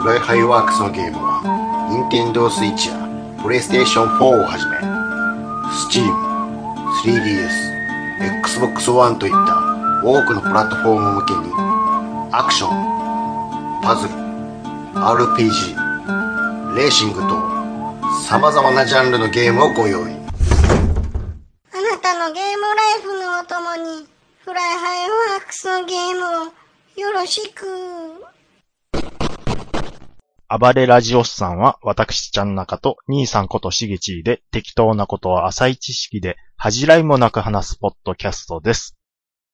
フライハイワークスのゲームは、Nintendo Switch や PlayStation 4をはじめ、Steam、3DS、Xbox One といった多くのプラットフォーム向けに、アクション、パズル、RPG、レーシングと様々なジャンルのゲームをご用意。 あなたのゲームライフのお供にフライハイワークスのゲームをよろしく。 暴れラジオスさんは私ちゃん中と兄さんことしげちーで適当なことは浅い知識で恥じらいもなく話すポッドキャストです。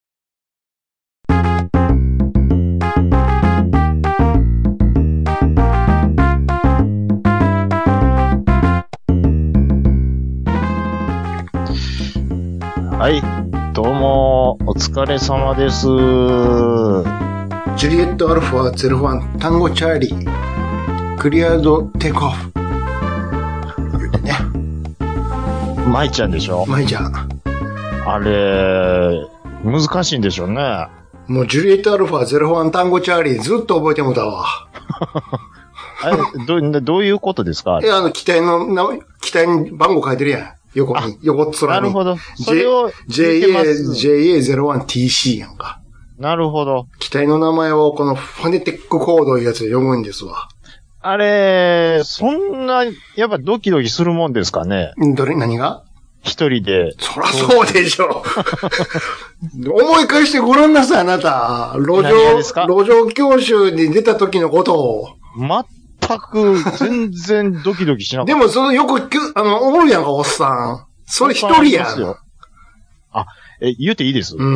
はい、どうもお疲れ様です。 ジュリエットアルファ01タンゴチャーリークリアドテイクオフ言うてね。 舞ちゃんでしょ。 舞ちゃん。 あれ難しいんでしょうね。 もうジュリエットアルファ01タンゴチャーリーずっと覚えてもたわ。 あれどういうことですか。 機体に番号書いてるやん。横っ面に。 なるほど。それを JA01TC やんか。 なるほど。 機体の名前をこのフォネティックコードいうやつで読むんですわ。 あれ、そんな、やっぱドキドキするもんですかね。 何が？ 一人で。 そらそうでしょ。思い返してごらんなさい、あなた。路上教習に出た時のことを。 全く、全然ドキドキしなかった。 でも、よく、おるやんか、おっさん。それ一人やん。 言うていいです？ うん。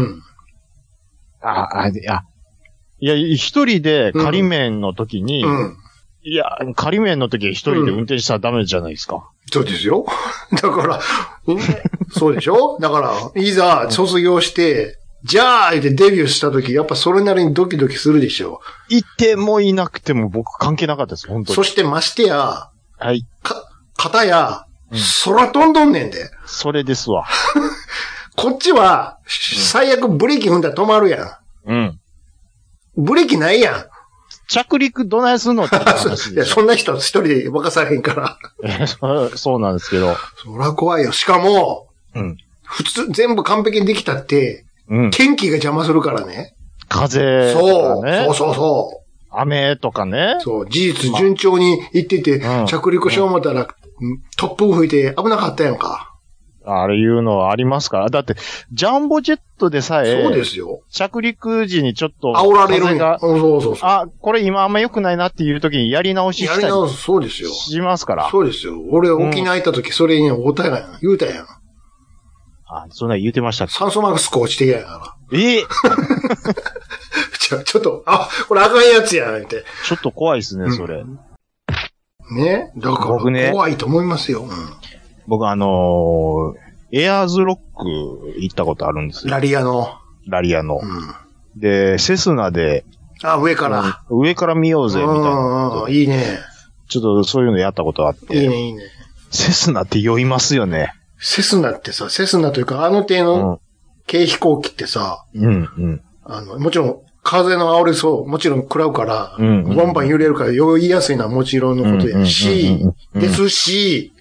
いや、一人で仮免の時に、いや、仮免の時は一人で運転したらダメじゃないですか。 そうですよ。だから、そうでしょ？だから、いざ卒業して、じゃあ、でデビューした時、やっぱそれなりにドキドキするでしょ。 いてもいなくても僕関係なかったです、本当に。 そしてましてや、 はい。 片や、空飛んどんねんで。 それですわ。 こっちは、最悪ブレーキ踏んだら止まるやん。うん。ブレーキないやん。 着陸どないすんのって話。 いや、そんな人一人で任されへんから。 そうなんですけど。 そら怖いよ。しかも、普通、全部完璧にできたって、天気が邪魔するからね。 風とかね。 そう。 雨とかね。 そう、事実順調に行ってて、着陸しよう思ったら、突風吹いて危なかったやんか。 あれいうのはありますから。だって、ジャンボジェットでさえ、 そうですよ。 着陸時にちょっと、 煽られるんや。そう。 これ今あんま良くないなっていう時にやり直ししたり。 そうですよ。 しますから。 そうですよ。俺、沖縄行った時、それに会うたやん。言うたやん。 そんな言うてましたっけ？ 酸素マスク落ちてやから。ちょっと、これあかんやつやんって。 ちょっと怖いですね、それ。 ね。だから、怖いと思いますよ。 僕エアーズロック行ったことあるんですよ。 ラリアの。 で、セスナで。 上から。 上から見ようぜ、みたいな。 いいね。 ちょっとそういうのやったことあって。 いいね。 セスナって酔いますよね。 セスナってさ、セスナというか、手の軽飛行機ってさ、もちろん、風の煽りもちろん食らうから、バンバン揺れるから酔いやすいのはもちろんのことやし、ですし、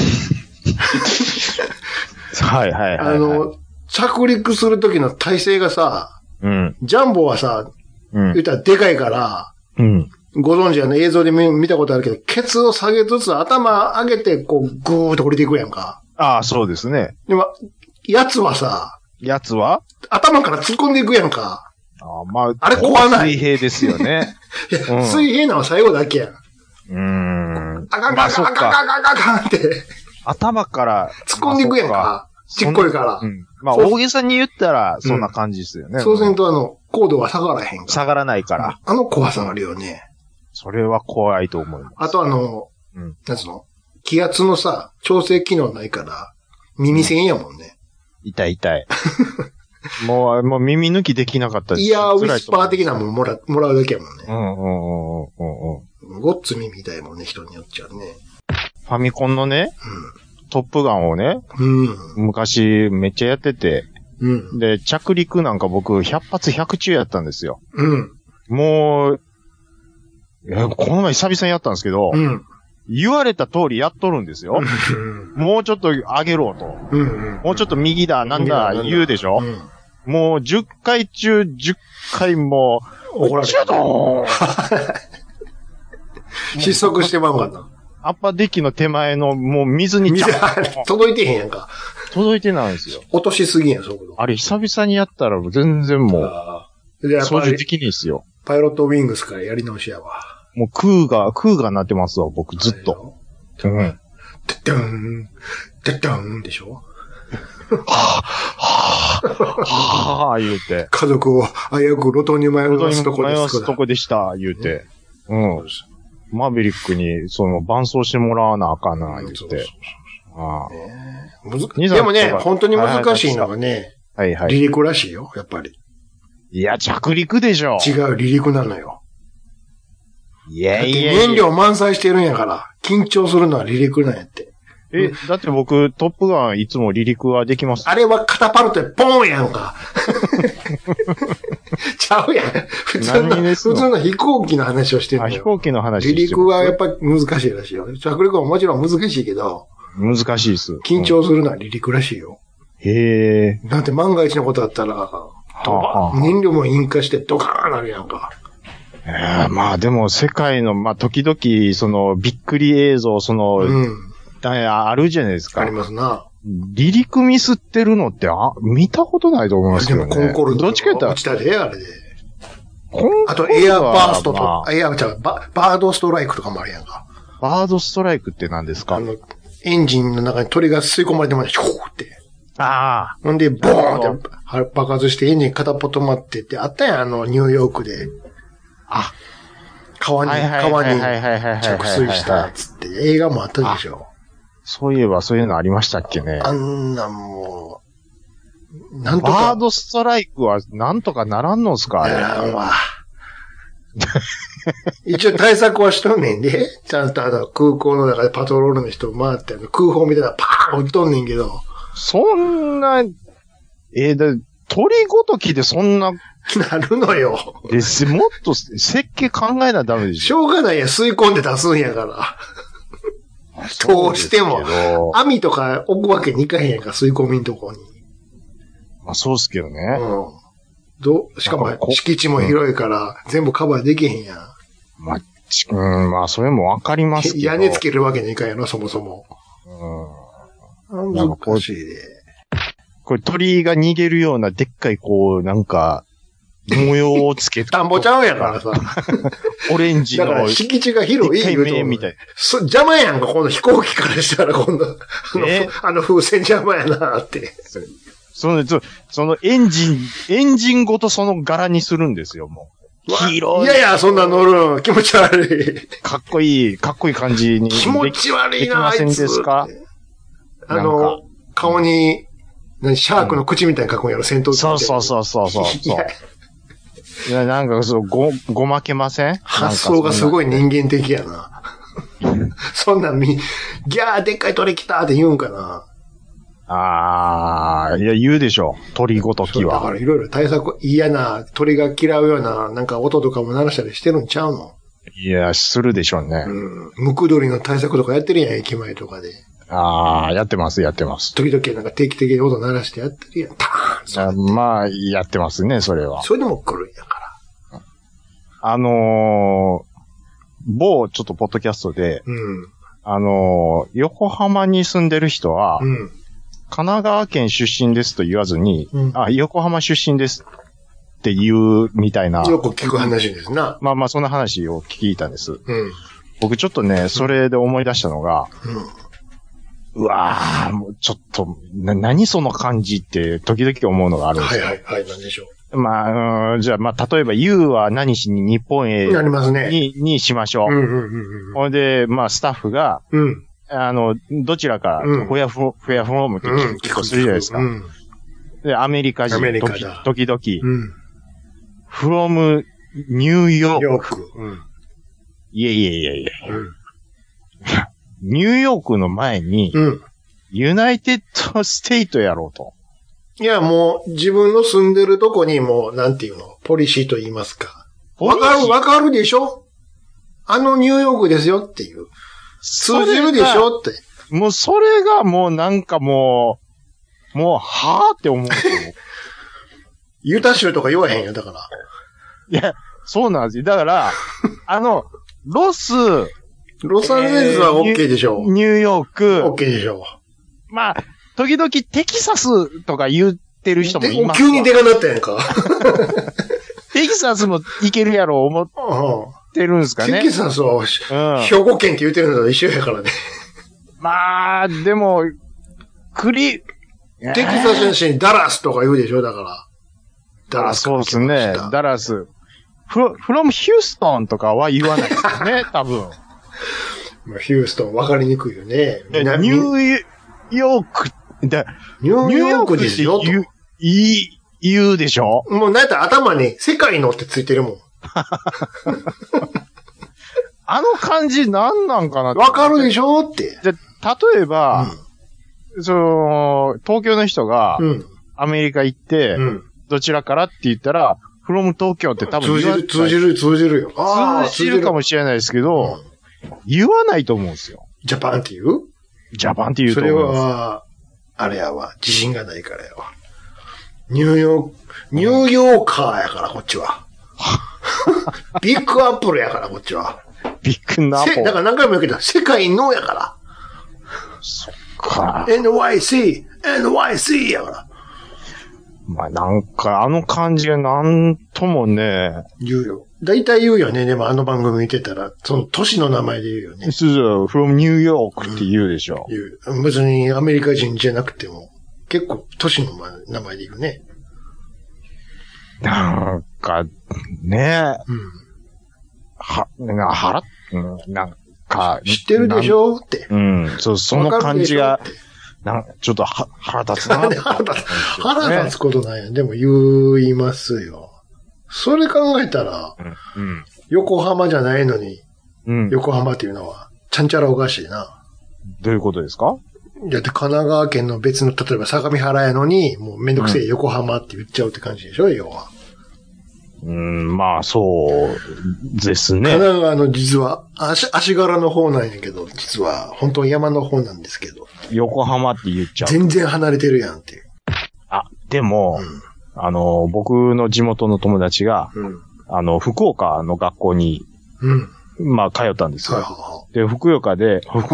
はい。 着陸するときの体勢がさ、ジャンボはさ、言ったらでかいから、ご存知映像で見たことあるけど、ケツを下げつつ頭上げて、こう、ぐーっと降りていくやんか。 そうですね。 でも、やつは頭から突っ込んでいくやんか。あれ怖ない。 水平ですよね。 水平なのは最後だけやん。あかんって。 頭から突っ込んでいくやんか。ちっこいから。 大げさに言ったら、そんな感じですよね。 そうせんと高度は下がらへんから。 下がらないから。 怖さがあるよね。 それは怖いと思います。 あとなんつうの？気圧のさ、調整機能ないから、耳栓やもんね。 痛い。もう耳抜きできなかったです。 イヤーウィスパー的なもんもらうだけやもんね。ごっつ耳痛いもんね、人によっちゃね。 ファミコンのね、トップガンをね、昔めっちゃやってて、で、着陸なんか僕100発100中やったんですよ。もう、 この前久々にやったんですけど、うん、言われた通りやっとるんですよ。もうちょっと上げろと。もうちょっと右だ、なんだ、言うでしょ、もう10回中10回も、 怒られる。失速してまうかな。 アッパーデッキの手前の、もう水に届いてへんやんか。 届いてないんですよ。 落としすぎやん、そこ。 あれ、久々にやったら全然もう、操縦できないですよ。 パイロットウィングスからやり直しやわ。 もうクーガーなってますわ、僕、ずっと。 うん。てってん、てってんでしょ言うて。 家族を危うく路頭に迷わすとこです。 迷わすとこでした、言うて。うん。マーベリックに、伴走してもらわなあかんな、言うて。 でもね、本当に難しいのがね、 はいはい。 離陸らしいよ、やっぱり。 いや、着陸でしょ。 違う、離陸なのよ。 いやいや。 燃料満載してるんやから、緊張するのは離陸なんやって。 だって僕、トップガンいつも離陸はできます。 あれはカタパルトでポーンやんか。ちゃうやん。普通の飛行機の話をしてるのよ。 飛行機の話離陸はやっぱ難しいらしいよ。着陸はもちろん難しいけど。 難しいです。 緊張するのは離陸らしいよ。 へえ。 だって万が一のことだったら、燃料も引火してドカーンなるやんか。 まあでも世界の、まあ時々、びっくり映像、あるじゃないですか。 ありますな。 離陸ミスってるのって、見たことないと思いますけどね。 でもコンコルドどっちか言ったら。 落ちたで、あれで。あとエアバーストと、バードストライクとかもあるやんか。 バードストライクって何ですか？ エンジンの中に鳥が吸い込まれてました。ヒョーって。ほんで、ボーンって爆発してエンジン片っぽ止まってってあったやん、ニューヨークで。川に着水したっつって映画もあったでしょ。 そういえばそういうのありましたっけね。 あんなもう、なんとか。 バードストライクはなんとかならんのすかあれ。 ならんわ。一応対策はしとんねんで。ちゃんと空港の中でパトロールの人回って空砲みたいなパーン撃っとんねんけど。 そんな、鳥ごときでそんな、 なるのよ。 もっと設計考えなダメでしょ。 しょうがないや、吸い込んで出すんやから。どうしても。網とか置くわけにいかへんやんか、吸い込みんとこに。 まあそうっすけどね。 しかも敷地も広いから、全部カバーできへんやん。 まあそれもわかりますけど。 屋根つけるわけにいかんやろ、そもそも。難しいで。 これ鳥が逃げるようなでっかい模様をつけて。 田んぼちゃうんやからさ。 オレンジの。 だから敷地が広い言うとみたい。 邪魔やんか、この飛行機からしたら今度。風船邪魔やなって。 そのエンジンごとその柄にするんですよ、もう。広い。 いや、そんな乗るの気持ち悪い。 かっこいい感じに。 気持ち悪いな、 あいつ。できませんですか？ 顔に、シャークの口みたいに書くんやろ、戦闘機。 そう。いや、ごまけません？ 発想がすごい人間的やな。そんなんギャーでっかい鳥来たって言うんかな。 いや、言うでしょ。鳥ごときは。 だからいろいろ対策、嫌な鳥が嫌うような、音とかも鳴らしたりしてるんちゃうの？ いや、するでしょうね。 ムクドリの対策とかやってるやん、駅前とかで。 やってます。 時々定期的に音鳴らしてやってるやん。ターン。 まあ、やってますね、それは。 それでも来るんやから。 某ちょっとポッドキャストで、横浜に住んでる人は、神奈川県出身ですと言わずに、横浜出身ですって言うみたいな。 よく聞く話ですな。 まあ、そんな話を聞いたんです。僕ちょっとね、それで思い出したのが、うわぁ、もうちょっと、何その感じって時々思うのがあるんですよ。 はい、何でしょう。 まあ、じゃあ、例えば U は何しに日本へなりますね。 にしましょう。ほいで、スタッフが、どちらか、フェアフロームって聞くとするじゃないですか。で、アメリカ人、時々、from ニューヨーク。いや。ニューヨークの前に、ユナイテッドステイトやろうと。 いや、もう、自分の住んでるとこにも、なんていうの、ポリシーと言いますか。わかるでしょ？ ニューヨークですよっていう。通じるでしょって。 もうそれがもうなんかもう、はぁって思う。 ユタ州とか言わへんよ、だから。 いや、そうなんですよ。だから、ロサンゼルスは OK でしょう。 ニューヨーク。OK でしょう。まあ、時々テキサスとか言ってる人もいますわ。 急にでかなったやんか。 テキサスもいけるやろ、思ってるんですかね。 テキサスは、兵庫県って言ってるのと一緒やからね。 まあ、でも、テキサス市にダラスとか言うでしょ、だから。 ダラス。そうですね、ダラス。from ヒューストンとかは言わないですよね、多分。 まあ、ヒューストン分かりにくいよね。 ニューヨーク、 ニューヨークですよ。 言うでしょ？ もうなんやったら頭に世界のってついてるもん。 あの感じなんなんかなって。 わかるでしょって。 じゃ、例えば、東京の人が、アメリカ行って、どちらからって言ったら、from 東京って多分通じるよ。 通じるかもしれないですけど、言わないと思うんですよ。 ジャパンって言う？ ジャパンって言うと思う。 それは、あれやわ。自信がないからやわ。ニューヨーカーやから、こっちは。ビッグアップルやから、こっちは。 ビッグナップル。 だから何回も言うけど、世界のやから。 そっか。 NYC やから。 まあなんか、あの感じがなんともね。 言うよ。大体言うよね。でもあの番組見てたら、その都市の名前で言うよね。 そう、from New York って言うでしょ。 言う。別にアメリカ人じゃなくても、結構都市の名前で言うね。 なんか、ねなんか、 知ってるでしょって。 その感じが、ちょっと腹立つな。 腹立つことないやん。でも言いますよ。それ考えたら、横浜じゃないのに、横浜っていうのは、ちゃんちゃらおかしいな。 どういうことですか？ だって神奈川県の別の、例えば相模原やのに、もうめんどくせえ横浜って言っちゃうって感じでしょ、要は。 まあ、そうですね。 神奈川の実は、足柄の方なんやけど、実は、本当に山の方なんですけど。 横浜って言っちゃう。 全然離れてるやんっていう。 でも、僕の地元の友達が、福岡の学校に、まあ、通ったんですよ。で、福岡か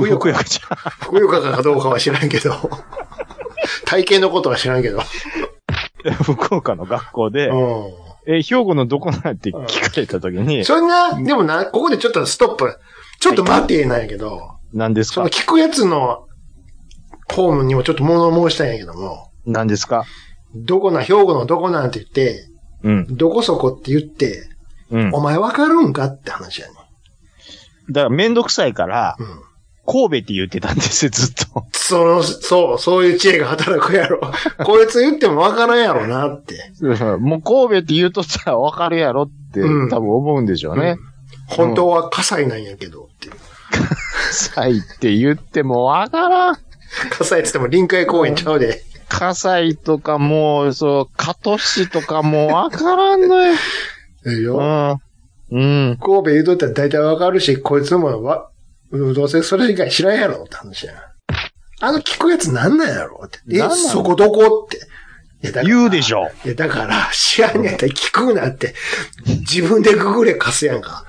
どうかは知らんけど。体型のことは知らんけど。 福岡の学校で、兵庫のどこなんて聞かれたときに。 そんな、でもここでちょっとストップ。ちょっと待ってなんやけど。 何ですか？ その聞くやつの、ホームにもちょっと物申したんやけども。 何ですか？ 兵庫のどこなんて言って、どこそこって言って、お前わかるんかって話やね。 だからめんどくさいから、神戸って言ってたんですよ、ずっと。 そういう知恵が働くやろ。こいつ言ってもわからんやろなって。 もう神戸って言うとったらわかるやろって多分思うんでしょうね。 本当は葛西なんやけどっていう。 葛西って言ってもわからん。 葛西って言っても臨海公園ちゃうで。 葛西とかもう、加東市とかもわからんのよ。 いいよ。神戸言うとったら大体わかるし、こいつもどうせそれ以外知らんやろって話や。聞くやつなんなんやろって。そこどこって。 言うでしょ。 だから、知らんやったら聞くなって。自分でググれ貸すやんか。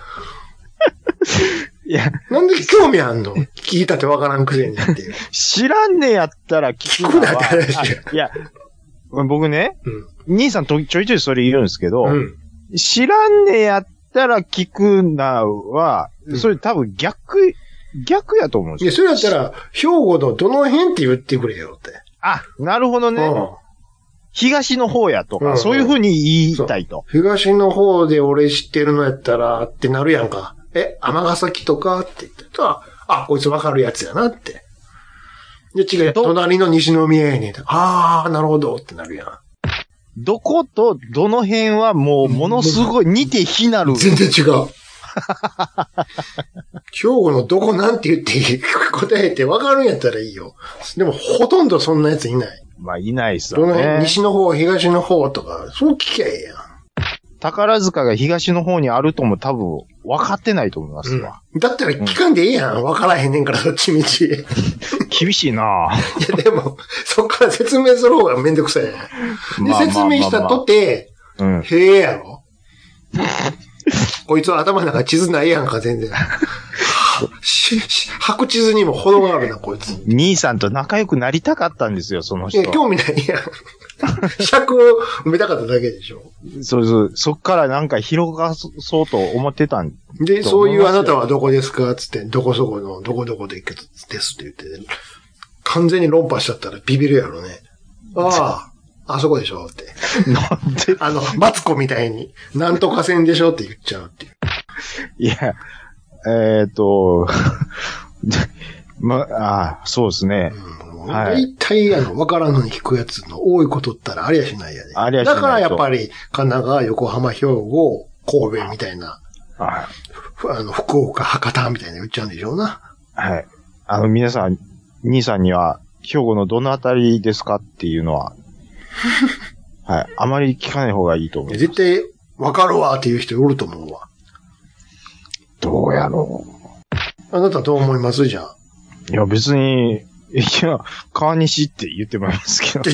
なんで興味あんの？聞いたってわからんくせにっていう。 知らんねやったら聞くなって話や。いや、僕ね、兄さんちょいちょいそれ言うんですけど、知らんねやったら聞くなは、それ多分逆やと思うんですよ。 いや、それやったら、兵庫のどの辺って言ってくれよって。 なるほどね。東の方やとか、そういう風に言いたいと。 東の方で俺知ってるのやったらってなるやんか。尼崎とかって言ったら、こいつわかるやつやなって。で、違う、隣の西宮やねん。なるほどってなるやん。 どことどの辺はもうものすごい似て非なる。 全然違う。兵庫のどこなんて言って答えて分かるんやったらいいよ。でもほとんどそんなやついない。 まあいないっすよね。 どの辺、西の方、東の方とか、そう聞きゃええやん。 宝塚が東の方にあるとも多分分かってないと思いますわ。 だったら聞かんでいいやん。分からへんねんから、そっち道。 厳しいないや、でも、そっから説明する方がめんどくさい。で、説明したとて、へえやろ。こいつは頭の中地図ないやんか、全然。白地図にも程があるな、こいつ。 兄さんと仲良くなりたかったんですよ、その人。 いや、興味ないやん。尺を埋めたかっただけでしょ。 そっからなんか広がそうと思ってたんで、そういうあなたはどこですかつって、どこそこの、どこどこでですって言って、完全に論破しちゃったらビビるやろね。あそこでしょって。なんでマツコみたいに、なんとか線でしょって言っちゃうっていう。 いや、そうですね。 はい。大体、わからんのに聞くやつの多いことったらありゃしないやで。 ありゃしない。 だからやっぱり、神奈川、横浜、兵庫、神戸みたいな、福岡、博多みたいな言っちゃうんでしょうな。 はい。皆さん、兄さんには、兵庫のどのあたりですかっていうのは、はい。あまり聞かない方がいいと思う。 絶対、わかるわっていう人おると思うわ。 どうやろう。あなたどう思いますじゃあ。 いや、別に、川西って言ってもらいますけど。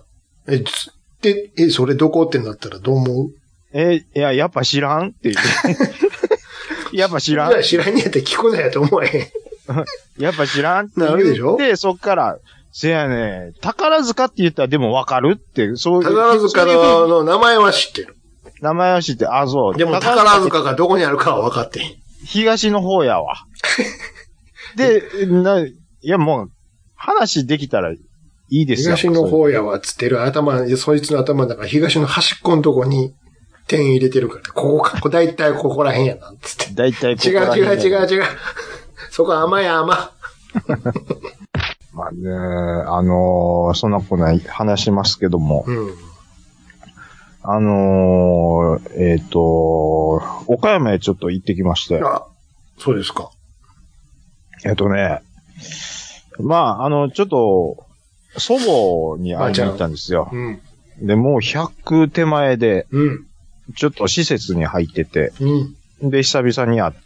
それどこってなったらどう思う？ いや、やっぱ知らんって言って。やっぱ知らん。 いや、知らんやって聞くなやと思えへん。 やっぱ知らんってなるでしょ？ で、そっから、せやね、宝塚って言ったらでもわかるって、そういう。 宝塚の名前は知ってる。 名前は知ってる。そう。 でも宝塚がどこにあるかは分かってへん。 東の方やわ。で、いやもう、話できたらいいですよ。 東の方やわ、つってるそいつの頭の中、東の端っこのとこに点入れてるから、だいたいここら辺やな、つって。 だいたいここら辺。 違う。そこ甘や甘。 まあね、そんなことない話しますけども。岡山へちょっと行ってきまして。 そうですか。 まあ、ちょっと、祖母に会いに行ったんですよ。で、もう100手前で、ちょっと施設に入ってて、で、久々に会って、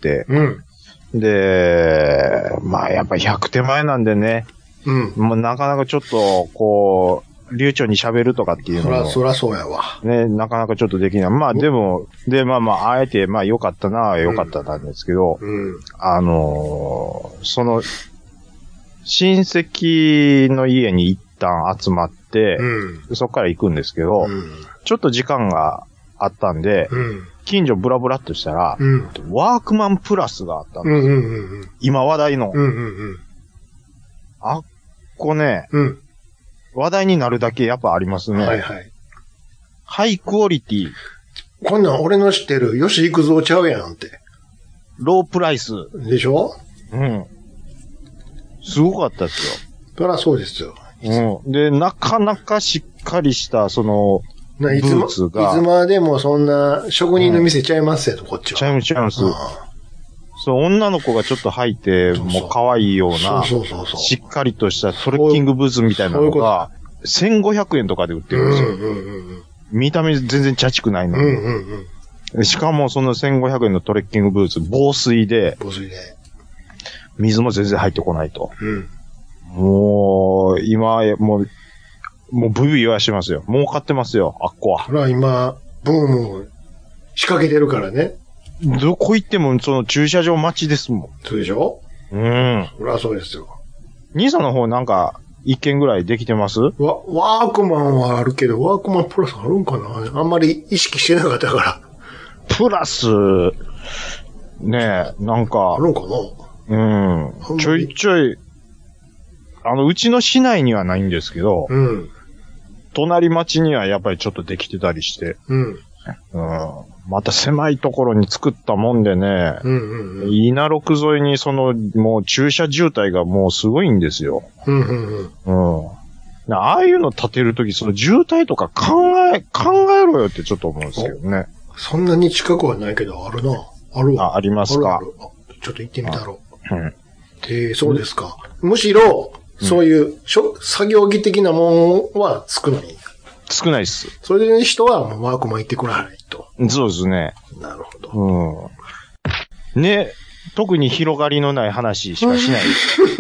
で、まあ、やっぱり100手前なんでね、もうなかなかちょっと、こう、流暢に喋るとかっていうのも。 そらそうやわ。 ね、なかなかちょっとできない。まあでも、あえて、まあ良かったなんですけど、その、親戚の家に一旦集まって、そこから行くんですけど、ちょっと時間があったんで、近所ブラブラっとしたら、ワークマンプラスがあったんですよ。今話題の。あっこね、話題になるだけやっぱありますね。 はいはい。 ハイクオリティ。 こんなん俺の知ってる吉幾三ちゃうやんって。 ロープライス。 でしょ？ すごかったですよ。 そりゃそうですよ。 で、なかなかしっかりした、その、ブーツが。 いつまでもそんな職人の店ちゃいますよ、こっちは。 ちゃいます。そう、女の子がちょっと履いて、もう可愛いような、しっかりとしたトレッキングブーツみたいなのが、1500円とかで売ってるんですよ。見た目全然チャチくないのに。しかもその1500円のトレッキングブーツ、防水で、水も全然入ってこないと。もう、今、もうブイブイ言わしてますよ。儲かってますよ、あっこは。 ほら、今、ブーム仕掛けてるからね。 どこ行っても、その駐車場待ちですもん。 そうでしょ？そりゃそうですよ。 兄さんの方なんか、一件ぐらいできてます？ ワークマンはあるけど、ワークマンプラスあるんかな？あんまり意識してなかったから。 プラス、ねえ、なんか。 あるんかな？ ちょいちょい、うちの市内にはないんですけど、隣町にはやっぱりちょっとできてたりして、また狭いところに作ったもんでね、稲六沿いにもう駐車渋滞がもうすごいんですよ。ああいうの建てるとき、その渋滞とか考えろよってちょっと思うんですけどね。 そんなに近くはないけど、あるな。あるわ。 ありますか。 ちょっと行ってみたろう。そうですか。むしろ、そういう作業着的なもんは少ない。 少ないっす。 それで人はもうワークマン行ってくれないと。 そうですね。 なるほど。 ね、特に広がりのない話しかしない。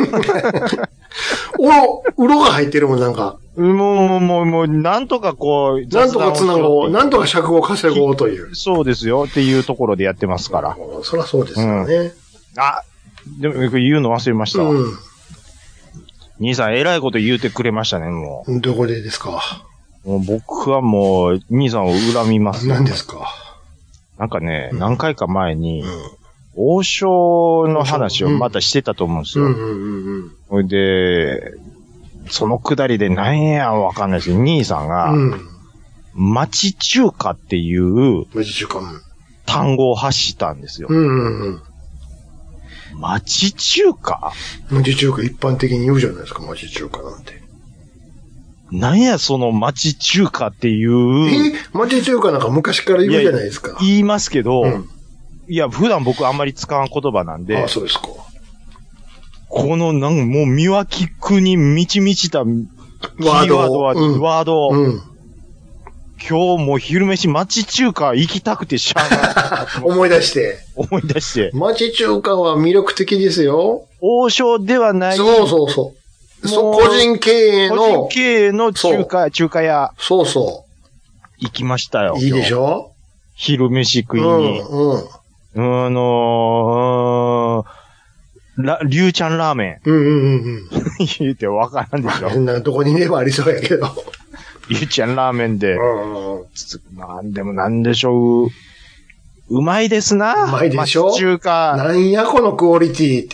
うろが入ってるもん、なんか。 もう、なんとかこう、 なんとか繋ごう、なんとか尺を稼ごうという。 そうですよ、っていうところでやってますから。 そりゃそうですよね。 でも言うの忘れましたわ。兄さん、偉いこと言うてくれましたね、もう。どこでですか？ もう僕はもう、兄さんを恨みます。 何ですか？ なんかね、何回か前に、王将の話をまたしてたと思うんですよ。で、そのくだりで何やわかんないし、兄さんが、町中華っていう単語を発したんですよ。町中華？ 町中華一般的に言うじゃないですか、町中華なんて。 何やその町中華っていう。 町中華なんか昔から言うじゃないですか。 言いますけど、いや、普段僕あんまり使わん言葉なんで。 そうですか。 この、もう、見分きくに満ち満ちた、キーワード。今日も昼飯町中華行きたくてしゃあない。 思い出して。町中華は魅力的ですよ。 王将ではない。 そう。個人経営の中華屋。 そう。 行きましたよ。 いいでしょ？ 昼飯食いに。りゅうちゃんラーメン。言うてわからんでしょ。 どこにいればありそうやけど。 りゅうちゃんラーメンで。でもなんでしょう。うまいですな。 うまいでしょ。 町中華。 なんやこのクオリティって。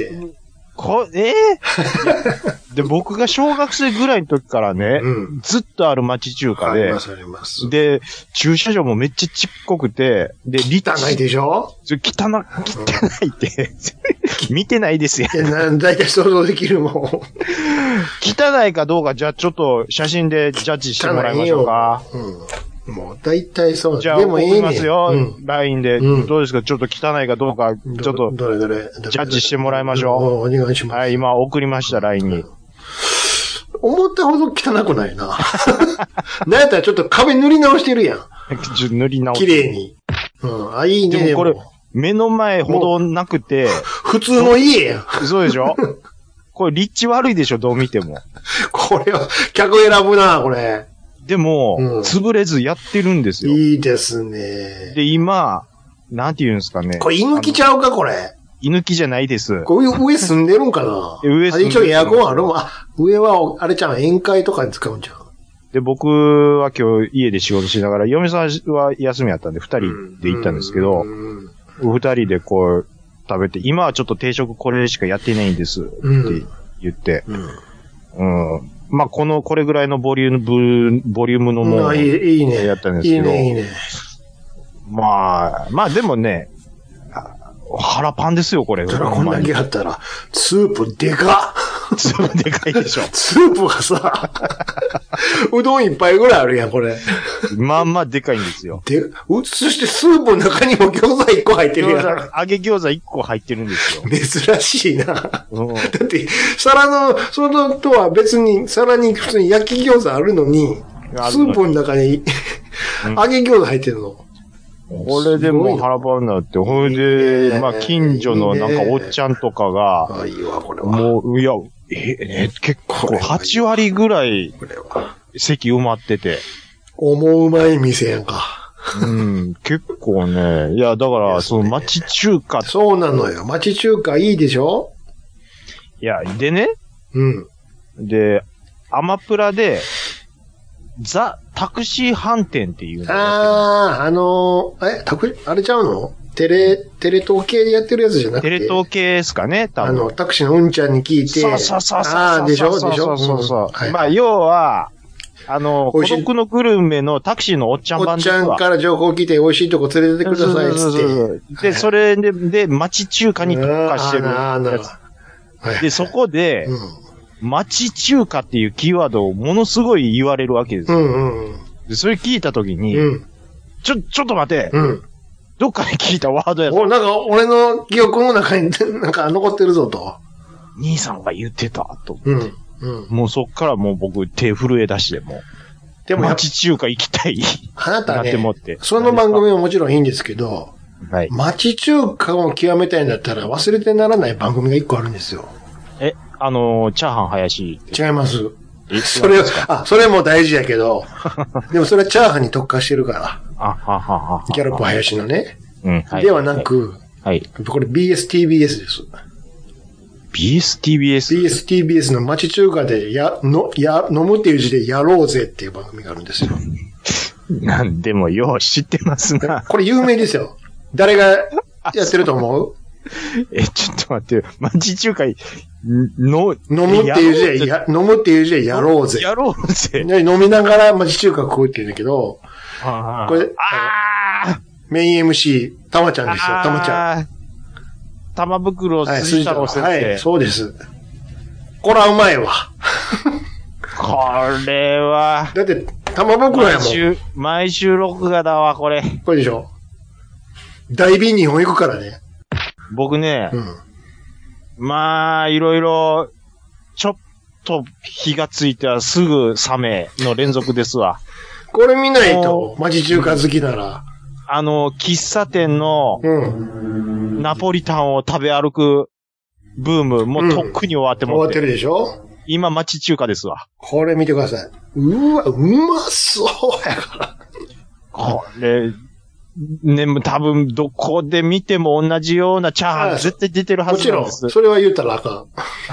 で、僕が小学生ぐらいの時からね、ずっとある町中華で、で、駐車場もめっちゃちっこくて、で、 汚いでしょ？ 汚いって、見てないですよ。 だいたい想像できるもん。 汚いかどうか、じゃあちょっと写真でジャッジしてもらいましょうか。 もう大体そう。 じゃあ送りますよ、LINE で。どうですか？ちょっと汚いかどうか、ちょっと、ジャッジしてもらいましょう。 お願いします。 はい、今送りました、LINE に。 思ったほど汚くないな。なんやったらちょっと壁塗り直してるやん。 塗り直して。綺麗に。いいね。 でもこれ、目の前ほどなくて。 普通の家やん。 そうでしょ？これ立地悪いでしょ、どう見ても。 これは、客選ぶな、これ。 でも、潰れずやってるんですよ。 いいですね。 で、今、なんて言うんですかね。 これ、居抜きちゃうか、これ。 居抜きじゃないです。 こういう上住んでるんかな？ 上住んでる。 一応エアコンあるもん。上は、あれちゃん、宴会とかに使うんじゃん。 で、僕は今日家で仕事しながら、嫁さんは休みやったんで、二人で行ったんですけど、二人でこう、食べて、今はちょっと定食これしかやってないんです、って言って、まあ、これぐらいのボリュームのものやったんですけど。 いいね。 まあでもね、腹パンですよ、これ。 だからこんだけあったら、スープでかっ。 スープでかいでしょ。 スープがさ、うどん一杯ぐらいあるやん、これ。 まあまあでかいんですよ。 そしてスープの中にも餃子一個入ってるやん。 揚げ餃子一個入ってるんですよ。 珍しいな。だって、皿の、そのとは別に、皿に普通に焼き餃子あるのに、スープの中に揚げ餃子入ってるの。 これでも腹パンになって、ほいで、まあ、近所のなんかおっちゃんとかが、もう、いや、結構8割ぐらい席埋まってて。 うまい店やんか。 結構ね、いや、だから、その町中華。 そうなのよ。町中華いいでしょ？ いや、でね。で、アマプラで、ザ・タクシー飯店っていうのあれちゃうの？テレ東系でやってるやつじゃなくて。 テレ東系ですかね、多分。 タクシーのうんちゃんに聞いて。 そう。 でしょまあ、要は、孤独のグルメのタクシーのおっちゃん版ですわ。 おっちゃんから情報聞いて美味しいとこ連れてってくださいっつって。で、それで、町中華に特化してるやつ。で、そこで、町中華っていうキーワードをものすごい言われるわけですよ。で、それ聞いたときに、ちょっと待て、どっかで聞いたワードやなんか俺の記憶の中になんか残ってるぞと。 兄さんが言ってたと思って。もうそっからもう僕手震え出しても。でも町中華行きたい。 あなたね、その番組ももちろんいいんですけど、 はい。町中華を極めたいんだったら忘れてならない番組が一個あるんですよ。 チャーハン林。 違います。それも大事やけど、でもそれはチャーハンに特化してるから。ギャロップ林のね。うん。はい、ではなく、はい。これ BSTBS です。BSTBS の町中華で飲むっていう字でやろうぜっていう番組があるんですよ。 なんでもよう知ってますな。 これ有名ですよ。誰がやってると思う？ ちょっと待って、町中華、飲むっていう字でやろうぜ。 やろうぜ。 飲みながら町中華食うって言うんだけど、これ、メイン MC、たまちゃんですよ、たまちゃん。 玉袋筋太郎先生。 はい、そうです。これはうまいわ。 これは。 だって、玉袋やもん。 毎週録画だわ、これ。 これでしょ。大便日本行くからね。 僕ね、まあ、いろいろ、ちょっと火がついてはすぐ冷めの連続ですわ。 これ見ないと、町中華好きなら。 喫茶店の、ナポリタンを食べ歩くブーム、もうとっくに終わっても終わってるでしょ？ 今町中華ですわ。 これ見てください。うわ、うまそうやから。 これ、ね、多分どこで見ても同じようなチャーハン絶対出てるはずなんです。 もちろん、それは言ったらあかん。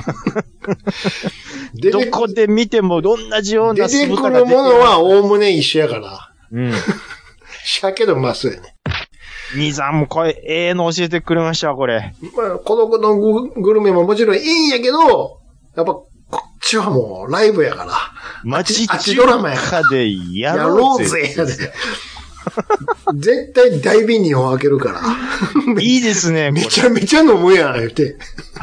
どこで見ても同じような出てくるものはおおむね一緒やから。うん。鮭でもまっそうやね。 兄さんもこれ、の教えてくれましたわ、これ。 まあ、孤独のグルメももちろんいいんやけど、やっぱ、こっちはもうライブやから。 町中華でやろうぜ。 絶対大瓶にを開けるから。 いいですね、 めちゃめちゃ飲むやん、言って。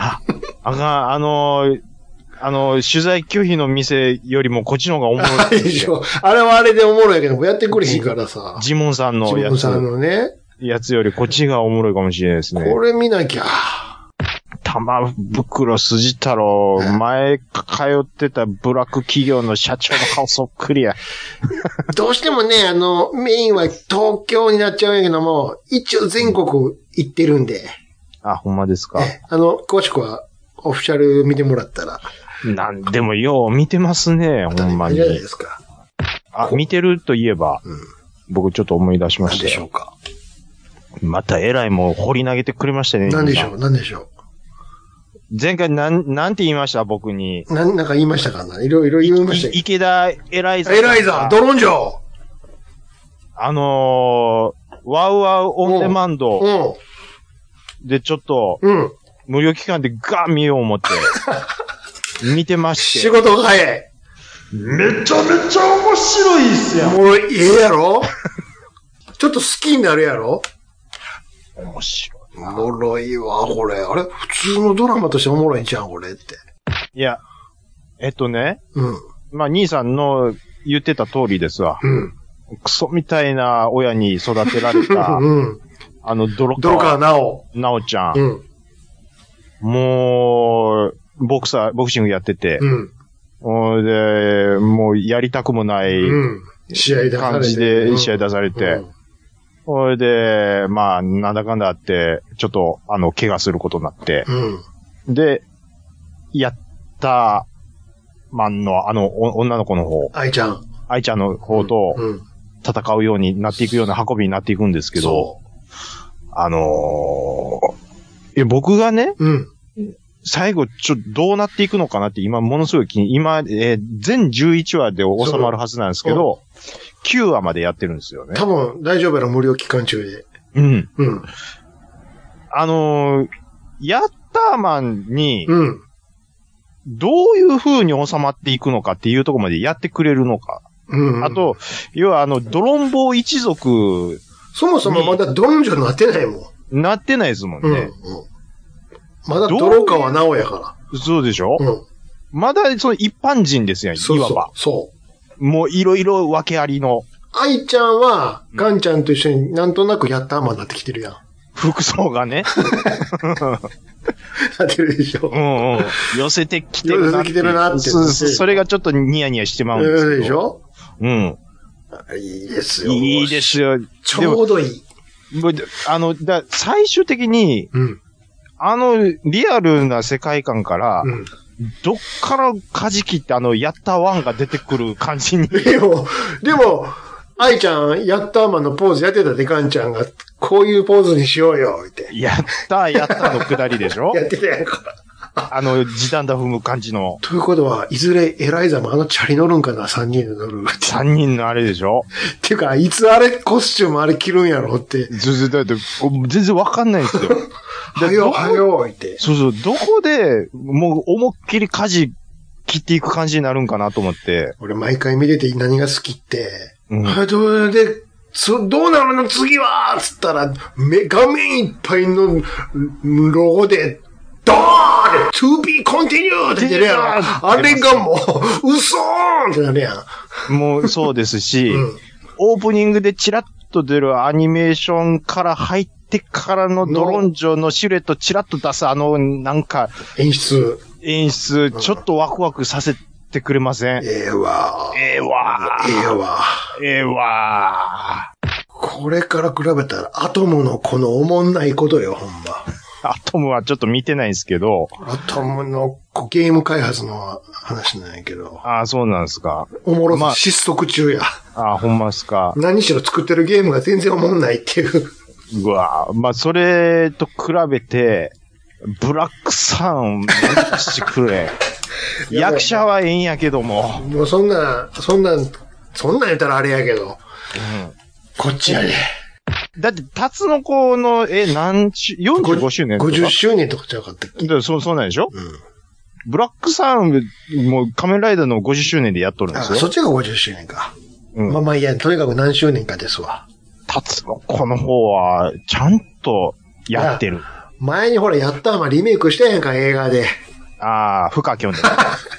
取材拒否の店よりもこっちの方がおもろい。 でしょ。あれはあれでおもろいやけど、やってくれへんからさ。 ジモンさんのやつ。 ジモンさんのね。 やつよりこっちがおもろいかもしれないですね。 これ見なきゃ。 玉袋筋太郎、前通ってたブラック企業の社長の顔そっくりや。 どうしてもね、メインは東京になっちゃうんやけども、一応全国行ってるんで。 あ、ほんまですか。 詳しくはオフィシャル見てもらったら。 なんでもよう見てますね、ほんまに。 じゃないですか。 見てるといえば、僕ちょって思い出しました。 何でしょうか。 また偉いもん掘り投げてくれましたね。 何でしょう。 前回なんて言いました僕に。 なんか言いましたかないろいろ言いました。 池田エライザ。 ドロンジョワウワウオンデマンド。で、ちょっと、無料期間でガー見よう思って、見てまして。 仕事が早い。 めちゃめちゃ面白いっすやん。 もう、やろちょっと好きになるやろ面白い。 おもろいわ、これ。あれ普通のドラマとしておもろいんちゃうこれって。 いや、まあ、兄さんの言ってた通りですわ。クソみたいな親に育てられた、泥川なおちゃん。もう、ボクシングやってて、で、もうやりたくもない感じで試合出されて、それで、まあ、なんだかんだあって、ちょっと、怪我することになって、で、やったマンの、女の子の方、愛ちゃんの方と、戦うようになっていくような運びになっていくんですけど、僕がね、最後、どうなっていくのかなって今、ものすごい今、全11話で収まるはずなんですけど、9話までやってるんですよね。 多分、大丈夫やろ、無料期間中で。 ヤッターマンに、どういう風に収まっていくのかっていうところまでやってくれるのか。あと、要はドロンボー一族。 そもそもまだドロンジョになってないもん。 なってないですもんね。 まだ泥川直やから。 そうでしょまだその一般人ですよ、いわば。 そう。 もういろいろ訳ありの。 愛ちゃんは、ガンちゃんと一緒になんとなくヤッターマンになってきてるやん。 服装がね。 なってるでしょ。 寄せてきてるなって。それがちょっとニヤニヤしてまうんですけど。 でしょいいですよ。いいですよ。 ちょうどいい。 最終的に、リアルな世界観から、どっから舵切ってヤッターワンが出てくる感じに。 でも、愛ちゃん、ヤッターマンのポーズやってたでかんちゃんが、こういうポーズにしようよ、って。 ヤッターの下りでしょやってたやんか。 時短だ踏む感じの。 ということは、いずれエライザもチャリ乗るんかな、3人で乗る。 3人のあれでしょっていうか、いつあれ、コスチュームあれ着るんやろって。 だって全然わかんないんですよ。 はよ、って。 そう、どこで、もう思いっきり舵切っていく感じになるんかなと思って。 俺毎回見てて何が好きって、どうなるの次はつったら、画面いっぱいのロゴで、ドーンって to be continued って出るやろ。あれがもう、嘘ーんってなるやん。もうそうですし、オープニングでチラッと出るアニメーションから入ってからのドロンジョのシルエットチラッと出すなんか、 演出、 ちょっとワクワクさせてくれません？ ええわ。これから比べたらアトムのこのおもんないことよ、ほんま。 アトムはちょっと見てないんですけど。 アトムのゲーム開発の話なんやけど。 ああ、そうなんですか。 おもろさ、失速中や。 ああ、ほんまですか。 何しろ作ってるゲームが全然おもんないっていう。 うわぁ、それと比べて、ブラックサン、してくれ。役者はええんやけども。 もうそんなん言ったらあれやけど。こっちやで。 だって、タツノコの、45周年とか ?50 周年とかちゃうかったっけ？ そうなんでしょ？ブラックサン、もう仮面ライダーの50周年でやっとるんですよ。 そっちが50周年か。まあいや、とにかく何周年かですわ。 タツノコの方は、ちゃんとやってる。 前にほら、やったーまリメイクしたやんか、映画で。 ああ、フカキョンで。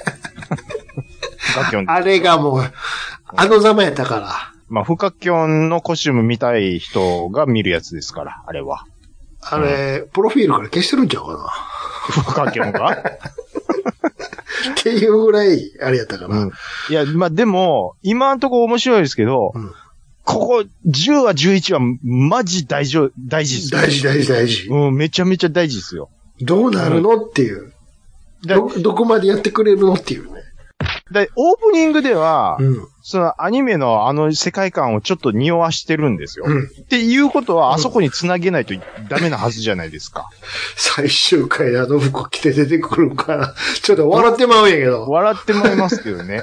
あれがもう、ざまやったから。 フカキョンのコスチューム見たい人が見るやつですから、あれは。 あれ、プロフィールから消してるんちゃうかな。 フカキョンがっていうぐらい、あれやったから。 いや、でも、今のところ面白いですけど、ここ、10話、11話、マジ大事ですよ。大事。めちゃめちゃ大事ですよ。 どうなるのっていう。どこまでやってくれるのっていうね。 オープニングでは、そのアニメの世界観をちょっと匂わしてるんですよ。っていうことは、あそこに繋げないとダメなはずじゃないですか。 最終回で服着て出てくるから、ちょっと笑ってまうんやけど。 笑ってまいますけどね。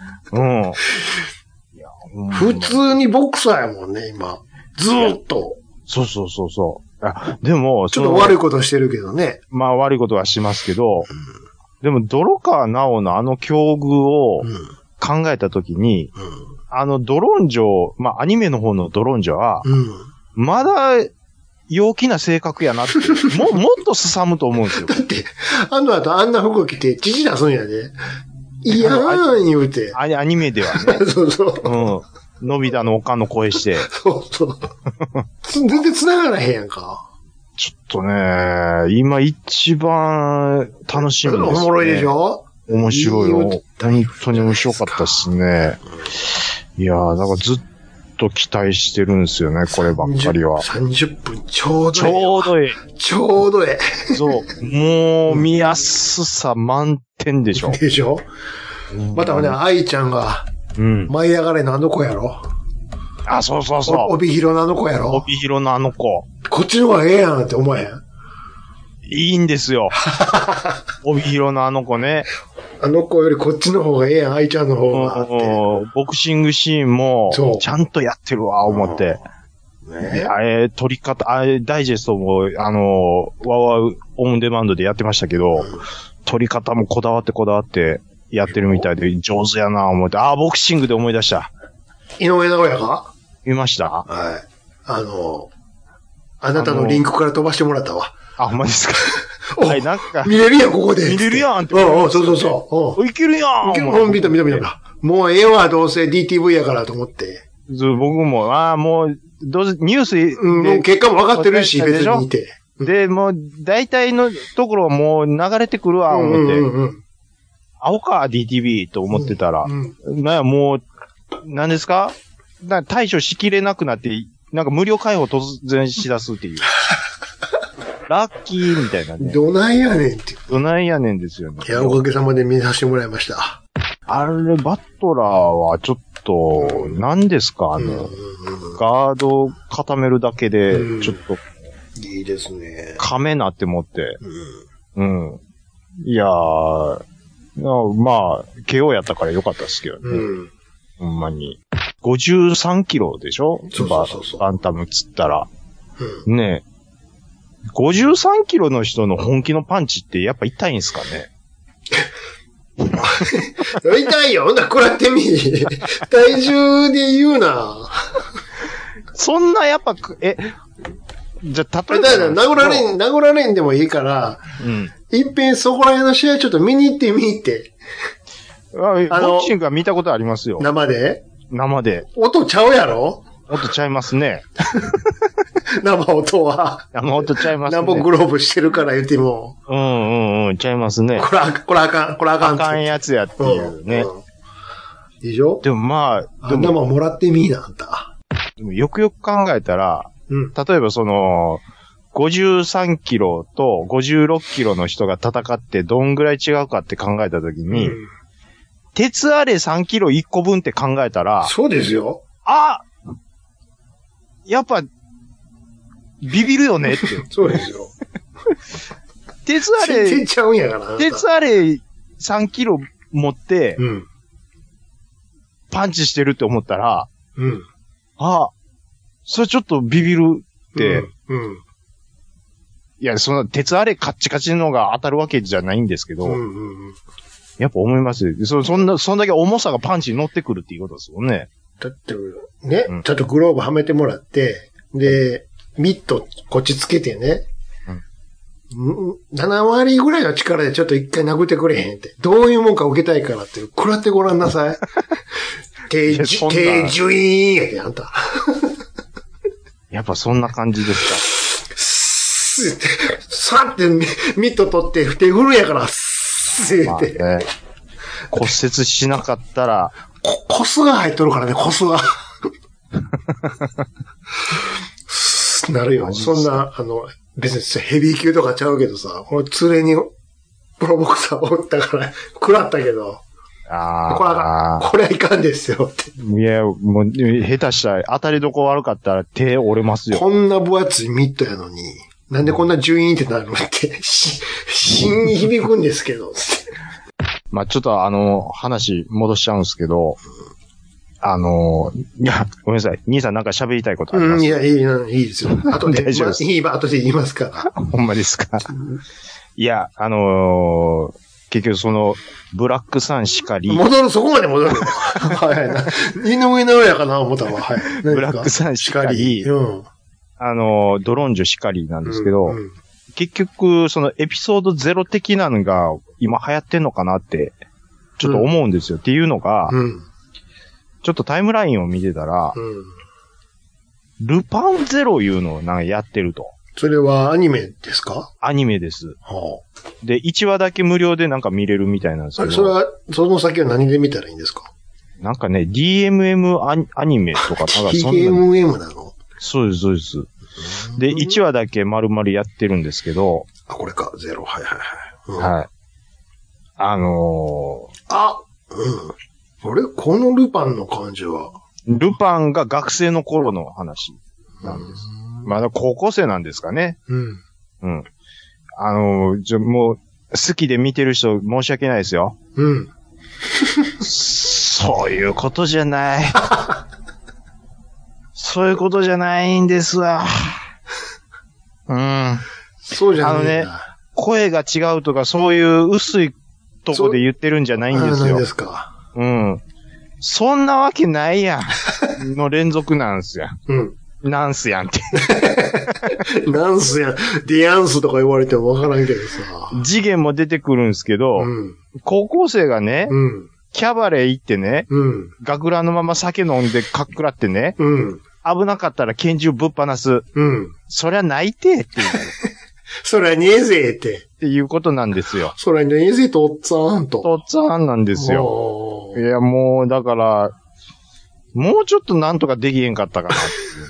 普通にボクサーやもんね、今。ずーっと。 そう。でも、 ちょっと悪いことしてるけどね。 悪いことはしますけど、でも、泥川直の境遇を考えたときに、ドロンジョ、アニメの方のドロンジョは、まだ、陽気な性格やなって、もっとすさむと思うんですよ。 だって、後あんな服着て、父出すんやで。いやーん言うて。 アニメではね。 そう。 のび太のおかんの声して。 そう。全然繋がらへんやんか。 ちょっとね、今一番楽しみです、ね。 おもろいでしょ？ 面白いよ。本当に面白かったっすね。いやー、だからずっと期待してるんですよね、こればっかりは。 30分ちょうどええ。 ちょうどええ。そう。もう、見やすさ満点でしょ。 でしょ？またね、愛ちゃんが、舞い上がれの子やろ。 あ、そう。 帯広の子やろ。 帯広の子。 こっちの方がええやんって思えへん。 いいんですよ。帯広の子ね。 子よりこっちの方がええやん、愛ちゃんの方が。 ボクシングシーンも、ちゃんとやってるわ、思って。撮り方、ダイジェストも、ワウオンデマンドでやってましたけど、撮り方もこだわってやってるみたいで上手やな、思って。ボクシングで思い出した。 井上尚弥か？ 見ました？ はい。あなたのリンクから飛ばしてもらったわ。 ほんまですか？はい、なんか。 見れるやん、ここで。 見れるやんって。 そう。 いけるやん。見た。もうええわ、どうせ DTV やからと思って。 僕も、もう、どうせニュース結果も分かってるし、別に見て。 で、もう、大体のところはもう流れてくるわ、思って。青か、DTV と思ってたら。もう、何ですか？対処しきれなくなって、 なんか無料開放突然しだすっていう。ラッキーみたいなね。 どないやねんって。 どないやねんですよね。 いや、おかげさまで見させてもらいました。 あれ、バトラーはちょっと、何ですかガードを固めるだけで、ちょっと。 いいですね。 亀なって思って。うん。いやー、まあ、KO やったからよかったですけどね。ほんまに。53キロでしょ？そう。バンタムつったら。ねえ。53キロの人の本気のパンチってやっぱ痛いんすかね？ 痛いよ。ほんなら食らってみ。体重で言うな。 そんなやっぱ、じゃあ、例えば。 殴られんでもいいから、いっぺんそこら辺の試合ちょっと見に行ってみって。 ボクシングは見たことありますよ。 生で。音ちゃうやろ？ 音ちゃいますね。 生音は。 生音ちゃいますね。 なんぼグローブしてるから言っても。 ちゃいますね。 これあかん。 あかんやつやっていうね。 でしょ？ でもまあ。 生もらってみーな、あんた。 でもよくよく考えたら、例えばその、53キロと56キロの人が戦ってどんぐらい違うかって考えたときに、鉄アレ3キロ1個分って考えたら、 そうですよ。 やっぱ、ビビるよねって。 そうですよ。 鉄アレ、 全然ちゃうんやから。 鉄アレ3キロ持って、パンチしてるって思ったら、それちょっとビビるって、いや、その鉄アレカッチカチのが当たるわけじゃないんですけど、やっぱ思いますよ。そんだけ重さがパンチに乗ってくるっていうことですよね。 だって、ね、ちゃんとグローブはめてもらって、で、ミットこっちつけてね、7割ぐらいの力でちょっと一回殴ってくれへんって。どういうもんか受けたいからって、食らってごらんなさい。手ジュイーンやで、あんた。 やっぱそんな感じですか。さってミット取って手振るんやから、 まあね、骨折しなかったら。 コスが入っとるからね、コスが。なるよ。そんな、別にヘビー級とかちゃうけどさ、この連れにプロボクサーおったから、食らったけど。これはいかんですよって。 いや、もう、下手したら当たりどこ悪かったら手折れますよ。 こんな分厚いミットやのに、なんでこんな順位ってなるのって、芯に響くんですけど。 まあ、ちょっと話戻しちゃうんですけど、いや、ごめんなさい。兄さんなんか喋りたいことあります？ いや、いいですよ。後で、 大丈夫です。 後で言いますから。 ほんまですか。いや、結局その、ブラックさんしかり。 そこまで戻る。はい。井上尚弥かな思ったわ。はい。 ブラックさんしかり、ドロンジョしかりなんですけど、結局、そのエピソード0的なのが今流行ってんのかなって、ちょっと思うんですよ。っていうのが、ちょっとタイムラインを見てたら、ルパンゼロいうのをなんかやってると。 それはアニメですか？ アニメです。で、1話だけ無料でなんか見れるみたいなんですけど。 それは、その先は何で見たらいいんですか？ なんかね、DMM アニメとか、なんかそんな。 DMM なの？ そうです、そうです。で、1話だけ丸々やってるんですけど。 これか、ゼロ。はい。 はい。 このルパンの感じは。 ルパンが学生の頃の話なんです。まだ高校生なんですかね。もう、好きで見てる人申し訳ないですよ。そういうことじゃない。そういうことじゃないんですわ。 そうじゃないんだ。 声が違うとかそういう薄いとこで言ってるんじゃないんですよ。 何ですか。 そんなわけないやん。の連続なんすや。なんすやんって。 なんすやん。ディアンスとか言われてもわからんけどさ。 次元も出てくるんですけど、高校生がね、キャバレー行ってね、学ランのまま酒飲んでかっくらってね、危なかったら拳銃ぶっ放す。そりゃないてって言う。 そりゃねえぜって。 っていうことなんですよ。 そりゃねえぜとおっつぁんと。 おっつぁんなんですよ。いやもう、だから、もうちょっとなんとかできへんかったかなっていうね。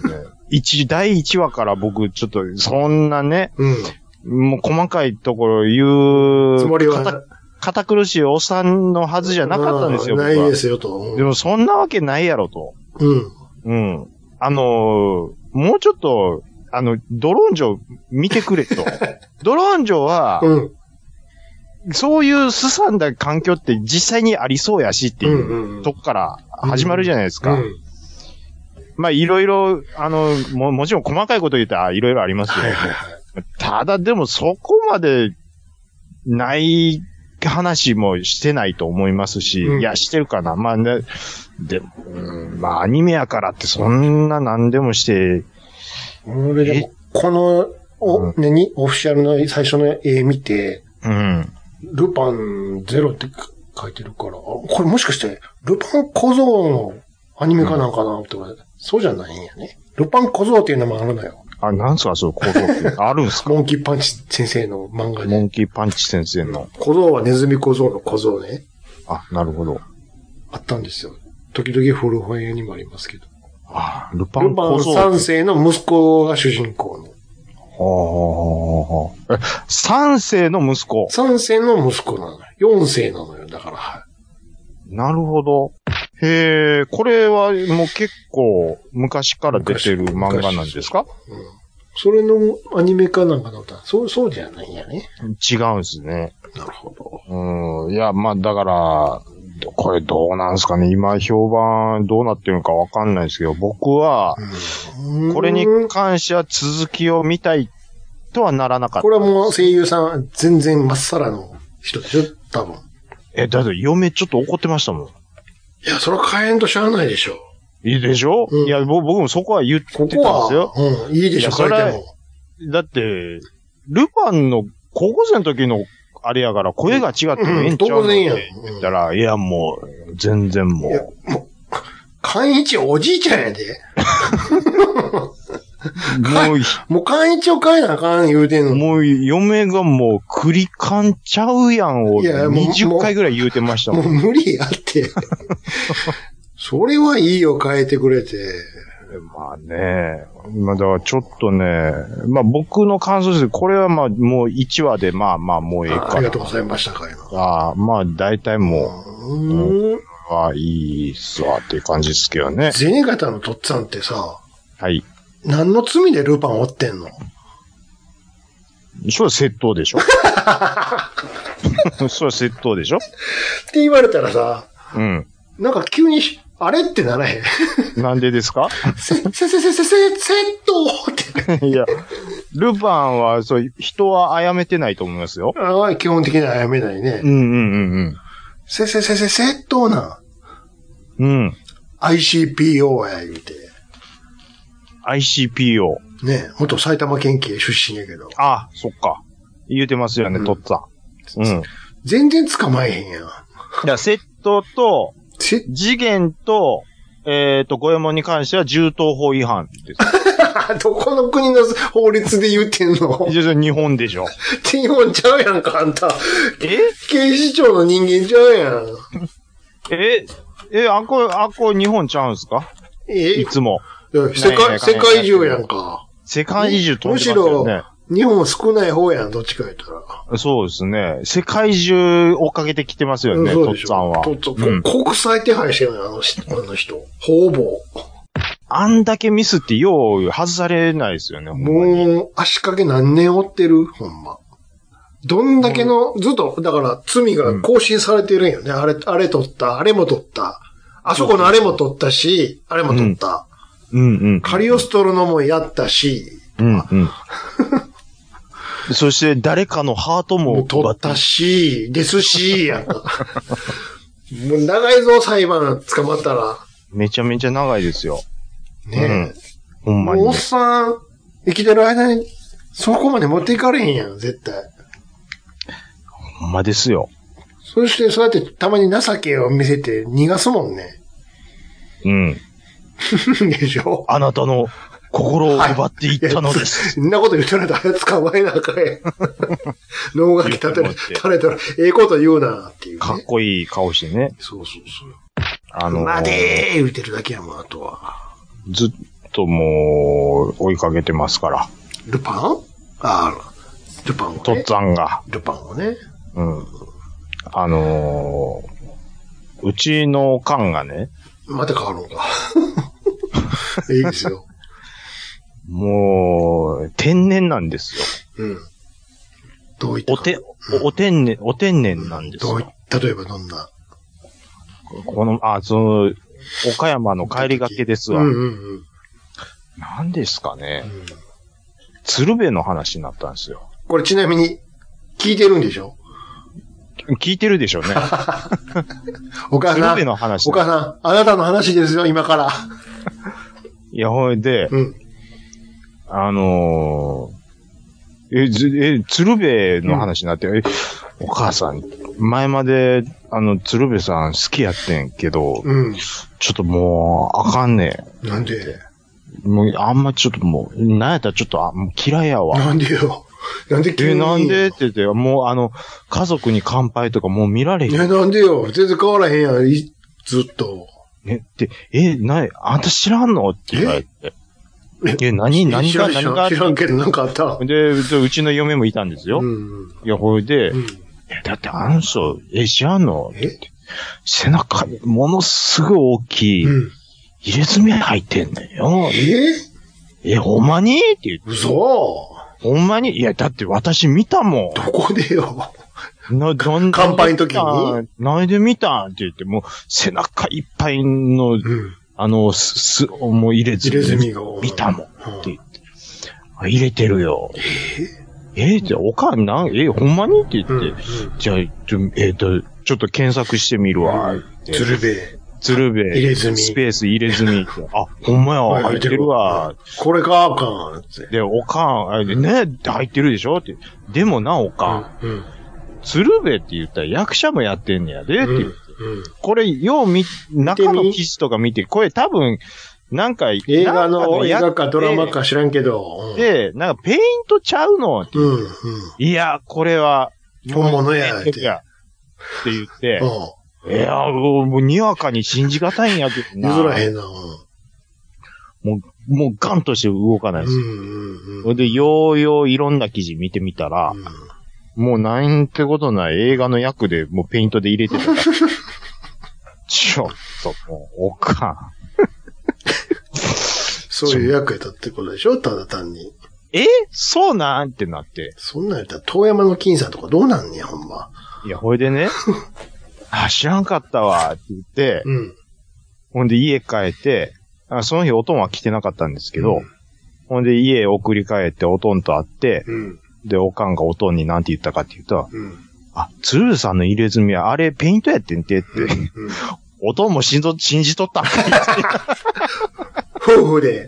第1話から僕、ちょっと、そんなね、もう細かいところ言う、 つもりは堅苦しいおっさんのはずじゃなかったんですよ。 ないですよと。 でもそんなわけないやろと。もうちょっと、ドロンジョ見てくれと。ドロンジョは、そういうすさんだ環境って実際にありそうやしっていうとこから始まるじゃないですか。まあいろいろ、もちろん細かいこと言ったらいろいろありますよ。ただでもそこまでない話もしてないと思いますし、いや、してるかな。まあね、でも、まあアニメやからってそんな何でもして、 俺でも、この、オフィシャルの最初の絵見て、ルパンゼロって書いてるから、これもしかして、ルパン小僧のアニメかなんかなって、そうじゃないんやね。ルパン小僧っていう名前あるのよ。 なんすか、そう、小僧って。あるんすか？ モンキーパンチ先生の漫画で。 モンキーパンチ先生の。 小僧はネズミ小僧の小僧ね。 なるほど。 あったんですよ。時々古本屋にもありますけど。 ルパン小僧。 ルパン三世の息子が主人公の。 三世の息子。 三世の息子なのよ。四世なのよ。だから。 なるほど。へえ、これはもう結構昔から出てる漫画なんですか？ それのアニメかなんかだったら、そうじゃないんやね。 違うんですね。 なるほど。 いや、まあだから、これどうなんですかね。今評判どうなってるのかわかんないですけど、僕は、これに関しては続きを見たいとはならなかった。 これはもう声優さん全然まっさらの人でしょ多分。 だって嫁ちょっと怒ってましたもん。 いや、それは変えんとしゃあないでしょ。 いいでしょ？いや、僕もそこは言ってたんですよ。 いいでしょ、変えても。 だって、ルパンの高校生の時のあれやから声が違ってもええんちゃうのって言ったら、いや、もう、全然もう。いや、もう、 寛一おじいちゃんやで。もう寛一を変えなあかん言うてんの。 もう、嫁がもう、栗勘ちゃうやんを20回ぐらい言うてましたもん。 もう無理やって。それはいいよ、変えてくれて。 まあね。まあだからちょっとね、まあ僕の感想ですけど、これはまあもう1話でまあもうええから。 ありがとうございました、かいな。まあ大体もう、いいっすわっていう感じですけどね。 銭形のとっつぁんってさ、 はい。 何の罪でルパン追ってんの？ それは窃盗でしょそれは窃盗でしょって言われたらさ、なんか急に、あれってならへん。なんでですか？ 窃盗って。 いや、ルパンは、人は殺めてないと思いますよ。 基本的には殺めないね。窃盗な。ICPO や言うて。 ICPO。 ね、元埼玉県警出身やけど。 そっか。言うてますよね、とっつぁん。 全然捕まえへんやん。 いや、窃盗と、次元と、五右衛門に関しては銃刀法違反です。 どこの国の法律で言ってんの？ 日本でしょ。 日本ちゃうやんか、あんた。警視庁の人間ちゃうやん。 あこ日本ちゃうんすか？いつも。 世界中やんか。 世界中飛んでますよね。 むしろ、日本少ない方やん、どっちか言ったら。 そうですね。世界中追っかけてきてますよね、とっつぁんは。 国際手配してるのよ、あの人。ほぼ。 あんだけミスってよう外されないですよね、 もう、足掛け何年追ってるほんま。どんだけの、ずっと、だから罪が更新されてるんよね。あれ取った、あれも取った。あそこのあれも取ったし、あれも取った。カリオストロのもやったし。 そして誰かのハートも取ったし、ですし、やんか。もう長いぞ、裁判捕まったら。 めちゃめちゃ長いですよ。 ねえ。ほんまに。おっさん、生きてる間に、そこまで持っていかれへんやん、絶対。 ほんまですよ。 そして、そうやってたまに情けを見せて逃がすもんね。でしょ？ あなたの心を奪っていったのです。 そんなこと言ってないとあれ捕まえなあかんやん。脳がき垂れたら、ええこと言うなっていう、ね。 かっこいい顔してね。 そう。までー言うてるだけやもん、あとは。 ともう、追いかけてますから。 ルパン？ああ、ルパンをね。 とっつぁんが。 ルパンをね。 うん。うちの缶がね。 また変わるのか。いいですよ。 もう、天然なんですよ。 うん。どういったお天然なんですよ。 例えばどんな？ 岡山の帰りがけですわ。 うんうんうん。 何ですかね。鶴瓶の話になったんですよ。 これちなみに、聞いてるんでしょ？ 聞いてるでしょうね。 お母さん。 鶴瓶の話。 お母さん、あなたの話ですよ、今から。 いや、ほいで、鶴瓶の話になって、お母さん、前まで、鶴瓶さん好きやってんけど、ちょっともう、あかんねん。なんで？ もう、あんまちょっともう、なんやったらちょっと、もう嫌いやわ。 なんでよ。なんで急に。 なんでって言って、もう家族に乾杯とかもう見られへん。 なんでよ。全然変わらへんやん、ずっと。 あんた知らんのって言われて。何が知らんけどなんかあった。 で、うちの嫁もいたんですよ。いや、ほいで、だってあの人、知らんのって。背中にものすごい大きい、入れ墨入ってんねんよ。ほんまにって言って。 嘘。 ほんまに？いや、だって私見たもん。 どこでよ。 乾杯の時になんで見たんって言って、もう背中いっぱいの、もう入れ墨が見たもんって言って。入れてるよ。っておかんほんまにって言って。じゃあ、ちょっと検索してみるわ。鶴瓶。入れ墨。スペース入れ墨って。あ、ほんまや、入ってるわ。 これか、おかん。って。 で、おかん、ね、入ってるでしょって。でもな、おかん。鶴瓶って言ったら役者もやってんねやで、って言って。これ、中の記事とか見て、これ多分、なんか、 映画かドラマか知らんけど。 で、なんかペイントちゃうのって。いや、これは、 本物や、って言って、いや、もうにわかに信じがたいんやけどな。 譲らへんな。 もうガンとして動かないですよ。で、よういろんな記事見てみたら、もうなんてことない映画の役でもうペイントで入れてたから。ちょっともう、おかん。 そういう役やったってことでしょ？ただ単に。 そうなんってなって。 そんなんやったら遠山の金さんとかどうなんねや、ほんま。 いや、ほいでね。知らんかったわ、って言って、ほんで家帰って、その日おとんは来てなかったんですけど、ほんで家送り帰っておとんと会って、で、おかんがおとんになんて言ったかって言うと、鶴瓶さんの入れ墨はあれペイントやってんてって、おとんも信じとったんか夫婦で。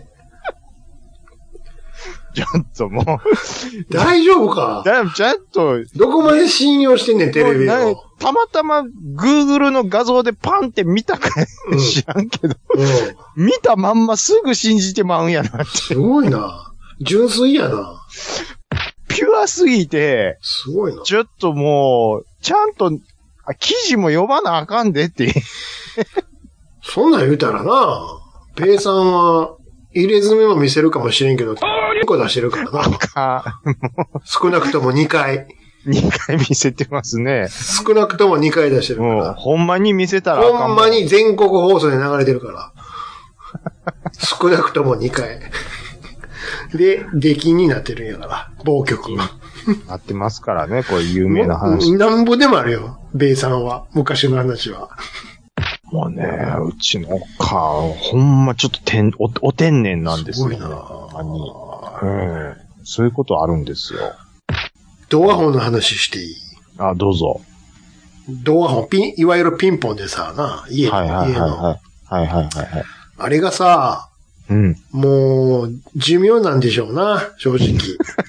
ちょっともう。 大丈夫か？ ちゃんと。 どこまで信用してんねん、テレビを。 たまたま、Google の画像でパンって見たか知らんけど。見たまんますぐ信じてまうんやなって。 すごいな。純粋やな。 ピュアすぎて。 すごいな。 ちょっともう、ちゃんと、記事も読まなあかんでって。 そんなん言うたらな、ペイさんは、入れ墨も見せるかもしれんけど、2個出してるからな。少なくとも2回。 2回見せてますね。 少なくとも2回出してるから。 ほんまに見せたらあかん。 ほんまに全国放送で流れてるから。少なくとも2回。で、出禁になってるんやから。某局が。 なってますからね、こういう有名な話。 なんぼでもあるよ、ベイさんは。昔の話は。 もうね、うちのおかん、ほんまちょっとお天然なんですよね。すごいな。そういうことあるんですよ。 ドアホンの話していい？ どうぞ。 ドアホン、いわゆるピンポンでさ、家の。 はい。 あれがさ、もう、寿命なんでしょうな、正直。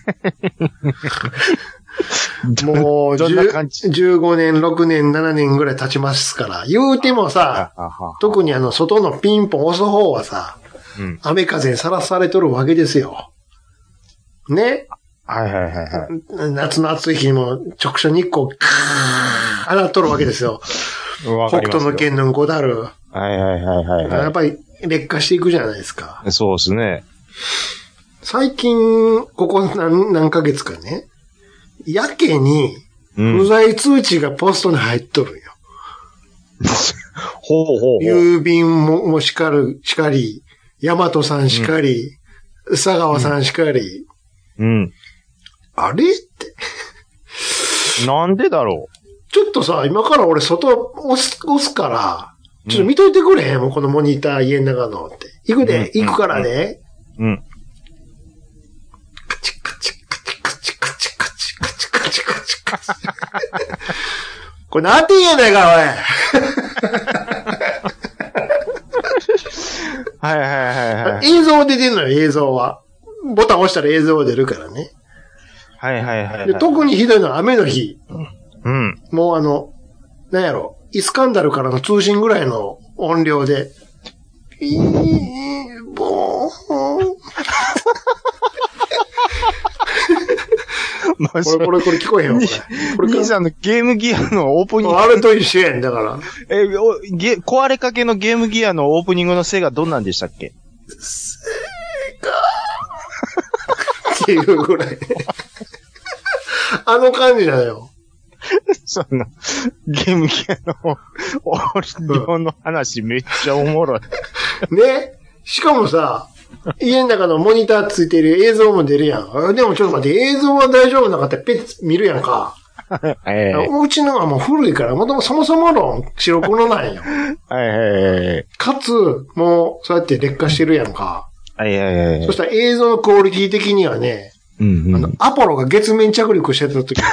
もう、15年、6年、7年ぐらい経ちますから。言うてもさ、特に外のピンポン押す方はさ、雨風にさらされとるわけですよ。ね？夏の暑い日にも直射日光、当たっとるわけですよ。北斗の剣の5ダル。やっぱり、 劣化していくじゃないですか。 そうですね。 最近、ここ何ヶ月かね、やけに、不在通知がポストに入っとるんよ。 ほうほうほう。 郵便もしかり、大和さんしかり、佐川さんしかり。 うん。 あれって。 なんでだろう。ちょっとさ、今から俺外押すから、ちょっと見といてくれへんもん、このモニター家の中のって。行くからね。 うん。 カチカチカチカチカチカチカチカチカチカチ。これなんて言えないか、おい。 はいはいはいはい。 映像出てんのよ、映像は。ボタン押したら映像出るからね。 はいはいはい、はい。 で特にひどいのは雨の日。 うん。 もうなんやろ、イスカンダルからの通信ぐらいの音量で、ボーン。これ聞こえへんわ、これ。 兄さんのゲームギアのオープニング。 あれと一緒やん、だから。 壊れかけのゲームギアのオープニングのセガどんなんでしたっけ？ セガっていうぐらい。あの感じだよ。 その、ゲームギアの音量の話めっちゃおもろい。 ね？しかもさ、家の中のモニターついてる映像も出るやん。でもちょっと待って、映像は大丈夫なかったらペッ見るやんか。うちのはもう古いから、そもそもの白黒なんよ。かつ、もうそうやって劣化してるやんか。そしたら映像のクオリティ的にはね、アポロが月面着陸してた時は。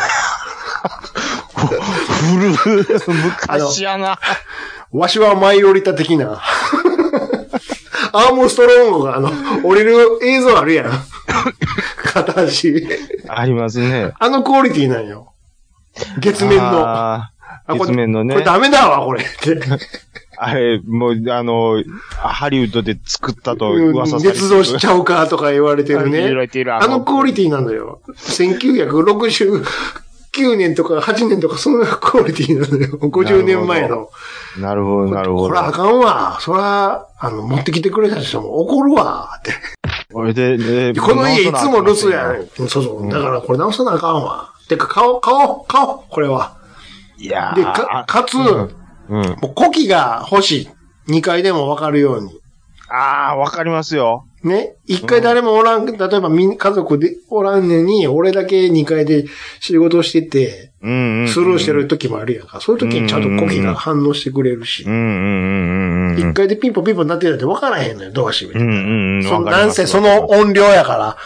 昔やな。 わしは舞い降りた的な。アームストロングが降りる映像あるやん。片足。 ありますね。 あのクオリティなんよ。月面の。 月面のね。 これダメだわ、これ。 あれ、もう、ハリウッドで作ったと噂されてる。 捏造しちゃうかとか言われてるね。あのクオリティなのよ。1969年とか8年とかそんなクオリティなのよ。50年前の。 なるほど、なるほど。 これあかんわ。そら、持ってきてくれた人も怒るわ。って。 これで、 この家いつも留守やん。そう。だからこれ直さなあかんわ。てか、買おう。これは。 いやー。 で、かつ、もう古希が欲しい。2階でもわかるように。 わかりますよ。 ね。1階誰もおらん、例えば家族でおらんねんに、俺だけ2階で仕事してて、スルーしてる時もあるやんか。そういう時にちゃんと古希が反応してくれるし。1階でピンポンなってたってわからへんのよ、ドア閉めて。なんせその音量やから。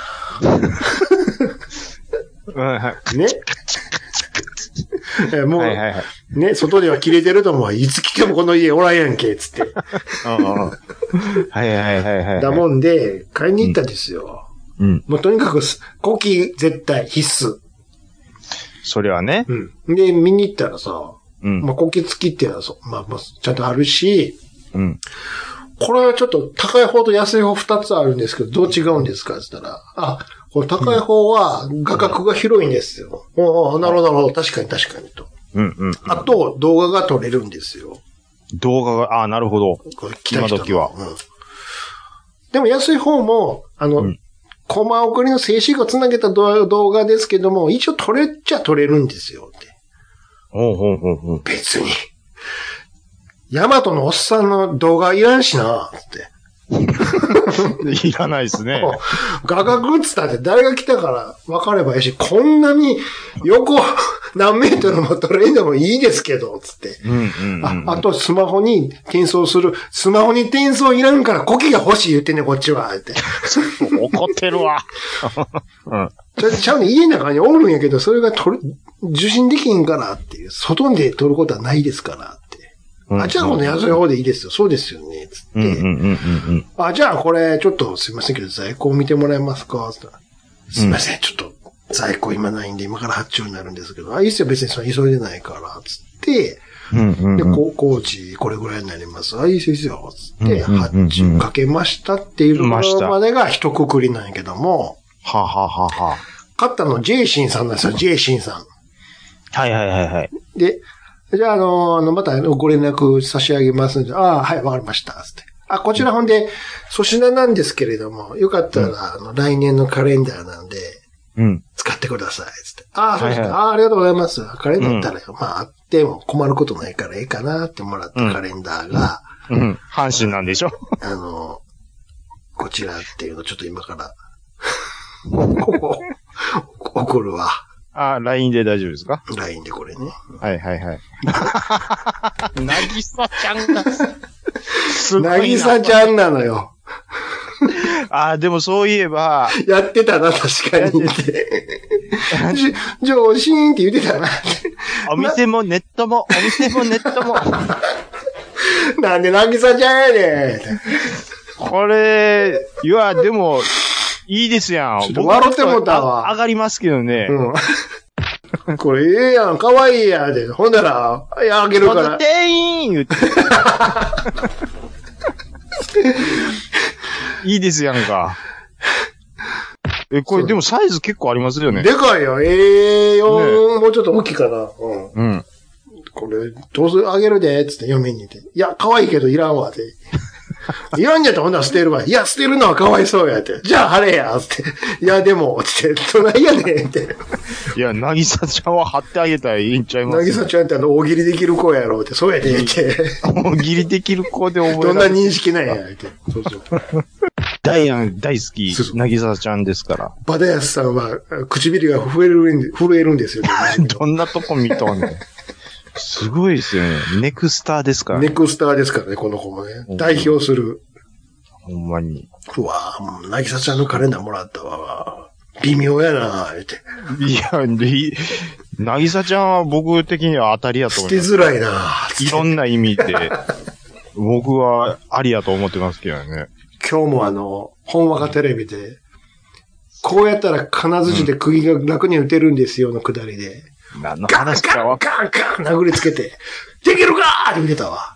ね。もう、ね、外では切れてると思う。いつ来てもこの家おらんやんけ、つって。だもんで、買いに行ったんですよ。もうとにかく、古希絶対必須。 それはね。 で、見に行ったらさ、まあ、古希付きっていうのはまあ、ちゃんとあるし、これはちょっと高い方と安い方2つあるんですけど、どう違うんですかって言ったら、この高い方は画角が広いんですよ。なるほど、確かにと。あと、動画が撮れるんですよ。 動画が、なるほど。今時は。 でも安い方も、コマ送りの静止画をつなげた動画ですけども、一応撮れるんですよって。別に。ヤマトのおっさんの動画いらんしな、って。 いらないですね。 画角っつったって誰が来たから分かればいいし、こんなに横何メートルも撮れんでもいいですけど、つって。あとスマホに転送いらんから古希が欲しい言ってんね、こっちは、って。 怒ってるわ。 ちゃうね、家の中におるんやけど、それが受信できんからっていう、外で撮ることはないですから、って。じゃあこの安い方でいいですよ。そうですよね。つって。じゃあこれ、ちょっとすいませんけど、在庫を見てもらえますかつったら。すいません、ちょっと在庫今ないんで、今から発注になるんですけど、いいっすよ、別にそれ急いでないから、つって、で、工事これぐらいになります。いいっすよ、つって、発注かけましたっていうところまでが一括りなんやけども、買ったの J シンさんなんですよ、J シンさん。で、じゃあ、またご連絡差し上げますんで、はい、わかりました。つって。 こちらほんで、粗品なんですけれども、よかったら、来年のカレンダーなんで、使ってください。つって。そうですか。ありがとうございます。カレンダーだったら、まあ、あっても困ることないからええかなってもらったカレンダーが、 阪神なんでしょこちらっていうのちょっと今から、送るわ。 LINE で大丈夫ですか？ LINE でこれね。 はい。なぎさちゃんが、すごいな。 なぎさちゃんなのよ。 でもそういえば。 やってたな、確かに。上心って言ってたな。 お店もネットも。 なんでなぎさちゃんやねん。 これ、いや、でも、いいですやん。 ちょっと笑ってもたわ。 上がりますけどね。 これええやん、かわいいやで。ほんなら、あげるから。 店員言って。いいですやんか。これでもサイズ結構ありますよね。 でかいよ。A4、もうちょっと大きいかな。これ、どうするあげるで、つって嫁に言って。いや、可愛いけどいらんわ、って。いらんやったらほんなら捨てるわ。いや、捨てるのはかわいそうやって。じゃあ貼れや、つって。いや、でも、つって、どないやねん、って。 いや、なぎさちゃんは貼ってあげたらいいんちゃいますか？ なぎさちゃんって大喜利できる子やろ、って。そうやで、って。 大喜利できる子で覚えられる。 どんな認識なんや、って。そう。 大好き、なぎさちゃんですから。 バダヤスさんは、唇が震えるんですよ、ね。 どんなとこ見とんねん。すごいですよね。ネクスターですからね。ネクスターですからね、この子もね。代表する。 ほんまに。 うわぁ、なぎさちゃんのカレンダーもらったわ。微妙やなぁ、って。 いや、なぎさちゃんは僕的には当たりやと思います。 捨てづらいなぁ。 いろんな意味で、僕はありやと思ってますけどね。 今日も本話がテレビで、こうやったら金槌で釘が楽に打てるんですよのくだりで。 何の話かは。 ガン殴りつけて、できるかーって見てたわ。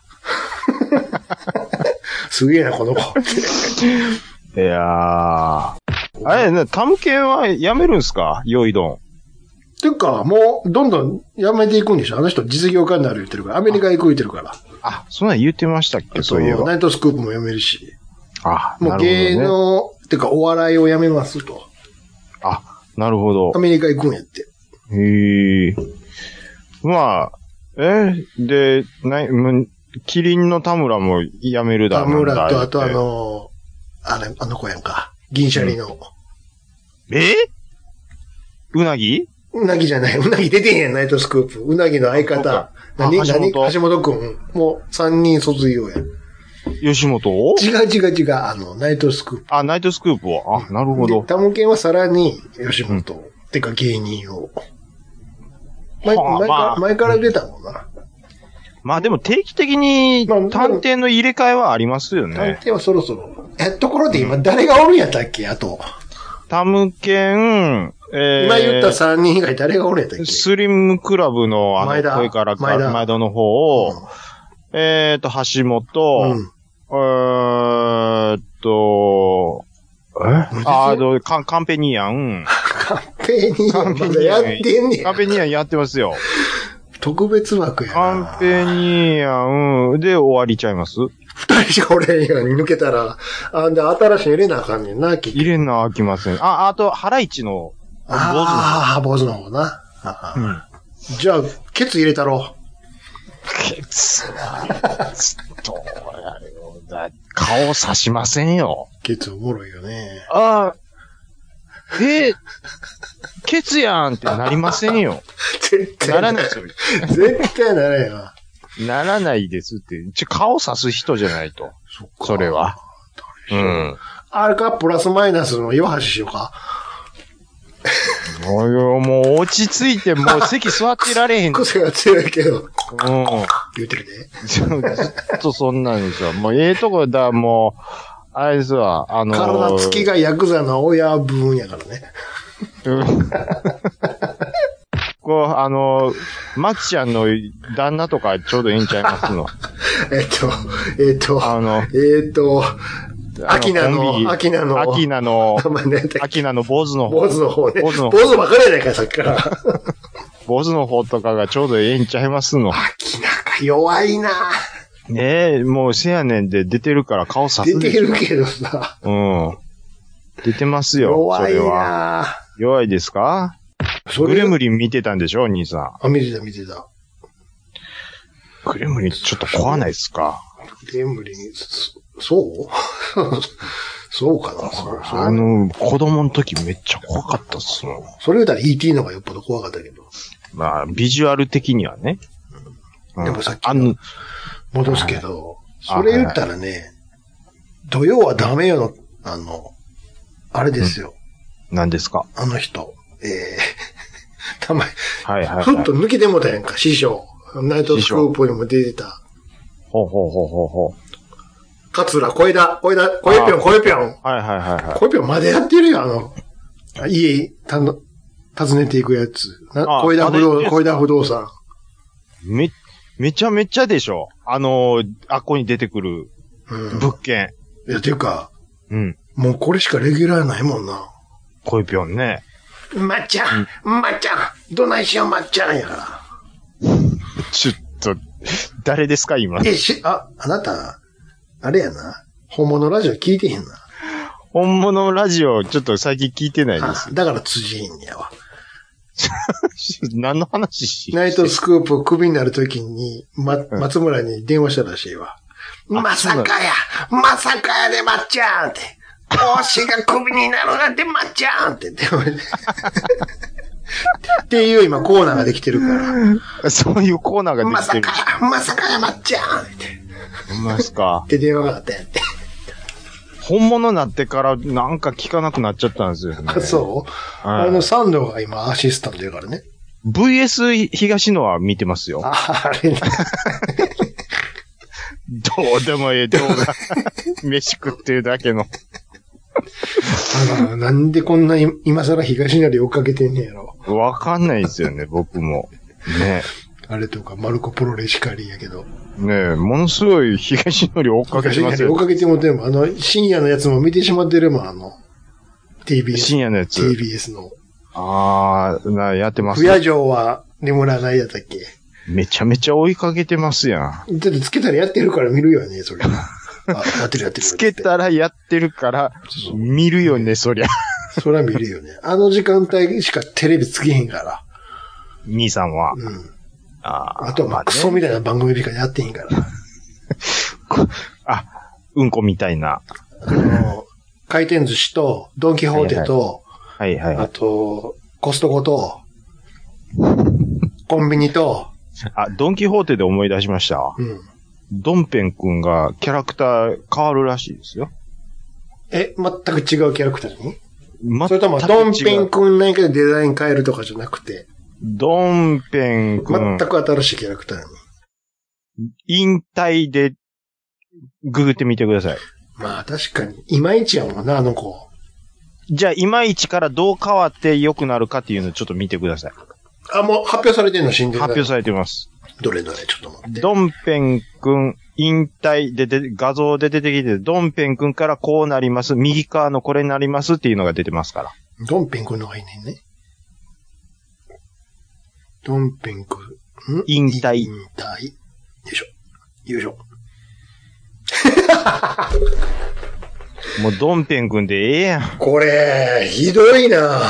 すげえな、この子。 いやー。あれね、タムケンはやめるんすか？ヨイドン。 ていうか、もう、どんどんやめていくんでしょ？あの人実業家になる言ってるから、アメリカ行く言ってるから。 そんなん言ってましたっけ？そういえば。 ナイトスクープもやめるし。もう芸ね、 能、てかお笑いをやめますと。 なるほど。 アメリカ行くんやって。 へえ。まあ、で、キリンの田村も辞めるだろう。 田村と、あとあの子やんか。銀シャリの。 うなぎじゃない。うなぎ出てへんやん、ナイトスクープ。うなぎの相方。橋本くん。もう3人卒業やん。 吉本？ 違う。ナイトスクープ。 ナイトスクープは。なるほど。 タムケンはさらに、吉本。てか芸人を。前から出たもんな。 まあでも定期的に探偵の入れ替えはありますよね。 探偵はそろそろ。ところで今誰がおるんやったっけ？あと。 タムケン、 今言った3人以外誰がおるんやったっけ？ スリムクラブの前田の方を、橋本、カンペニアン。 カンペニアンまだやってんねん。 カンペニアンやってますよ。 特別枠やな。 カンペニアンで終わりちゃいます？2 人しかおれんように抜けたら、で、新しい入れなあかんねんな、 入れなあきません。あと、ハライチの、 坊主の方な。じゃあ、ケツ入れたろ。 ケツは、どうやろう。顔刺しませんよ。 ケツおもろいよね。 ケツやんってなりませんよ。 絶対ならないですよ。 絶対ならんよ。 ならないですって。顔刺す人じゃないと。それは。あれか、プラスマイナスの岩橋しようか。 もう落ち着いて、もう席座ってられへん。 個性が強いけど。言うてるで。 ずっとそんなんですよ。もうとこだ、もう、あれですわ、 体つきがヤクザの親分やからね。 マキちゃんの旦那とかちょうどいいんちゃいますの。アキナの坊主の方。 坊主の方ね。坊主ばかりやないか、さっきから。 坊主の方とかがちょうどいいんちゃいますの。 アキナか弱いなもうせやねんで出てるから顔さす出てるけどさ。 うん。出てますよ。 弱いなそれは。弱いですか？グレムリン見てたんでしょ、兄さん。あ、見てた。 グレムリンちょっと怖ないですか？ グレムリン、そうそうかな。 子供の時めっちゃ怖かったっすもん。 それ言うたら ET の方がよっぽど怖かったけど。 まあ、ビジュアル的にはね。 でもさっき戻すけど、それ言ったらね、土曜はダメよの、あれですよ。 何ですか？ あの人。たまに、 はい。 ふっと抜けてもたやんか、師匠。ナイトスクープにも出てた。 ほう。 桂、小枝ぴょん。 はい。 小枝ぴょんまでやってるよ、家、訪ねていくやつ。小枝不動産。 めちゃめちゃでしょ。あっこに出てくる物件。 いや、ていうか、 うん。 もうこれしかレギュラーないもんな。 小ぴょんね。 まっちゃん、どないしようまっちゃんやから。 ちょっと、誰ですか今。 あなた、あれやな。本物ラジオ聞いてへんな。 本物ラジオちょっと最近聞いてないです。 だから辻いんやわ。 何の話？ ナイトスクープクビになるときに、松村に電話したらしいわ。まさかやでまっちゃんって。推しがクビになるなんてまっちゃんって電話っていう今コーナーができてるから。 そういうコーナーができてる。 まさかやまっちゃんって。 ますか。 って電話があったやんって。 本物になってからなんか聞かなくなっちゃったんですよね。 あ、そう、サンドが今アシスタントやからね。 VS 東野は見てますよ。 あれね。 どうでもええ動画。飯食ってるだけの。 なんでこんな今更東成追っかけてんねやろ。 わかんないですよね、僕も。ね。 あれとか、マルコプロレシカリーやけど。 ねえ、ものすごい東成追っかけてますよ。 追っかけてもても、深夜のやつも見てしまってるもん、TBS。 深夜のやつ。 TBS の。 やってます。 不夜城は眠らないやったっけ？ めちゃめちゃ追いかけてますやん。 だってつけたらやってるから見るよね、それ。やってる。 つけたらやってるから、見るよね、そりゃ。 そりゃ見るよね。あの時間帯しかテレビつけへんから。 兄さんは。 うん。あとはクソみたいな番組しかやってへんから。 うんこみたいな。 回転寿司と、ドンキホーテと、 はい。 あと、コストコと、コンビニと、 ドンキホーテで思い出しました。 うん。 ドンペン君がキャラクター変わるらしいですよ。 全く違うキャラクターに？それとも、ドンペン君何かでデザイン変えるとかじゃなくて、 ドンペン君。 全く新しいキャラクターに。 引退で、ググってみてください。 まあ確かに、いまいちやもんな、あの子。 じゃあ、いまいちからどう変わって良くなるかっていうのをちょっと見てください。 もう発表されてんの？新年発表されてます。 どれちょっと待って。 ドンペン君、引退で画像で出てきて、ドンペン君からこうなります、右側のこれになりますっていうのが出てますから。 ドンペン君のがいいねんね。ドンペン君、 引退。 よいしょ。 もうドンペン君でええやん。 これ、ひどいな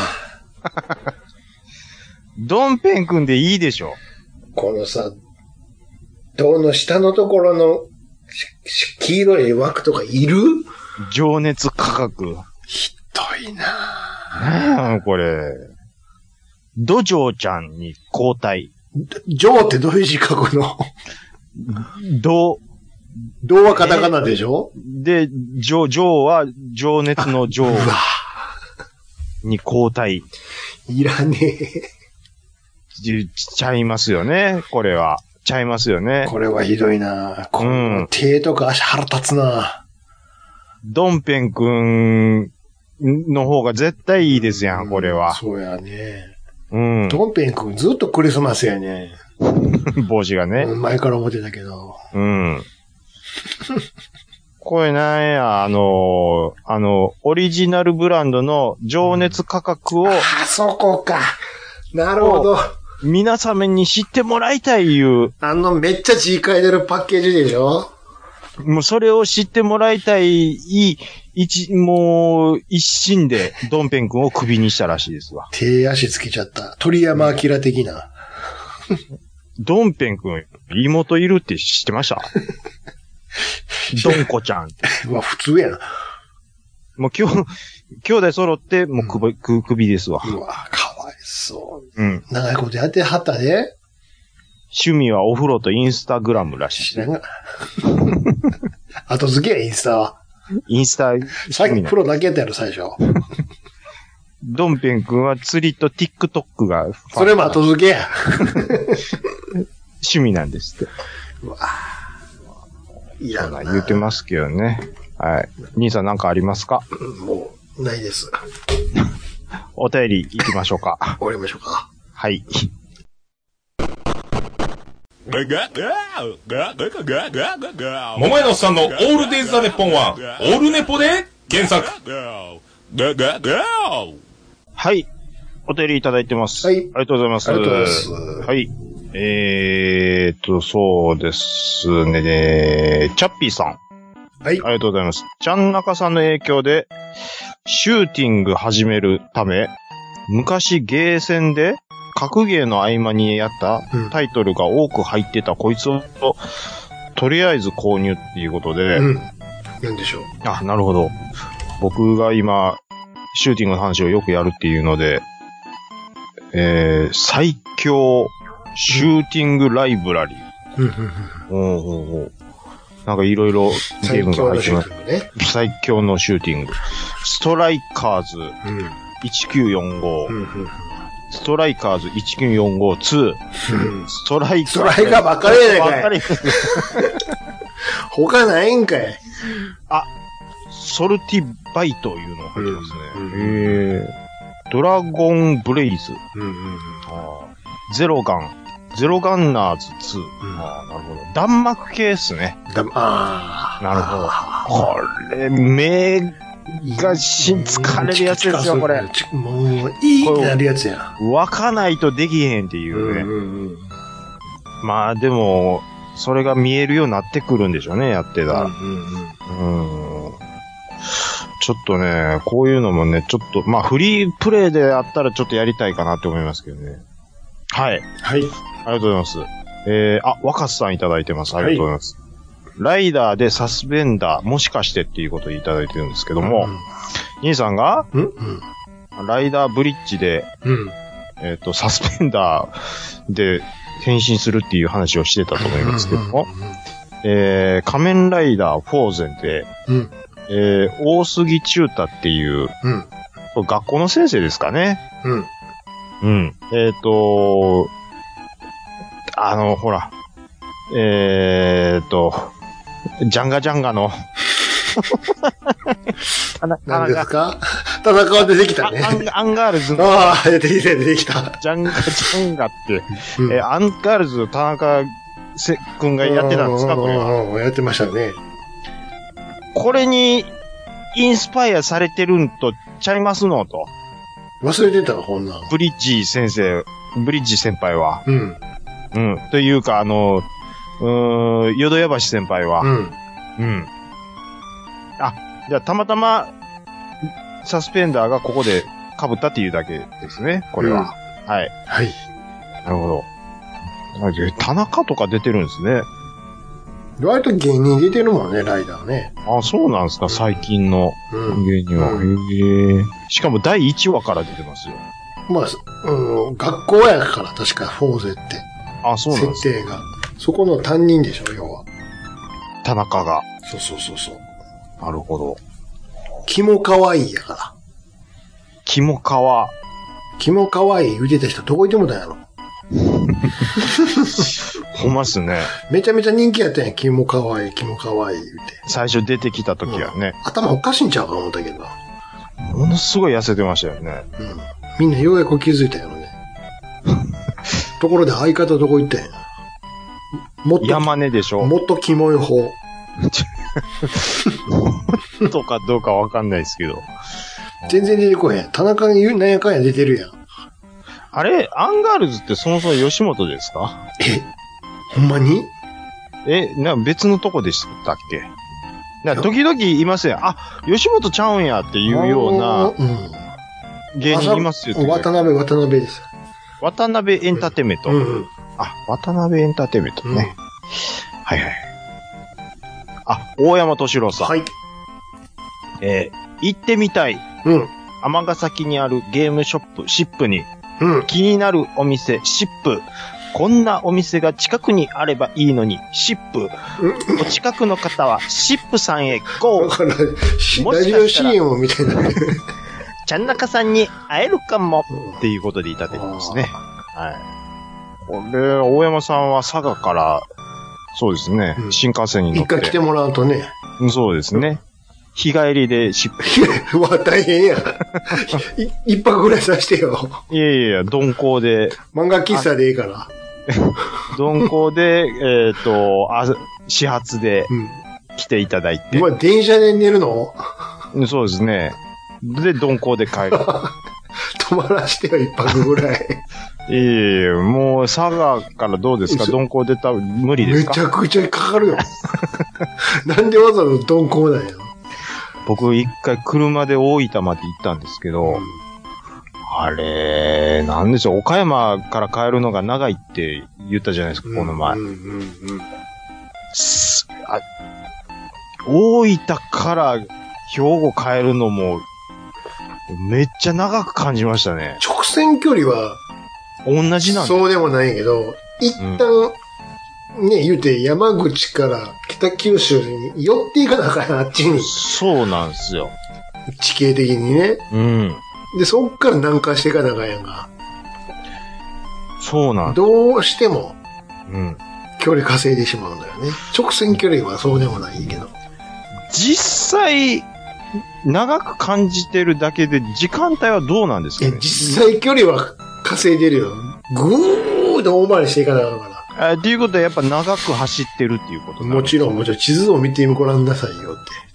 ドンペン君でいいでしょ。 このさ、胴の下のところの黄色い枠とかいる？ 情熱価格。 ひどいななんこれ。ドジョーちゃんに交代。 ジョーってどういう字書くの？ ドはカタカナでしょ？ で、ジョーは情熱のジョーに交代。 いらねえ。 ちゃいますよね、これは。ちゃいますよね。 これはひどいなこの手とか足腹立つなドンペン君の方が絶対いいですやん、これは。 そうやね。 うん。 ドンペン君ずっとクリスマスやね。 帽子がね。 前から思ってたけど。 うん。これなんや、オリジナルブランドの情熱価格を。 そこか。なるほど。 皆様に知ってもらいたいいう。 めっちゃ字書いてるパッケージでしょ？ もうそれを知ってもらいたい、もう、一心で、ドンペン君をクビにしたらしいですわ。 手足つけちゃった。鳥山明的な。 ドンペン君、妹いるって知ってましたドンコちゃん。 うわ、普通やな。 もう兄弟揃って、もうクビですわ。 うわ、かわいそう。 うん。 長いことやってはったで。 趣味はお風呂とインスタグラムらしい。 知らんが。後付けや、インスタは。 インスタ。 さっきプロだけやったやろ、最初。 ドンペン君は釣りと TikTok が。 それも後付けや。 趣味なんですって。 うわいやな。 言ってますけどね。はい。兄さんなんかありますか？ もう、ないです。 お便り行きましょうか。 終わりましょうか。 はい。 桃屋のおっさんのオールデイズ・ザ・ネッポンは、オールネポで原作。 はい。お便りいただいてます。 はい。 ありがとうございます。 ありがとうございます。 はい。そうですね。チャッピーさん。 はい。 ありがとうございます。ちゃんなかさんの影響で、シューティング始めるため、昔ゲーセンで、格ゲーの合間にやったタイトルが多く入ってたこいつを、とりあえず購入っていうことで、 なんでしょう。 あ、なるほど。僕が今、シューティングの話をよくやるっていうので、最強シューティングライブラリー。なんかいろいろゲームが入ってます。最強のシューティング。ストライカーズ1945。ストライカーズ19452。ストライカーばっかりやないかい。他ないんかい。 あ、ソルティバイというのが入ってますね。ドラゴンブレイズ。ゼロガンナーズ2。なるほど。弾幕系っすね。なるほど。これ、目が疲れるやつですよ、これ。 もう、いいってなるやつや。 湧かないとできへんっていうね。まあでも、それが見えるようになってくるんでしょうね、やってたら。ちょっとね、こういうのもね、ちょっと、まあフリープレイであったらちょっとやりたいかなって思いますけどね。はい。 はい。 ありがとうございます。若狭さんいただいてます。ありがとうございます。ライダーでサスペンダー、もしかしてっていうことをいただいてるんですけども、兄さんが、ライダーブリッジで、サスペンダーで変身するっていう話をしてたと思いますけども、仮面ライダーフォーゼンで、大杉中太っていう、学校の先生ですかね。ほら、ジャンガジャンガの何ですか？田中は出てきたね。 アンガールズの。 ああ、出てきた。 ジャンガジャンガって、アンガールズの田中くんがやってたんですかこれは。 やってましたね。 これにインスパイアされてるんとちゃいますのと。 忘れてたわ、こんなん。 ブリッジ先輩は。というか、淀屋橋先輩は。あ、じゃあたまたま、サスペンダーがここで被ったっていうだけですね、これは。はい。 はい。 なるほど。田中とか出てるんですね。 割と芸人出てるもんね、ライダーね。 あ、そうなんですか、最近の芸人は。しかも第1話から出てますよ。 まあ、学校やから確か、フォーゼって。 あ、そうなんですか。 設定が。そこの担任でしょ、要は。 田中が。 そう。 なるほど。 キモかわいいやから。 キモかわいい言うてた人どこいてもだやろ。 ほんまっすね。 めちゃめちゃ人気やったんや、キモかわいい言うて。 最初出てきた時はね。 頭おかしいんちゃうか思ったけど。 ものすごい痩せてましたよね。 みんなようやく気づいたよね。ところで相方どこ行ったんや。 山根でしょ。 もっとキモい方。 とかどうかわかんないですけど。 全然出てこへん。田中がなんやかんや出てるやん。 あれ、アンガールズってそもそも吉本ですか？ ほんまに？ 別のとこでしたっけ？時々いますよ。あ、吉本ちゃうんやっていうような芸人いますよ。 渡辺です。 渡辺エンターテイメント。渡辺エンターテイメントね。はいはい。大山敏郎さん。はい。行ってみたい。尼崎にあるゲームショップ、シップに、気になるお店、シップ。こんなお店が近くにあればいいのに、シップ。お近くの方は、シップさんへゴー。 ラジオ CM みたいな。 ちゃんなかさんに会えるかも。っていうことでいただいてますね。はい。これ、大山さんは佐賀から、そうですね、新幹線に乗って。 一回来てもらうとね。 そうですね。日帰りでシップ。 大変や。一泊ぐらいさせてよ。 いや、鈍行で。 漫画喫茶でいいから。 鈍行で、始発で来ていただいて。 電車で寝るの？ そうですね。で、鈍行で帰る。 泊まらしてよ、一泊ぐらい。 もう、佐賀からどうですか？鈍行で多分無理ですか？ めちゃくちゃかかるよ。なんでわざわざ鈍行なんや。 僕一回車で大分まで行ったんですけど、あれ、なんでしょう、岡山から帰るのが長いって言ったじゃないですか、この前。大分から兵庫帰るのも、めっちゃ長く感じましたね。 直線距離は、 同じなんです。 そうでもないけど、一旦、言うて山口から北九州に寄っていかなあかんやん、あっちに。 そうなんですよ。 地形的にね。で、そっから南下していかなあかんやんか。 そうなんどうしても、距離稼いでしまうんだよね。直線距離はそうでもないけど。 実際、長く感じてるだけで時間帯はどうなんですかね？ 実際距離は稼いでるよ。ぐーっと大回りしていかなあかんから。 っていうことはやっぱ長く走ってるっていうこともちろん、地図を見てごらんなさいよって。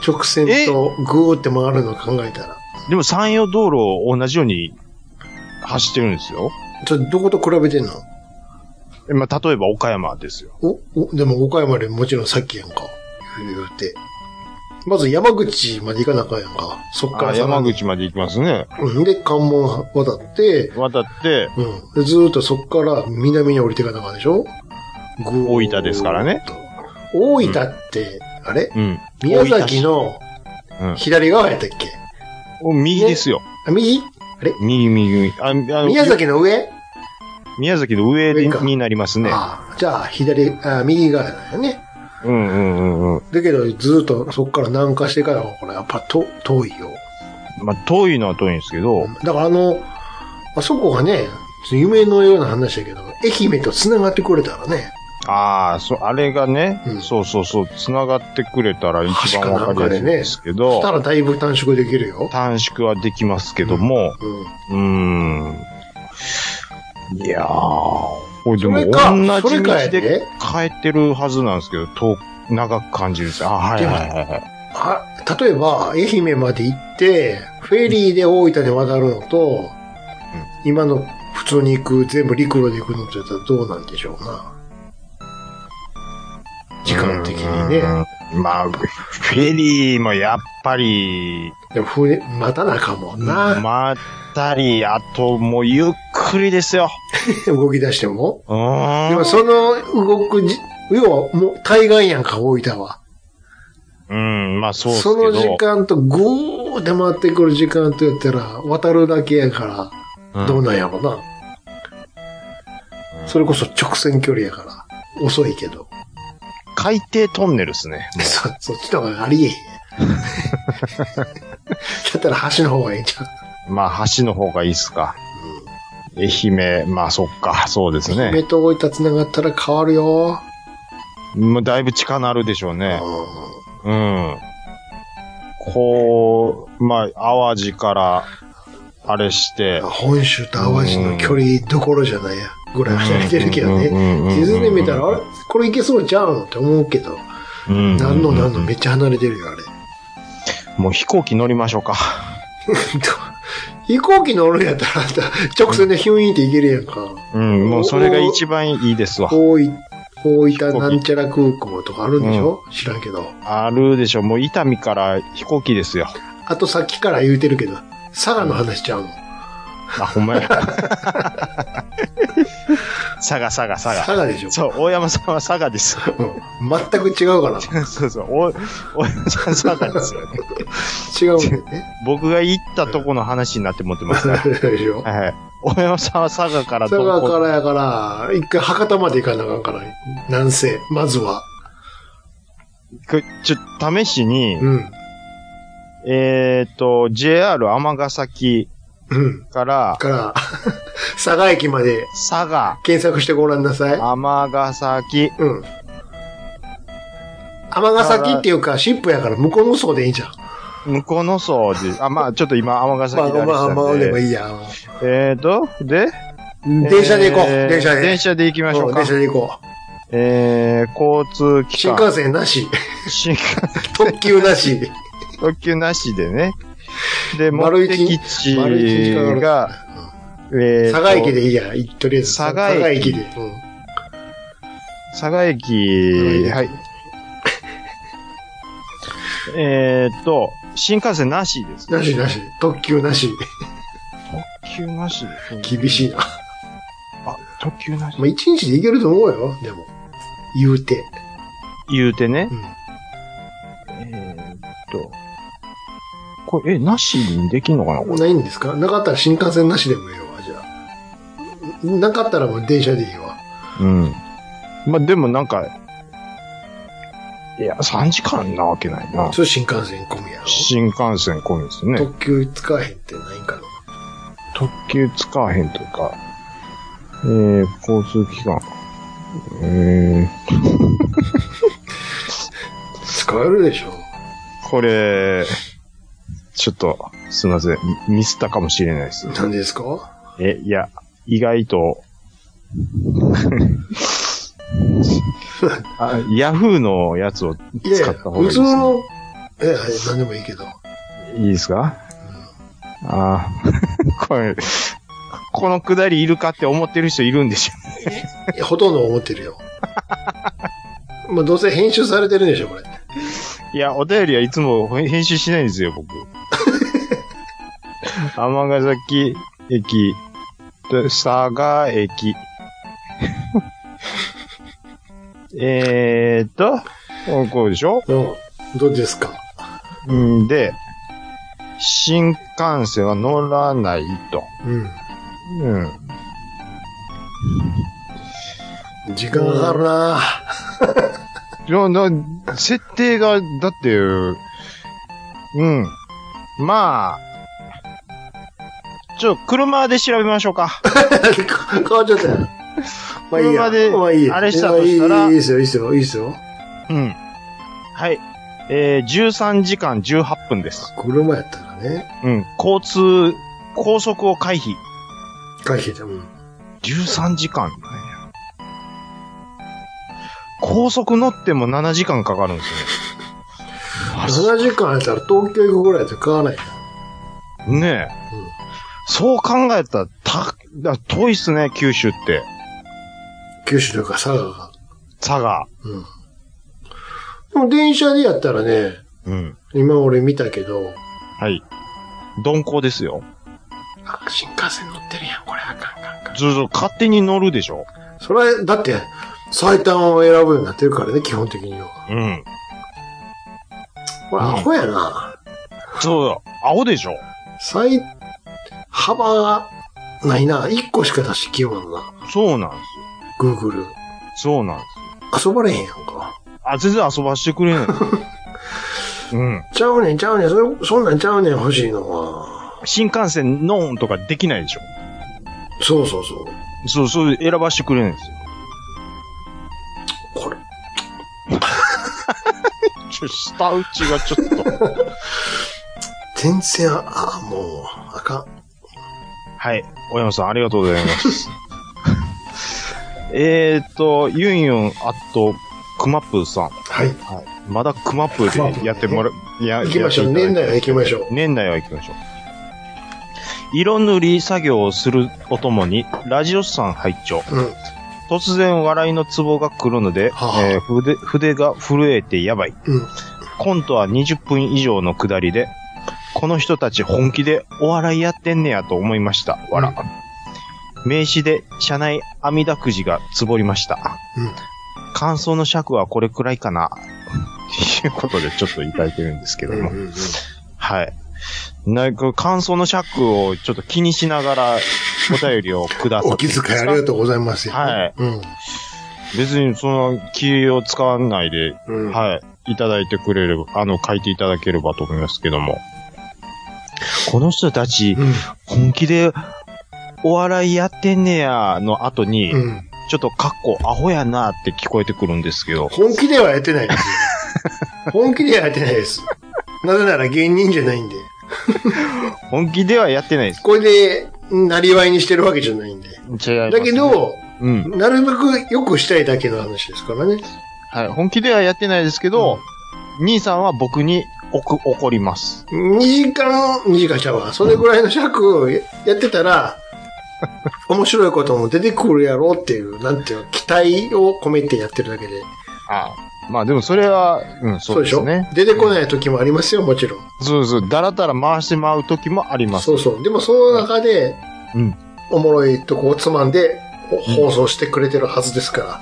直線とぐーって回るのを考えたら。 でも山陽道路を同じように走ってるんですよ。 どこと比べてんの？ 例えば岡山ですよ。 でも岡山でもちろんさっきやんか。言うて。まず山口まで行かなあかんやんか。そっから山口まで行きますね。 で、関門渡って、でずーっとそっから南に降りていかなあかんでしょ？ 大分ですからね。 大分って、あれ？宮崎の左側やったっけ？ 右ですよ。 右？あれ？ 右。 宮崎の上？ 宮崎の上になりますね。 じゃあ、右側だよね。だけど、ずっとそっから南下してからこれやっぱ遠いよ。 遠いのは遠いんですけど。 だからあそこがね、夢のような話だけど、愛媛と繋がってくれたらね。 あれがね、そう、繋がってくれたら一番わかりやすいんですけど。 そしたらだいぶ短縮できるよ。 短縮はできますけども、いやー、これでも同じ道で帰ってるはずなんですけど、長く感じるんですよ。 例えば、愛媛まで行って、フェリーで大分に渡るのと、今の普通に行く、全部陸路で行くのと言ったらどうなんでしょうな。時間的にね。 フェリーもやっぱり、 でもまたなあかんもんな。 まったり、あともうゆっくりですよ。 動き出しても。でもその要はもう対岸やんか、大分は。 そうですけど。 その時間とぐーって回ってくる時間とやったら、渡るだけやから、どうなんやろな。それこそ直線距離やから、遅いけど。 海底トンネルっすね。 そっちの方がありえへん。だったら橋の方がいいんちゃう？ 橋の方がいいっすか。愛媛、そっか、そうですね。 愛媛と大分繋がったら変わるよ。 だいぶ近なるでしょうね。淡路から、あれして。 本州と淡路の距離どころじゃないや。ぐらい離れてるけどね。地図で見たら、あれこれいけそうじゃんって思うけど。何のめっちゃ離れてるよ、あれ。 もう飛行機乗りましょうか。 飛行機乗るんやったら、直線でヒューインって行けるやんか。 うん、もうそれが一番いいですわ。 大分なんちゃら空港とかあるんでしょ、知らんけど。 あるでしょ。もう伊丹から飛行機ですよ。 あとさっきから言うてるけど、佐賀の話ちゃうの。 あ、ほんまや。佐賀。 佐賀でしょ。 そう、大山さんは佐賀です。 全く違うから。 そう、大山さん佐賀ですよね。 違うんだよね。 僕が行ったとこの話になって持ってますから。 でしょ。 はい。大山さんは佐賀から佐賀からやから、一回博多まで行かなあかんから、南西、まずは。 試しに、 うん。 JR 尼崎から、 佐賀駅まで、 佐賀。 検索してごらんなさい。 尼崎。 うん。尼崎っていうか、シップやから向こうの層でいいじゃん。 向こうの層で、まあちょっと今、尼崎であれしたんで。 まあでもいいや。 で、 電車で行こう。電車で行きましょうか。 電車で行こう。交通機関。 新幹線なし。特急なし。 特急なしでね。で、目的地が、 佐賀駅でいいや。とりあえず。 佐賀駅で。佐賀駅、はい。新幹線なしです。 なし。特急なし。 特急なし。 厳しいな。 特急なし。 まあ、一日で行けると思うよ、でも。言うてね。これ、なしにできんのかなこれ。 ないんですか？なかったら新幹線なしでもいいわ、じゃあ。なかったらもう電車でいいわ。 うん。まあ、でもなんか、いや、3時間なわけないな。 それ新幹線込みやろ？ 新幹線込みですね。 特急使わへんってないんかな？ 特急使わへんというか、交通機関。 使えるでしょ。 これ、ちょっと、すいません。ミスったかもしれないです。 何ですか？ いや、意外と、ヤフーのやつを使った方がいいですね。 普通の、何でもいいけど。 いいですか？このくだりいるかって思ってる人いるんでしょ？ ほとんど思ってるよ。まあ、どうせ編集されてるんでしょ、これ。 いや、お便りはいつも編集しないんですよ、僕。尼崎駅、佐賀駅。こうでしょ？ どうですか？ で、新幹線は乗らないと。 時間かかるなぁ。設定が、だって、まあ、車で調べましょうか。 変わっちゃったよ。まあいいや。 車で、あれしたとしたら。 いいですよ。 はい。13時間18分です。 車やったらね。 高速を回避。 だもん。 13時間。高速乗っても7時間かかるんですよ。7時間やったら東京行くぐらいで買わないねえ。そう考えたら、遠いっすね、九州って。 九州というか佐賀が。 佐賀。 でも電車でやったらね、今俺見たけど。 はい。鈍行ですよ。 新幹線乗ってるやん、これあかん。 そう勝手に乗るでしょ。 それ、だって、最短を選ぶようになってるからね、基本的には。これ、アホやな。 そうだ、アホでしょ。 幅がないな。1個しか出してきようもんな。 そうなんですよ。Google。 そうなんですよ。遊ばれへんやんか。 全然遊ばしてくれない。 ちゃうねん。そんなんちゃうねん、欲しいのは。 新幹線ノーンとかできないでしょ。 そう。 そう選ばしてくれないんですよ。 これ。 下打ちがちょっと。 全然、もう、あかん。 はい。小山さん、ありがとうございます。ユンユンクマップさん。 はい。 まだクマップでやってもらう。 行きましょう。年内は行きましょう。 色塗り作業をするおともに、ラジオさん拝聴。突然笑いのツボが来るので、筆が震えてやばい。コントは20分以上の下りで、この人たち本気でお笑いやってんねやと思いました。名刺で車内網だくじがつぼりました。感想の尺はこれくらいかな。ということでちょっといただいてるんですけども。はい。なんか感想の尺をちょっと気にしながらお便りをくださって。 お気遣いありがとうございますよ。 はい。別にその気を使わないで、はい。いただいてくれれば、書いていただければと思いますけども。この人たち、本気でお笑いやってんねやの後に、ちょっとアホやなって聞こえてくるんですけど。 本気ではやってないですよ。本気ではやってないです。なぜなら芸人じゃないんで。 本気ではやってないです。 これで、なりわいにしてるわけじゃないんで。だけど、なるべく良くしたいだけの話ですからね。 はい。本気ではやってないですけど、兄さんは僕に怒ります。 2時間ちゃうわ。それぐらいの尺をやってたら、面白いことも出てくるやろうっていう、なんていうの、期待を込めてやってるだけで。 まあでもそれは、そうですね。 出てこない時もありますよ、もちろん。 そう。だらだら回してまう時もあります。 そう。でもその中で、おもろいとこをつまんで、放送してくれてるはずですから。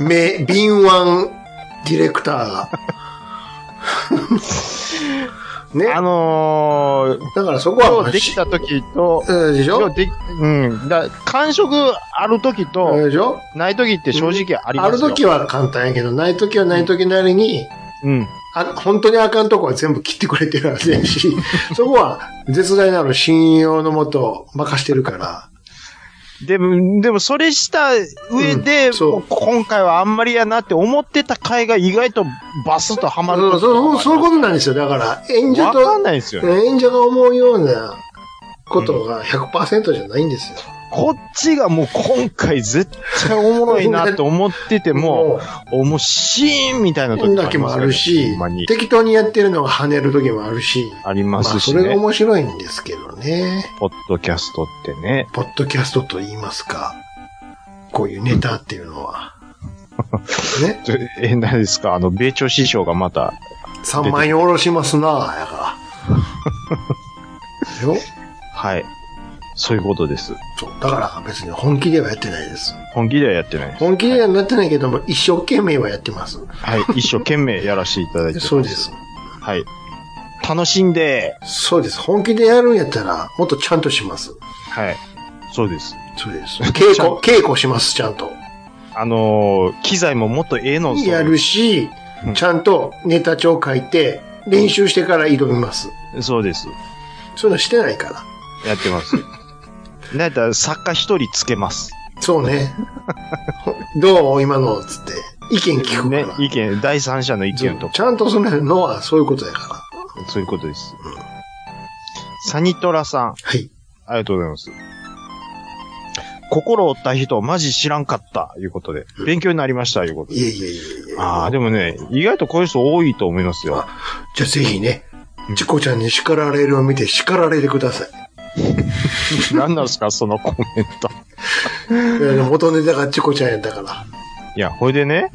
敏腕ディレクターが。ね。だからそこは。 できた時と、 でしょ感触ある時と、 でしょない時って正直ありますよ。 ある時は簡単やけど、ない時はない時なりに、本当にあかんとこは全部切ってくれてるはずやし、そこは絶大なる信用のもと任してるから。 でもそれした上で、今回はあんまりやなって思ってた回が意外とバスッとハマる。 そういうことなんですよ。だから、演者が思うようなことが 100% じゃないんですよ。 こっちがもう今回絶対おもろいなって思ってても、もうシーンみたいな時もあるし、適当にやってるのが跳ねる時もあるし。 ありますしね。 それが面白いんですけどね。 ポッドキャストってね。 ポッドキャストと言いますか。こういうネタっていうのは。 ね。何ですか米朝師匠がまた。 3万円おろしますなぁ、やから。 はい。そういうことです。 そう。だから別に本気ではやってないです。 本気ではやってないです。 本気ではやってないけども、一生懸命はやってます。 はい。一生懸命やらせていただいてます。 そうです。 はい。楽しんで。 そうです。本気でやるんやったら、もっとちゃんとします。 はい。そうです。 そうです。稽古します、ちゃんと。 機材ももっとのやるし、ちゃんとネタ帳書いて、練習してから挑みます。 そうです。 そういうのしてないから。 やってます。だいたい作家一人つけます。 そうね。どう今のつって。意見聞くから。 ね、第三者の意見とか。 ちゃんとそのはそういうことやから。 そういうことです。サニトラさん。 はい。 ありがとうございます。心折った人マジ知らんかった、いうことで。勉強になりました、いうことで。 いや。 でもね、意外とこういう人多いと思いますよ。 じゃあぜひね、チコちゃんに叱られるを見て叱られてください。 何なんですか、そのコメント。 元ネタがチコちゃんやったから。 いや、これでね、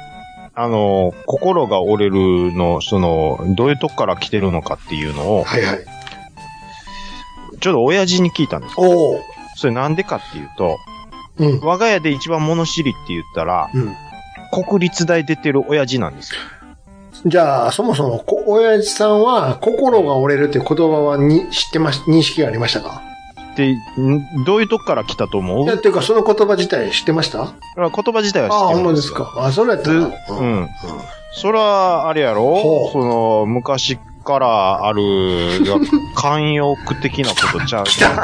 心が折れるの、どういうとこから来てるのかっていうのを、 はいはい。 ちょっと親父に聞いたんです。 おそれなんでかっていうと、我が家で一番物知りって言ったら、国立大出てる親父なんですよ。 じゃあ、そもそも、親父さんは、心が折れるっていう言葉は認識がありましたか？ で、どういうとこから来たと思う？ いや、っていうか、その言葉自体知ってました？ 言葉自体は知ってます。 ほんまですか。それやったら。 それは、あれやろ？昔からある、慣用句的なことちゃう。 来た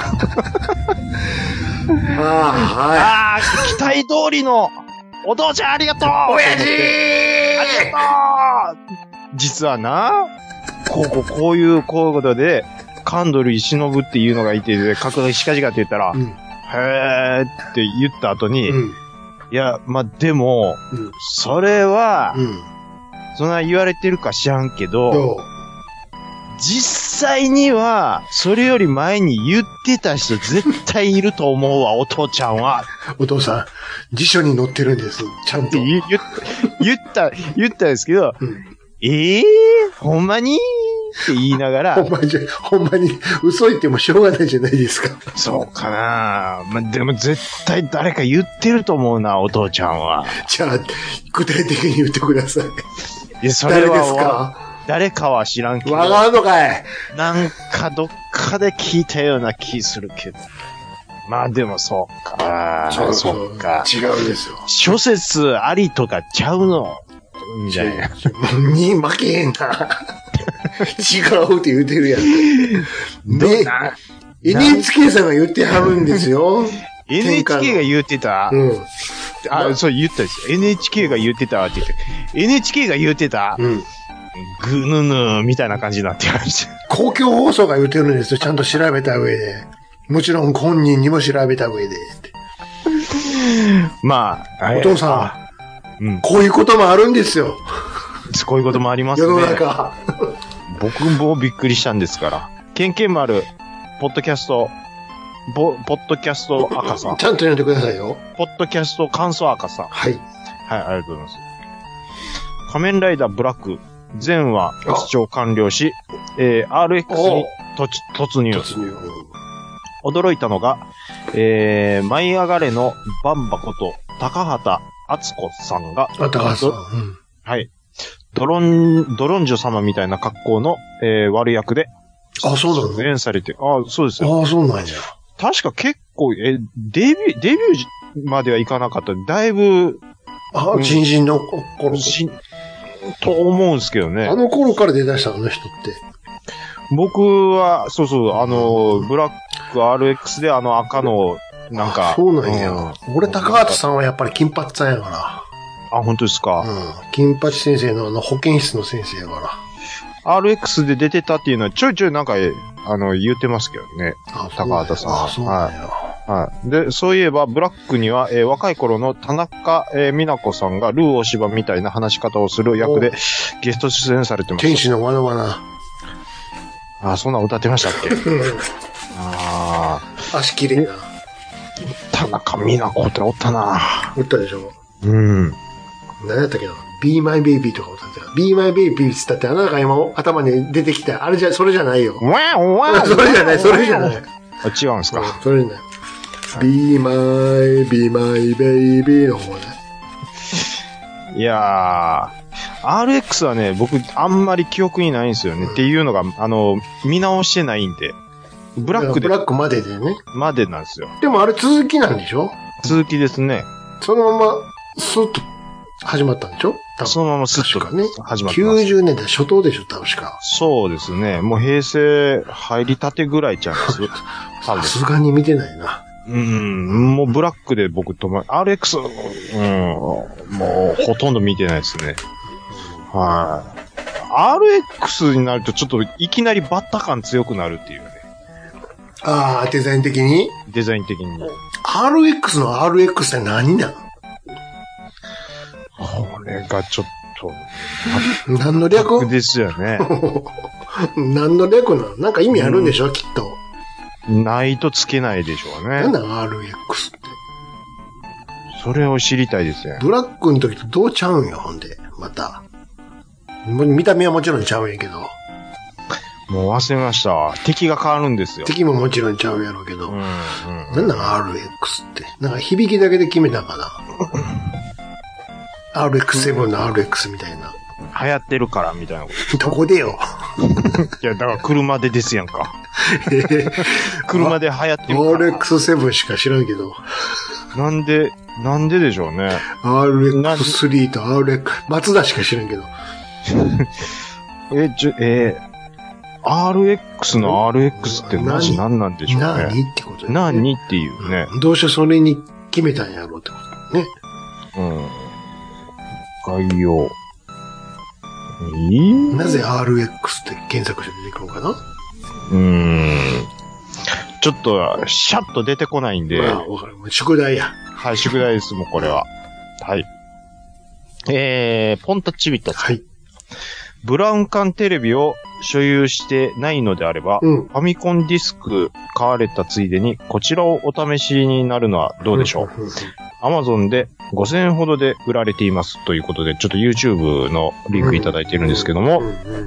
はい。 期待通りの、お父ちゃんありがとう親父ありがとう実はな、こういうことで、神取忍っていうのがいて、格がしかじかって言ったら、へーって言った後に、いや、でも、それは、そんな言われてるか知らんけど、 実際には、それより前に言ってた人絶対いると思うわ、お父ちゃんは。 お父さん、辞書に載ってるんです。ちゃんと。 言ったんですけど、ほんまにって言いながら。 ほんまに、嘘言ってもしょうがないじゃないですか。 そうかな。まあ、でも絶対誰か言ってると思うな、お父ちゃんは。 じゃあ、具体的に言ってください。 いや、それは誰ですか？ 誰かは知らんけど。 わかんのかい？ なんかどっかで聞いたような気するけど。まあでもそうか。そうか。 違うんですよ。 諸説ありとかちゃうのみたいな。 に負けへんな。違うって言ってるやん。で、NHK さんが言ってはるんですよ。 NHK が言ってた？ うん。 そう言ったんですよ。NHK が言ってたって言って。NHK が言ってた？うん。ぐぬぬみたいな感じになってました。 公共放送が言ってるんですよ。ちゃんと調べた上で。もちろん本人にも調べた上で。 まあ、 お父さん、こういうこともあるんですよ。 こういうこともありますね。 世の中。 僕もびっくりしたんですから。ケンケン丸、ポッドキャスト赤さん。 ちゃんと読んでくださいよ。 ポッドキャスト感想赤さん。 はい。 はい、ありがとうございます。仮面ライダーブラック、全話視聴完了し、RX に突入。驚いたのが、舞い上がれのバンバこと高畑敦子さんが、 高畑さん。 はい。ドロンジョ様みたいな格好の、悪役で、 そうなの？ 出演されて、そうですよ。 そうなんや。 確か結構、デビューまではいかなかった。だいぶ、 新人の頃。 と思うんですけどね。 あの頃から出だしたあの人って。 僕は、ブラック RX で赤の、なんか。 そうなんや。俺、高畑さんはやっぱり金八さんやから。 本当ですか？ 金八先生の保健室の先生やから。RX で出てたっていうのはちょいちょいなんか、言ってますけどね。高畑さん。 そうなんや。 はい。で、そういえば、ブラックには、若い頃の田中、美奈子さんがルー大柴みたいな話し方をする役でゲスト出演されてます。 天使のわなわな。 そんな歌ってましたっけ？ 足綺麗な。 田中美奈子っておったな。 おったでしょ？ 何やったっけな？ Be My Baby とか歌ってた。Be My Baby って言ったってあなたが今頭に出てきた。それじゃないよ。それじゃない。 違うんですか？ それじゃない。Be My Baby の方ね。 いやRX はね、僕、あんまり記憶にないんですよね。っていうのが、見直してないんで。ブラックまででね。 までなんですよ。 でもあれ続きなんでしょ？ 続きですね。 そのまま、スッと始まったんでしょ？ そのままスッと始まった。 90年代初頭でしょ、確か。 そうですね。もう平成入りたてぐらいちゃいます。 さすがに見てないな。 もうブラックで僕RX、もうほとんど見てないですね。はい。RX になるとちょっといきなりバッタ感強くなるっていうね。 デザイン的に？ デザイン的に。 RX の RX って何なの？ これがちょっと。 何の略？ ですよね。 何の略なの？なんか意味あるんでしょ、きっと。 ないとつけないでしょうね。 なんだ RX って。 それを知りたいですね。 ブラックの時とどうちゃうんよ、ほんで。また。見た目はもちろんちゃうんやけど。 もう忘れました。敵が変わるんですよ。 敵ももちろんちゃうやろうけど。なんだ RX って。なんか響きだけで決めたんかな。RX7 の RX みたいな。 流行ってるからみたいなこと。どこでよ。 いや、だから車でですやんか。車で流行ってるから。 RX7 しか知らんけど。 なんででしょうね。 RX3 とRX、松田しか知らんけど。 RX の RX ってマジ何なんでしょうね。 何ってことね。 何っていうね。 どうしてそれに決めたんやろうってことね。 概要。 なぜ RX って検索して出てくるのかな？ ちょっと、シャッと出てこないんで。 わかる。宿題や。 はい、宿題です、もうこれは。はい。ポンタッチビット。 はい。 ブラウン管テレビを所有してないのであれば、ファミコンディスク買われたついでに、こちらをお試しになるのはどうでしょう。Amazon で5000円ほどで売られていますということで、ちょっと YouTube のリンクいただいてるんですけども、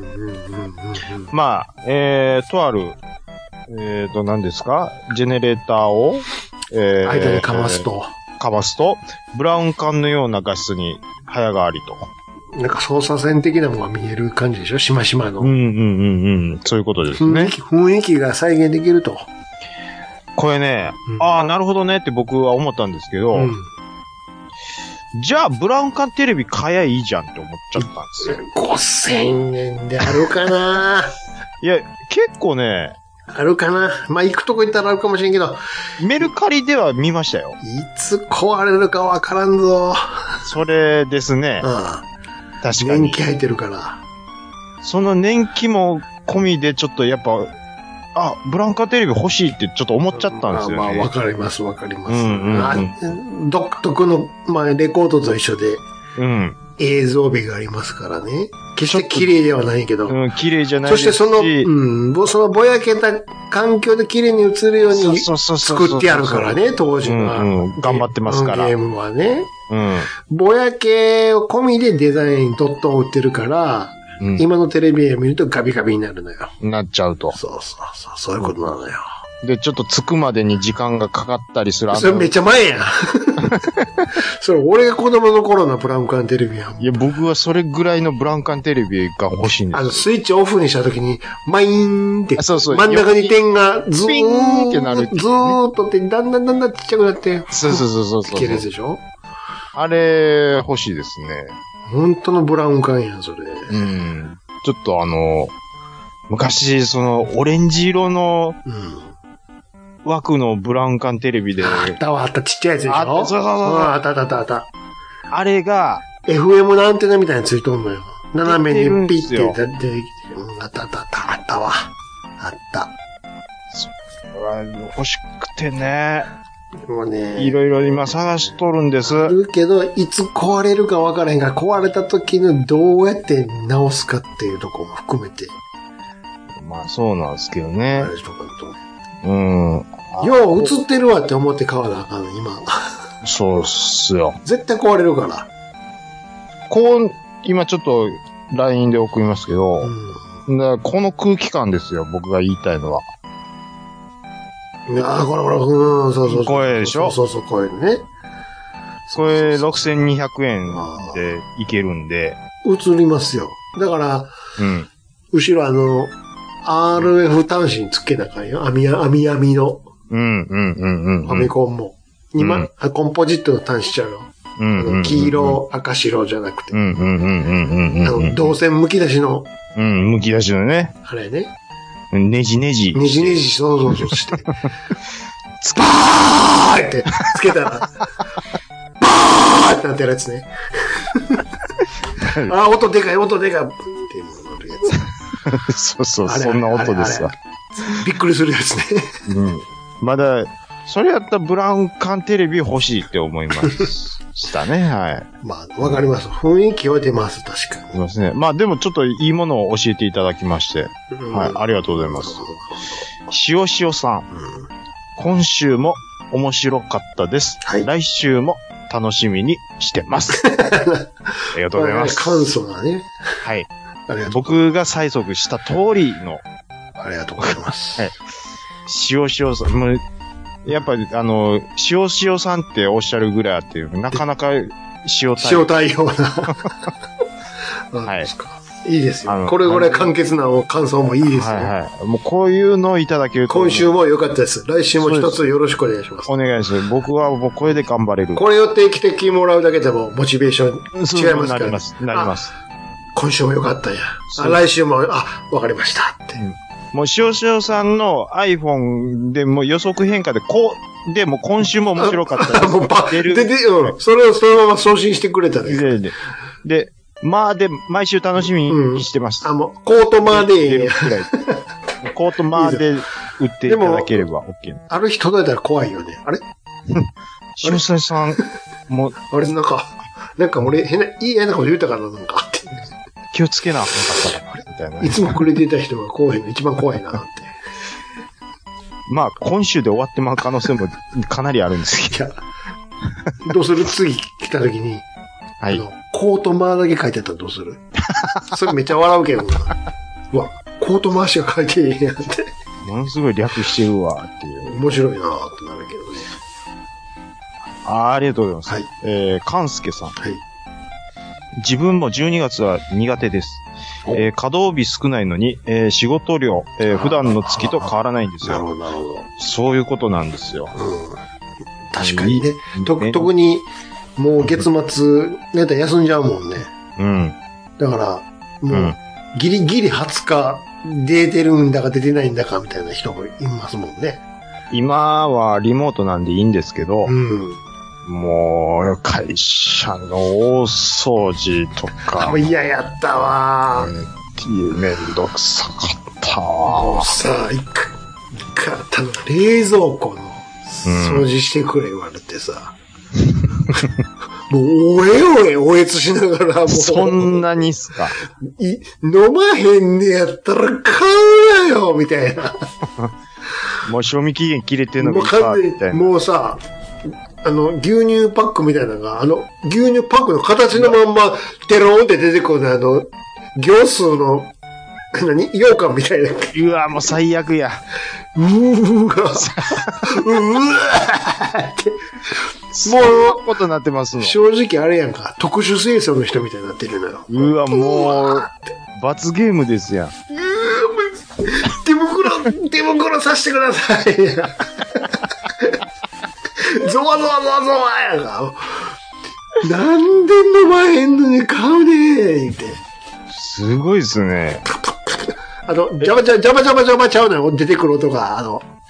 まあ、とある、何ですかジェネレーターを、 間にかますと、 ブラウン管のような画質に早変わりと。 なんか操作線的なものが見える感じでしょしましまの。 そういうことですね。 雰囲気が再現できると。 これね、ああ、なるほどねって僕は思ったんですけど、じゃあ、ブラウン管テレビ買えばいいじゃんって思っちゃったんですよ。 5000円であるかないや、結構ね、 あるかなまあ、行くとこ行ったらあるかもしれんけど。 メルカリでは見ましたよ。 いつ壊れるかわからんぞ。 それですね。確かに。 年季入ってるから。 その年季も込みでちょっとやっぱ、ブラウン管テレビ欲しいってちょっと思っちゃったんですよね。 まあ、わかります。独特の、まあ、レコードと一緒で、映像美がありますからね。決して綺麗ではないけど。 綺麗じゃないですし。 そしてそのぼやけた環境で綺麗に映るように作ってやるからね、当時は。 頑張ってますから。 ゲームはね。ぼやけを込みでデザインドットを売ってるから、今のテレビを見るとガビガビになるのよ。 なっちゃうと。 そういうことなのよ。 で、ちょっと着くまでに時間がかかったりする。 それめっちゃ前やん。それ俺が子供の頃のブラウン管テレビやん。 いや、僕はそれぐらいのブラウン管テレビが欲しいんですよ。 スイッチオフにした時に、マイーンって、真ん中に点がズーンってなる。ずーっとって、だんだんちっちゃくなって。そう。いけるやつでしょ？ あれ、欲しいですね。 本当のブラウン管やん、それ。 ちょっと昔、オレンジ色の、枠のブラウン管テレビで。 あった、ちっちゃいやつでしょ？そう。あった。 あれが、 FM のアンテナみたいについとんのよ。斜めにピッて出てきてる。あったわ。あった。 それは欲しくてね。 もうね。 いろいろ今探しとるんです。 あるけど、いつ壊れるか分からへんから、壊れた時にどうやって直すかっていうところも含めて。 まあそうなんですけどね。 あれしとかんと。よう映ってるわって思って買わなあかんの、今。 そうっすよ。 絶対壊れるから。 今ちょっと LINE で送りますけど、この空気感ですよ、僕が言いたいのは。 いやー、これ、そう。 これでしょ？ そう、これね。 これ6200円でいけるんで。 映りますよ。だから、後ろRF 端子につけなあかんよ。網の。ファミコンも。今、コンポジットの端子ちゃうよ。黄色、赤白じゃなくて。導線剥き出しの。 剥き出しのね。 あれね。 ねじ。 ねじ、そうして。バーってつけたら、バーってなってるやつね。音でかいっていうのが乗るやつ。そう、そんな音ですわ。 びっくりするやつね。 まだ、それやったらブラウン管テレビ欲しいって思いましたね、はい。 まあ、わかります。雰囲気は出ます、確かに。 出ますね。まあでもちょっといいものを教えていただきまして、はい、ありがとうございます。塩さん、今週も面白かったです。来週も楽しみにしてます。ありがとうございます。 簡素なね。 はい。僕が催促した通りの。 ありがとうございます。はい。 塩さん、やっぱり塩さんっておっしゃるぐらいあって、なかなか塩対応な。はい。いいですよ。これぐらい簡潔な感想もいいですね。 もうこういうのをいただけると。 今週も良かったです。来週も一つよろしくお願いします。 お願いします。僕はもうこれで頑張れる。 これを定期的にもらうだけでもモチベーション違いますから。 なります。 今週も良かったんや。来週も、わかりましたって。 もう塩さんの iPhone でも予測変化ででも今週も面白かったです。 もうそれをそのまま送信してくれたらいい。 で、毎週楽しみにしてます。 もう、コートマーで、 コートマーで売っていただければ OK。 ある日届いたら怖いよね。あれ塩さん、もう、 あれなんか俺、変なこと言うたかな、なんかって。 気をつけなあかんかったら。 たいな。 いつもくれてた人がこうへんの一番怖いなって。 まあ、今週で終わってまう可能性もかなりあるんですけど。いや、 どうする次来た時に、 はい。 コートマーだけ書いてあったらどうする？それめっちゃ笑うけどな。うわ、コートマーしか書いてねえやんって。 ものすごい略してるわ、っていう。 面白いなってなるけどね。 ありがとうございます。はい。かんすけさん。はい。自分も12月は苦手です。稼働日少ないのに、仕事量、普段の月と変わらないんですよ。 なるほど、なるほど。 そういうことなんですよ。 うん。確かにね。特に、もう月末、ネタ休んじゃうもんね。うん。だから、もう、ギリギリ20日出てるんだか出てないんだかみたいな人もいますもんね。 今はリモートなんでいいんですけど、うん。もう、会社の大掃除とか。 嫌やったわめんどくさかったわもうさ、冷蔵庫の掃除してくれ言われてさ。もう、おえつしながらもう。 そんなにっすか。 飲まへんねやったら買うなよみたいな。 もう賞味期限切れてんのかみたいな。 もうさ、牛乳パックみたいなのが、牛乳パックの形のまんま、テロンって出てくる行数の、羊羹みたいな。 うわ、もう最悪や。 うわって。 もう、ことになってますの。 正直あれやんか、特殊清掃の人みたいになってるのよ。 うわ、もう、罰ゲームですやん。 手袋させてください。ゾワゾワゾワゾワやんか。なんで飲まへんのに買うねーって。 すごいっすね。 ジャバちゃうのよ。出てくる音が、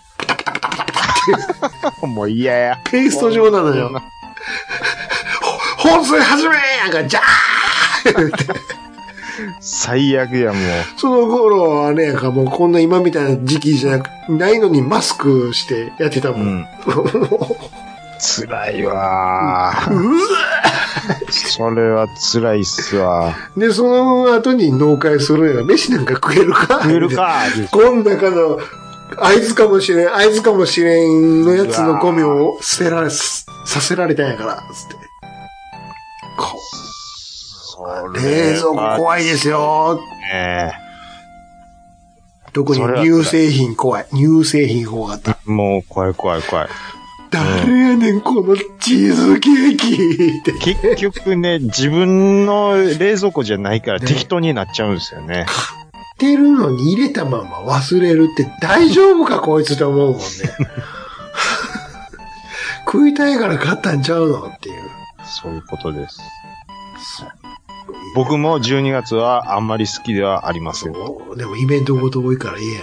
もう嫌や。 ペースト状なのよ。放水始めやんか、ジャーって。 最悪や、もう。 その頃はね、もうこんな今みたいな時期じゃないのにマスクしてやってたもん。うん、 辛いわー。それは辛いっすわ。 で、その後に納会するよ。飯なんか食えるか食えるかこん中の、合図かもしれんのやつのゴミをさせられたんやから、つって。冷蔵庫怖いですよ。特に乳製品怖い。乳製品怖かった。 もう怖い。 誰やねん、このチーズケーキって。 結局ね、自分の冷蔵庫じゃないから適当になっちゃうんですよね。 買ってるのに入れたまま忘れるって大丈夫かこいつと思うもんね。食いたいから買ったんちゃうのっていう。 そういうことです。僕も12月はあんまり好きではありません。 でもイベントごと多いからいいや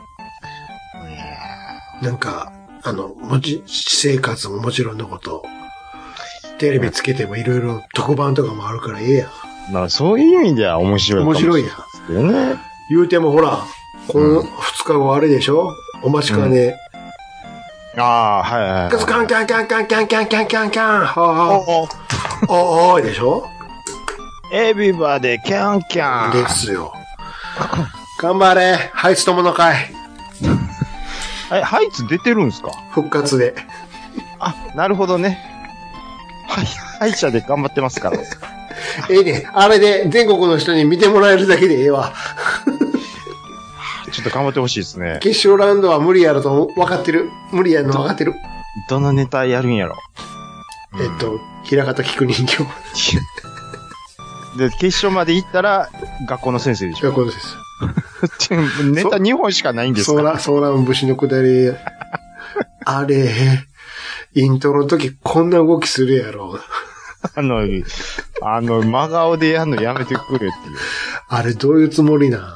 な。なんか、生活ももちろんのこと、テレビつけてもいろいろ特番とかもあるからいいや。 まあそういう意味では面白いかもしれない。 面白いやん。言うてもほら、この2日後あれでしょ、お待ちかね。 ああ、はい。 カンカンカンカンカンカンカンカンカン。おーいでしょエビバでキャンキャン。 ですよ。頑張れ。ハイツ友の会。 ハイツ出てるんすか？ 復活で。 あ、なるほどね。歯医者で頑張ってますから。 ええね。あれで全国の人に見てもらえるだけでええわ。 ちょっと頑張ってほしいですね。 決勝ラウンドは無理やろと分かってる。無理やの分かってる。 どのネタやるんやろ。 平方菊人形。 で、決勝まで行ったら、学校の先生でしょ。 学校の先生。ネタ2本しかないんですか？ ソーラン節のくだり。あれ、イントロの時こんな動きするやろ。 真顔でやんのやめてくれっていう。 あれどういうつもりなんて。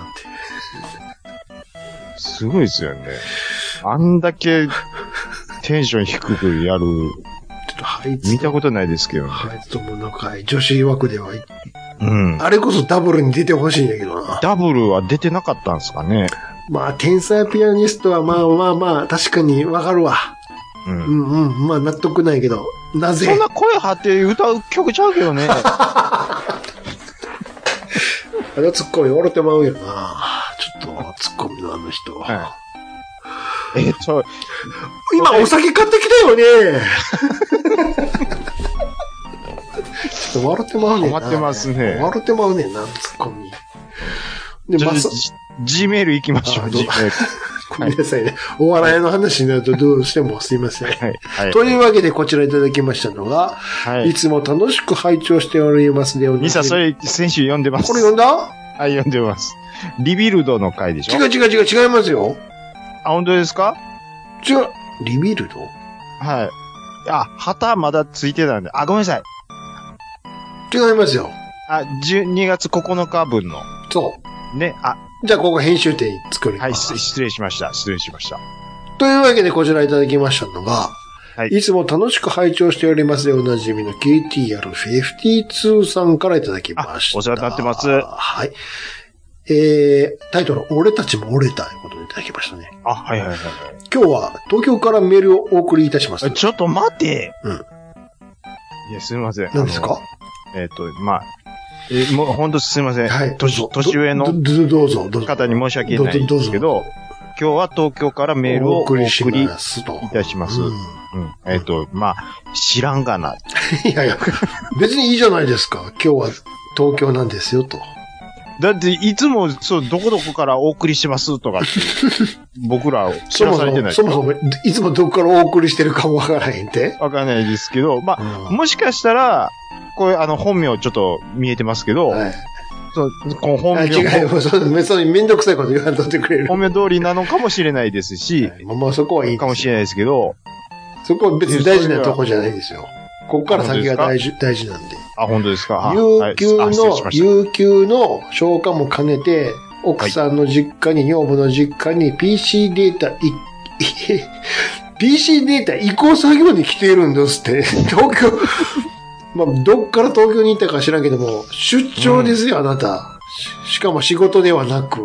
すごいですよね。あんだけテンション低くやる。見たことないですけどね。 ハイツ友の会、女子枠では、あれこそダブルに出てほしいんだけどな。 ダブルは出てなかったんですかね。 まあ、天才ピアニストはまあ、確かにわかるわ。まあ納得ないけど、なぜ？ そんな声張って歌う曲ちゃうけどね。 あのツッコミ笑ってまうよな。ちょっと、ツッコミのあの人。 はい。 今お酒買ってきたよね。ちょっと笑ってまうねんな。 笑ってますね。 笑ってまうねんな、ツッコミ。 で、G メール行きましょう、G メール。 ごめんなさいね。お笑いの話になるとどうしてもすいません。 はい。 というわけでこちらいただきましたのが、はい、いつも楽しく拝聴しておりますで、 ミサ、それ、先週読んでます。 これ読んだ？ はい、読んでます。リビルドの回でしょ？ 違いますよ。 あ、本当ですか？ 違う。リビルド？ はい。あ、旗まだついてたんで。あ、ごめんなさい。 違いますよ。 あ、12月9日分の。 そう。 ね、あ。 じゃあここ編集点作ります。 はい、失礼しました。 というわけでこちらいただきましたのが、 はい。 いつも楽しく拝聴しておりますでおなじみの KTR52 さんからいただきました。 お世話になってます。 はい。タイトル、俺たちも折れたということでいただきましたね。 あ、はい。 今日は東京からメールをお送りいたします。 ちょっと待て。 うん。 いや、すみません。 何ですか？ まあ、もうほんとすみません。 はい。 年上のどうぞ。 方に申し訳ないんですけど、今日は東京からメールをお送りいたします。まあ、知らんがな。 いや、別にいいじゃないですか。今日は東京なんですよ、と。 だって、いつも、そう、どこどこからお送りしてますとかって、僕ら知らされてない。 そもそも、いつもどこからお送りしてるかもわからへんて。 わからないですけど、まあ、もしかしたら、これ、本名ちょっと見えてますけど、はい。そう、この本名。 違う、そうめんどくさいこと言わんとってくれる。 本名通りなのかもしれないですし、 はい、まあそこはいいかもしれないですけど、 そこは別に大事なとこじゃないですよ。ここから先が大事なんで。 あ、本当ですか？ 有給の消化も兼ねて、奥さんの実家に、女房の実家に PC データ移行作業に来ているんですって。東京、まあ、どっから東京に行ったか知らんけども、出張ですよ、あなた。しかも仕事ではなく。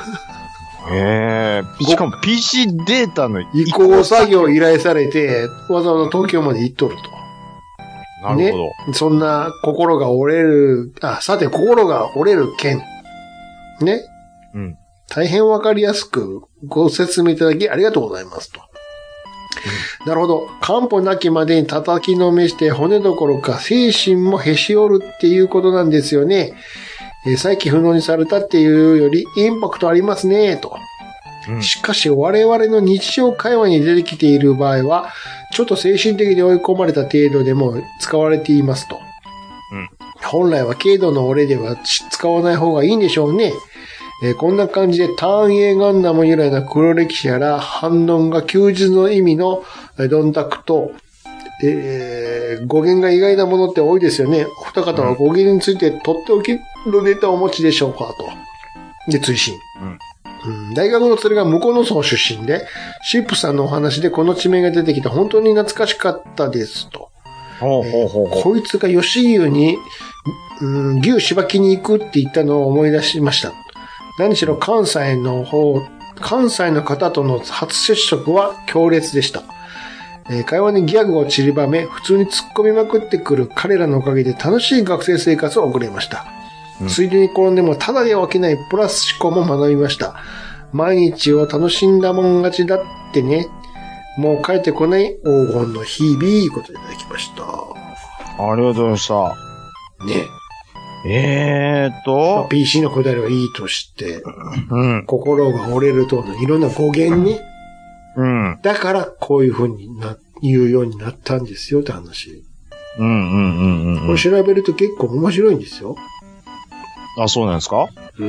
しかも PC データの移行作業を依頼されて、わざわざ東京まで行っとると。 なるほど。 ね。そんな心が折れる、心が折れる件。ね。 うん。 大変わかりやすくご説明いただきありがとうございますと。なるほど。漢方なきまでに叩きのめして骨どころか精神もへし折るっていうことなんですよね。再起不能にされたっていうよりインパクトありますね、と。しかし我々の日常会話に出てきている場合は、ちょっと精神的に追い込まれた程度でも使われていますと。本来は軽度の俺では使わない方がいいんでしょうね。こんな感じでターン A ガンダム由来の黒歴史やら反論が休日の意味のドンタクと、語源が意外なものって多いですよね。お二方は語源についてとっておきのネタをお持ちでしょうかと。で、追伸。大学のそれが向こうの層出身で、シップさんのお話でこの地名が出てきて本当に懐かしかったですと。こいつが吉湯に、牛しばきに行くって言ったのを思い出しました。何しろ関西の方との初接触は強烈でした。会話にギャグを散りばめ、普通に突っ込みまくってくる彼らのおかげで楽しい学生生活を送れました。ついでに転んでもただでは起きないプラス思考も学びました。毎日を楽しんだもん勝ちだってね。もう帰ってこない黄金の日々、いうことでいただきました。 ありがとうございました。 ね。PC の答えはいいとして、心が折れるといろんな語源ね。だからこういう風に言うようになったんですよって話。これ調べると結構面白いんですよ。 あ、そうなんですか？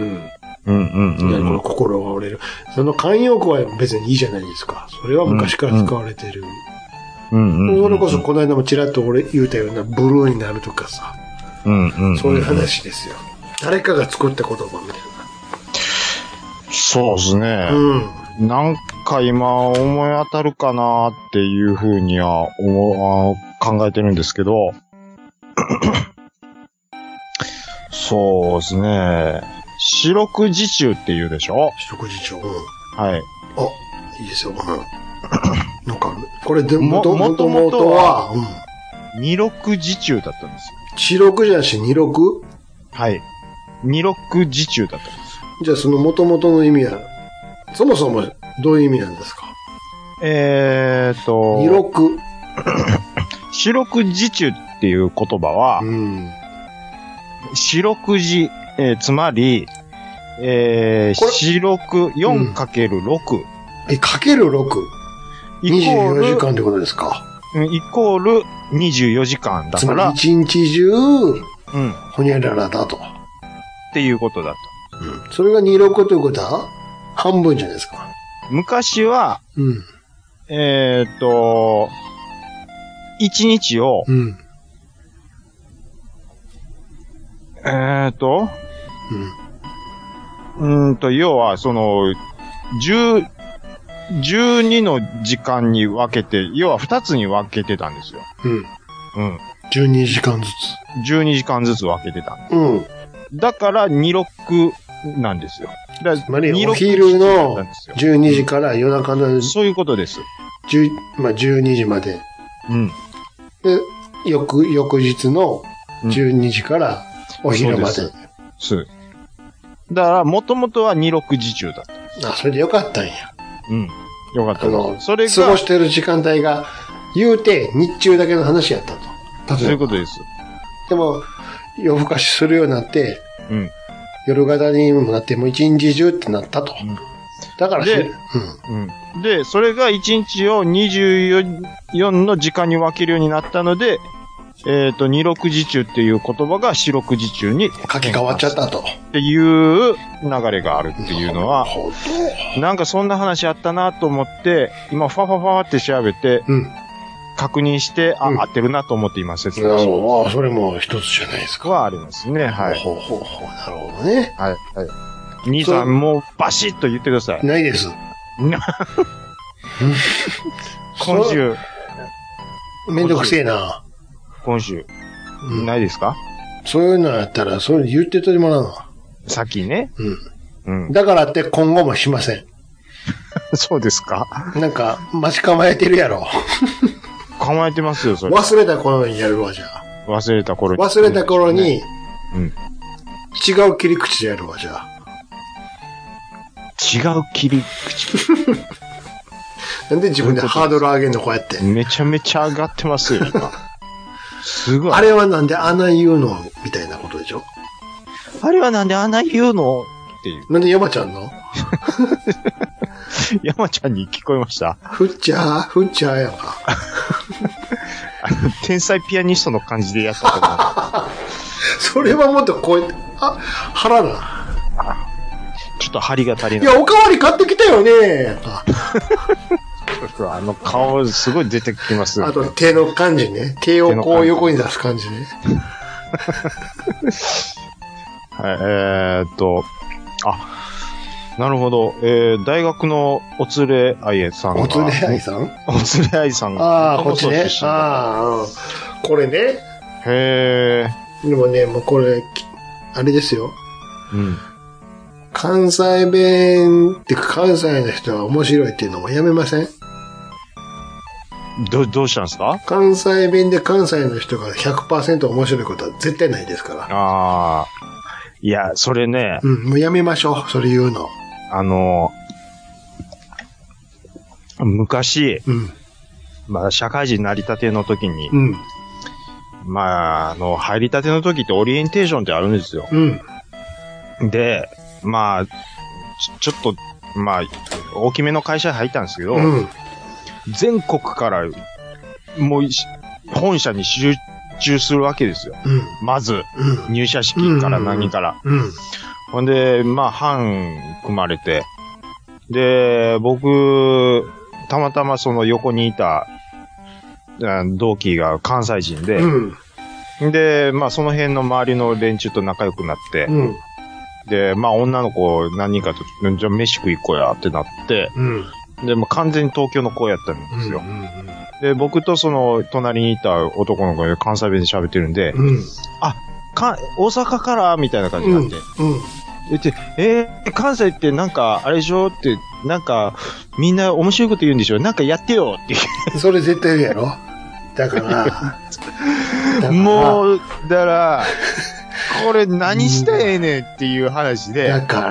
心が折れる。その慣用句は別にいいじゃないですか。それは昔から使われてる。それこそこの間もちらっと俺言うたようなブルーになるとかさ。そういう話ですよ。誰かが作った言葉みたいな。 そうですね。なんか今思い当たるかなっていうふうには考えてるんですけど、そうですね。四六時中って言うでしょ？ 四六時中。 はい。 あ、いいですよ。なんか、これでもともとは、 二六時中だったんですよ。 四六じゃなし二六？ はい。 二六時中だったんです。 じゃあその元々の意味は、そもそもどういう意味なんですか？二六。 四六時中っていう言葉は、四六時、つまり、四六、4×6。 かける6。24時間ってことですか？ イコール24時間だから。つまり一日中、ほにゃららだと。 っていうことだと。 それが26ということは、半分じゃないですか。 昔は、一日を、要は、12の時間に分けて、要は2つに分けてたんですよ。 12時間ずつ。12時間ずつ分けてた。だから、26なんですよ。 つまり、お昼の12時から夜中の、 そういうことです。 12時まで。で、翌日の12時からお昼まで。 そう。だから、もともとは26時中だった。 それでよかったんや。 よかったの。 それが。過ごしてる時間帯が、言うて、日中だけの話やったと。 そういうことです。 でも、夜更かしするようになって、夜型にもなって、もう一日中ってなったと。だからで、それが一日を24の時間に分けるようになったので、二六時中っていう言葉が四六時中に書き換わっちゃったと。 っていう流れがあるっていうのは、なんかそんな話あったなと思って、今ファファファって調べて、確認して、合ってるなと思って今説明します。 それも一つじゃないですか。 はありますね。はい。 なるほどね。 はい。兄さん、もうバシッと言ってください。 ないです。 今週。 めんどくせえな。 今週。ないですか？ そういうのやったら、そういうの言ってといてもらうの。 さっきね。 だからって今後もしません。 そうですか？ なんか、待ち構えてるやろ。 構えてますよ、それ。 忘れた頃にやるわ、じゃあ。 忘れた頃に。違う切り口でやるわ、じゃあ。 違う切り口なんで自分でハードル上げんの、こうやって。 めちゃめちゃ上がってますよ、今。すごい。 あれはなんで穴言うのみたいなことでしょ？ あれはなんで穴言うのっていう。 なんで山ちゃんの山ちゃんに聞こえました？ ふっちゃーやんか。 天才ピアニストの感じでやったと思う。 それはもっとこうやって、腹だ。 ちょっと張りが足りない。 いや、おかわり買ってきたよね。 顔すごい出てきますよ、ね。 あと手の感じね。手をこう横に出す感じね。 はい、なるほど。大学のおつれあいさんが。 おつれあいさん？ おつれあいさんが。 こっちね。これね。 へー。でもね、もうこれ、あれですよ。関西弁って関西の人は面白いっていうのもやめません？ どうしたんですか？ 関西弁で関西の人が 100% 面白いことは絶対ないですから。 いや、それね。 もうやめましょう、それ言うの。 昔、まだ社会人なりたての時に、入りたての時ってオリエンテーションってあるんですよ。で、ちょっと、大きめの会社に入ったんですけど、全国から、もう、本社に集中するわけですよ。まず、入社式から何から。ほんで、班組まれて、で、僕、たまたまその横にいた、同期が関西人で、で、その辺の周りの連中と仲良くなって、で、女の子何人かと、じゃあ飯食い行こうやってなって、で、完全に東京の子やったんですよ。で、僕とその、隣にいた男の子が関西弁で喋ってるんで、大阪からみたいな感じになって、言って、関西ってなんか、あれでしょって、なんか、みんな面白いこと言うんでしょなんかやってよって。 それ絶対言うやろだから、 もう、だから、 これ何したらええねんっていう話で。 だから、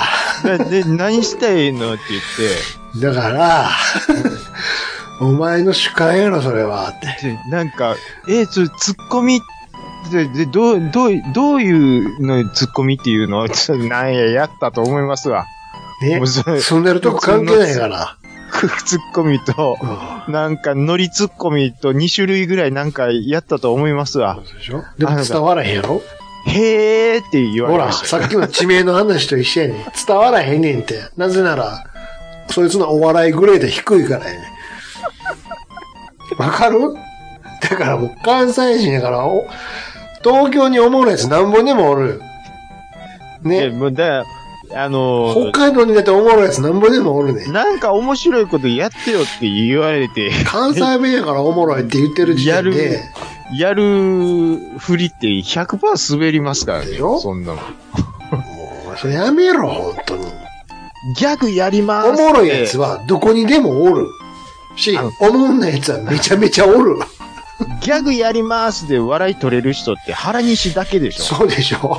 で、何したらええのって言って。だから、お前の主観やろ、それは。って。 なんか、ツッコミで、どういうのツッコミっていうのは、なんや、やったと思いますわ。 ね。住んでるとこ関係ないから。 ツッコミと、なんか、ノリツッコミと2種類ぐらいなんかやったと思いますわ。 そうでしょ？でも伝わらへんやろ？ へーって言われました。 ほら、さっきの地名の話と一緒やねん。伝わらへんねんって。なぜなら、そいつのお笑いグレード低いからやねん。わかる？だからもう関西人やから、東京におもろいやつなんぼでもおる。ね。 もうだ北海道にだっておもろいやつなんぼでもおるね。 なんか面白いことやってよって言われて。 関西弁やからおもろいって言ってる時点で。 やるふりって 100% 滑りますからね。でしょ？そんなの。もう、それやめろ、本当に。 ギャグやります。 おもろいやつはどこにでもおる。し、おもんないやつはめちゃめちゃおる。 ギャグやりますで笑い取れる人って原西だけでしょ？ そうでしょ？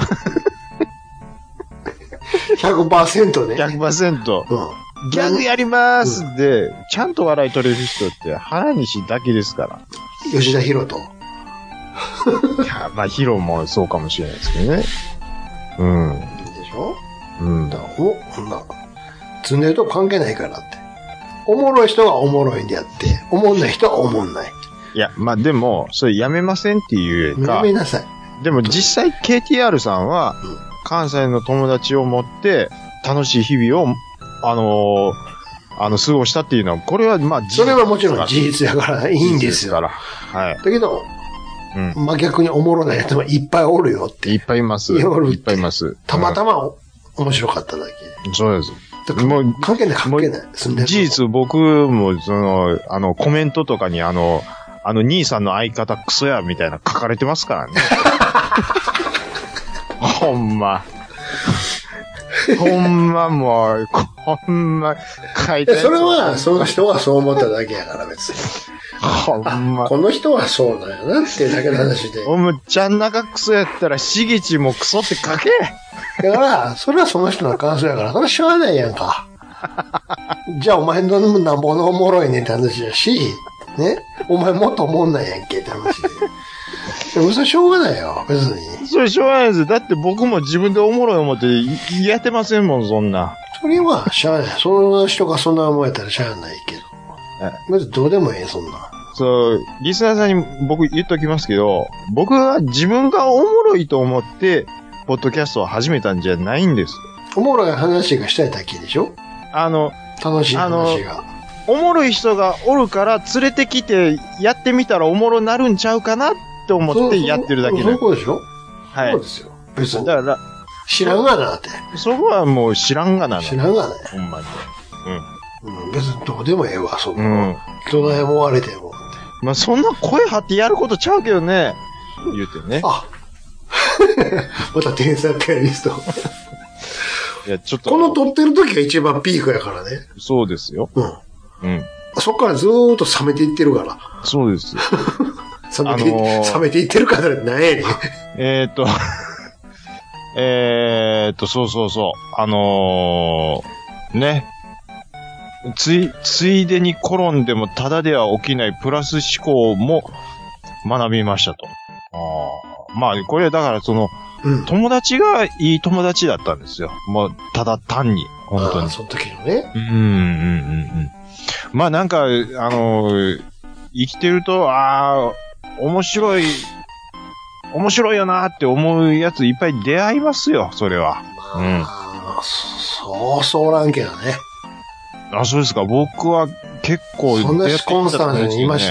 100% ね。 100%。うん。ギャグやりますで、ちゃんと笑い取れる人って原西だけですから。 吉田博人。 いや、まあ、ヒロもそうかもしれないですけどね。うん。 でしょ？ うん。 だから積んでると関係ないからって。おもろい人はおもろいんであって、おもんない人はおもんない。 いや、まあ、でも、それやめませんっていうよりか。 やめなさい。 でも実際 KTR さんは、関西の友達を持って楽しい日々を、過ごしたっていうのは、これはまあそれはもちろん事実やからいいんですよ。 はい。 だけど、まあ、逆におもろないやつもいっぱいおるよって。 いっぱいいます。いっぱいいます。 たまたま面白かっただけ。 そうです。 もう関係ない。 事実僕もコメントとかに兄さんの相方クソやみたいな書かれてますからね。ほんまもう、ほんま書いて。 それは、その人がそう思っただけやから別に。 ほんま。 この人はそうなんやなっていうだけの話で。 おむちゃん中クソやったら、しげちもクソって書け。 だから、それはその人の感想やから、それはしょうがないやんか。じゃあお前のなんぼのおもろいねんって話やし、ね。お前もっとおもんないやんけって話で。でもそれしょうがないよ、別に。 それしょうがないです。だって僕も自分でおもろい思ってやってませんもん、そんな。 それはしゃあない。その人がそんな思えたらしゃあないけど。別にどうでもええ、そんな。 そう、リスナーさんに僕言っときますけど、僕は自分がおもろいと思って、ポッドキャストを始めたんじゃないんです。 おもろい話がしたいだけでしょ？楽しい話が。 おもろい人がおるから連れてきてやってみたらおもろなるんちゃうかなって思ってやってるだけそういうことでしょ？ はい。 そうですよ。別に。 だから、 知らんがなって。 そこはもう知らんがな。 知らんがな。 ほんまに。 別にどうでもええわ、そんな。どない思われても。 まあ、そんな声張ってやることちゃうけどね。言うてね。 あ。また天才ピアニスト。 いや、ちょっと。 この撮ってる時が一番ピークやからね。 そうですよ。 そっからずーっと冷めていってるから。 そうです。 冷めていってるからって何やねん。 そう。ね。ついでに転んでもただでは起きないプラス思考も学びましたと。まあ、これだから友達がいい友達だったんですよ。もう、ただ単に。本当に。 その時のね。 まあなんか、生きてると、面白いよなって思うやついっぱい出会いますよ、それは。 そうらんけどね。 そうですか。僕は結構、 そんなコンスタントにいました？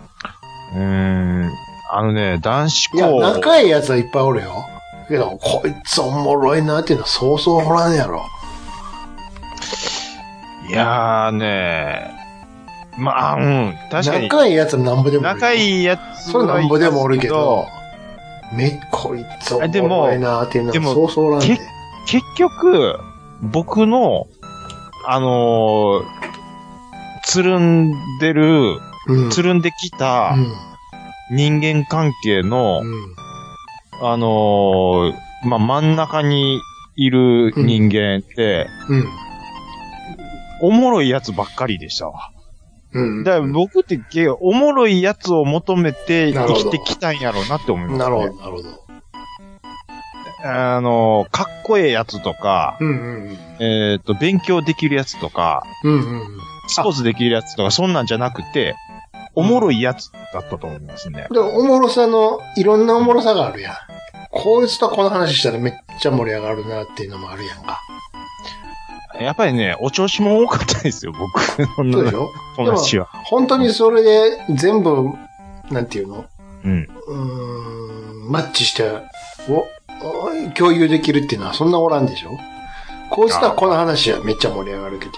男子校。 いや、仲いいやつはいっぱいおるよ。けど、こいつおもろいなっていうのはそうそうおらんやろ。 いやーねまあ、確かに。 仲いいやつはなんぼでもおる。 仲いいやつそれなんぼでもおるけど、こいつおもろいなっていうのはそうそうおらんで。 結局、僕の、つるんできた人間関係の、 真ん中にいる人間って、おもろいやつばっかりでしたわ。だから僕っておもろいやつを求めて生きてきたんやろうなって思いますね。 なるほど、なるほど。 かっこええやつとか、勉強できるやつとか、スポーツできるやつとか、そんなんじゃなくて、おもろいやつだったと思いますね。 でも、おもろさの、いろんなおもろさがあるやん。こいつとこの話したらめっちゃ盛り上がるなっていうのもあるやんか。 やっぱりね、お調子も多かったですよ、僕の。 そうでしょ？ 友達は。 本当にそれで全部、なんていうの？マッチして、共有できるっていうのはそんなおらんでしょ？こいつとはこの話はめっちゃ盛り上がるけど。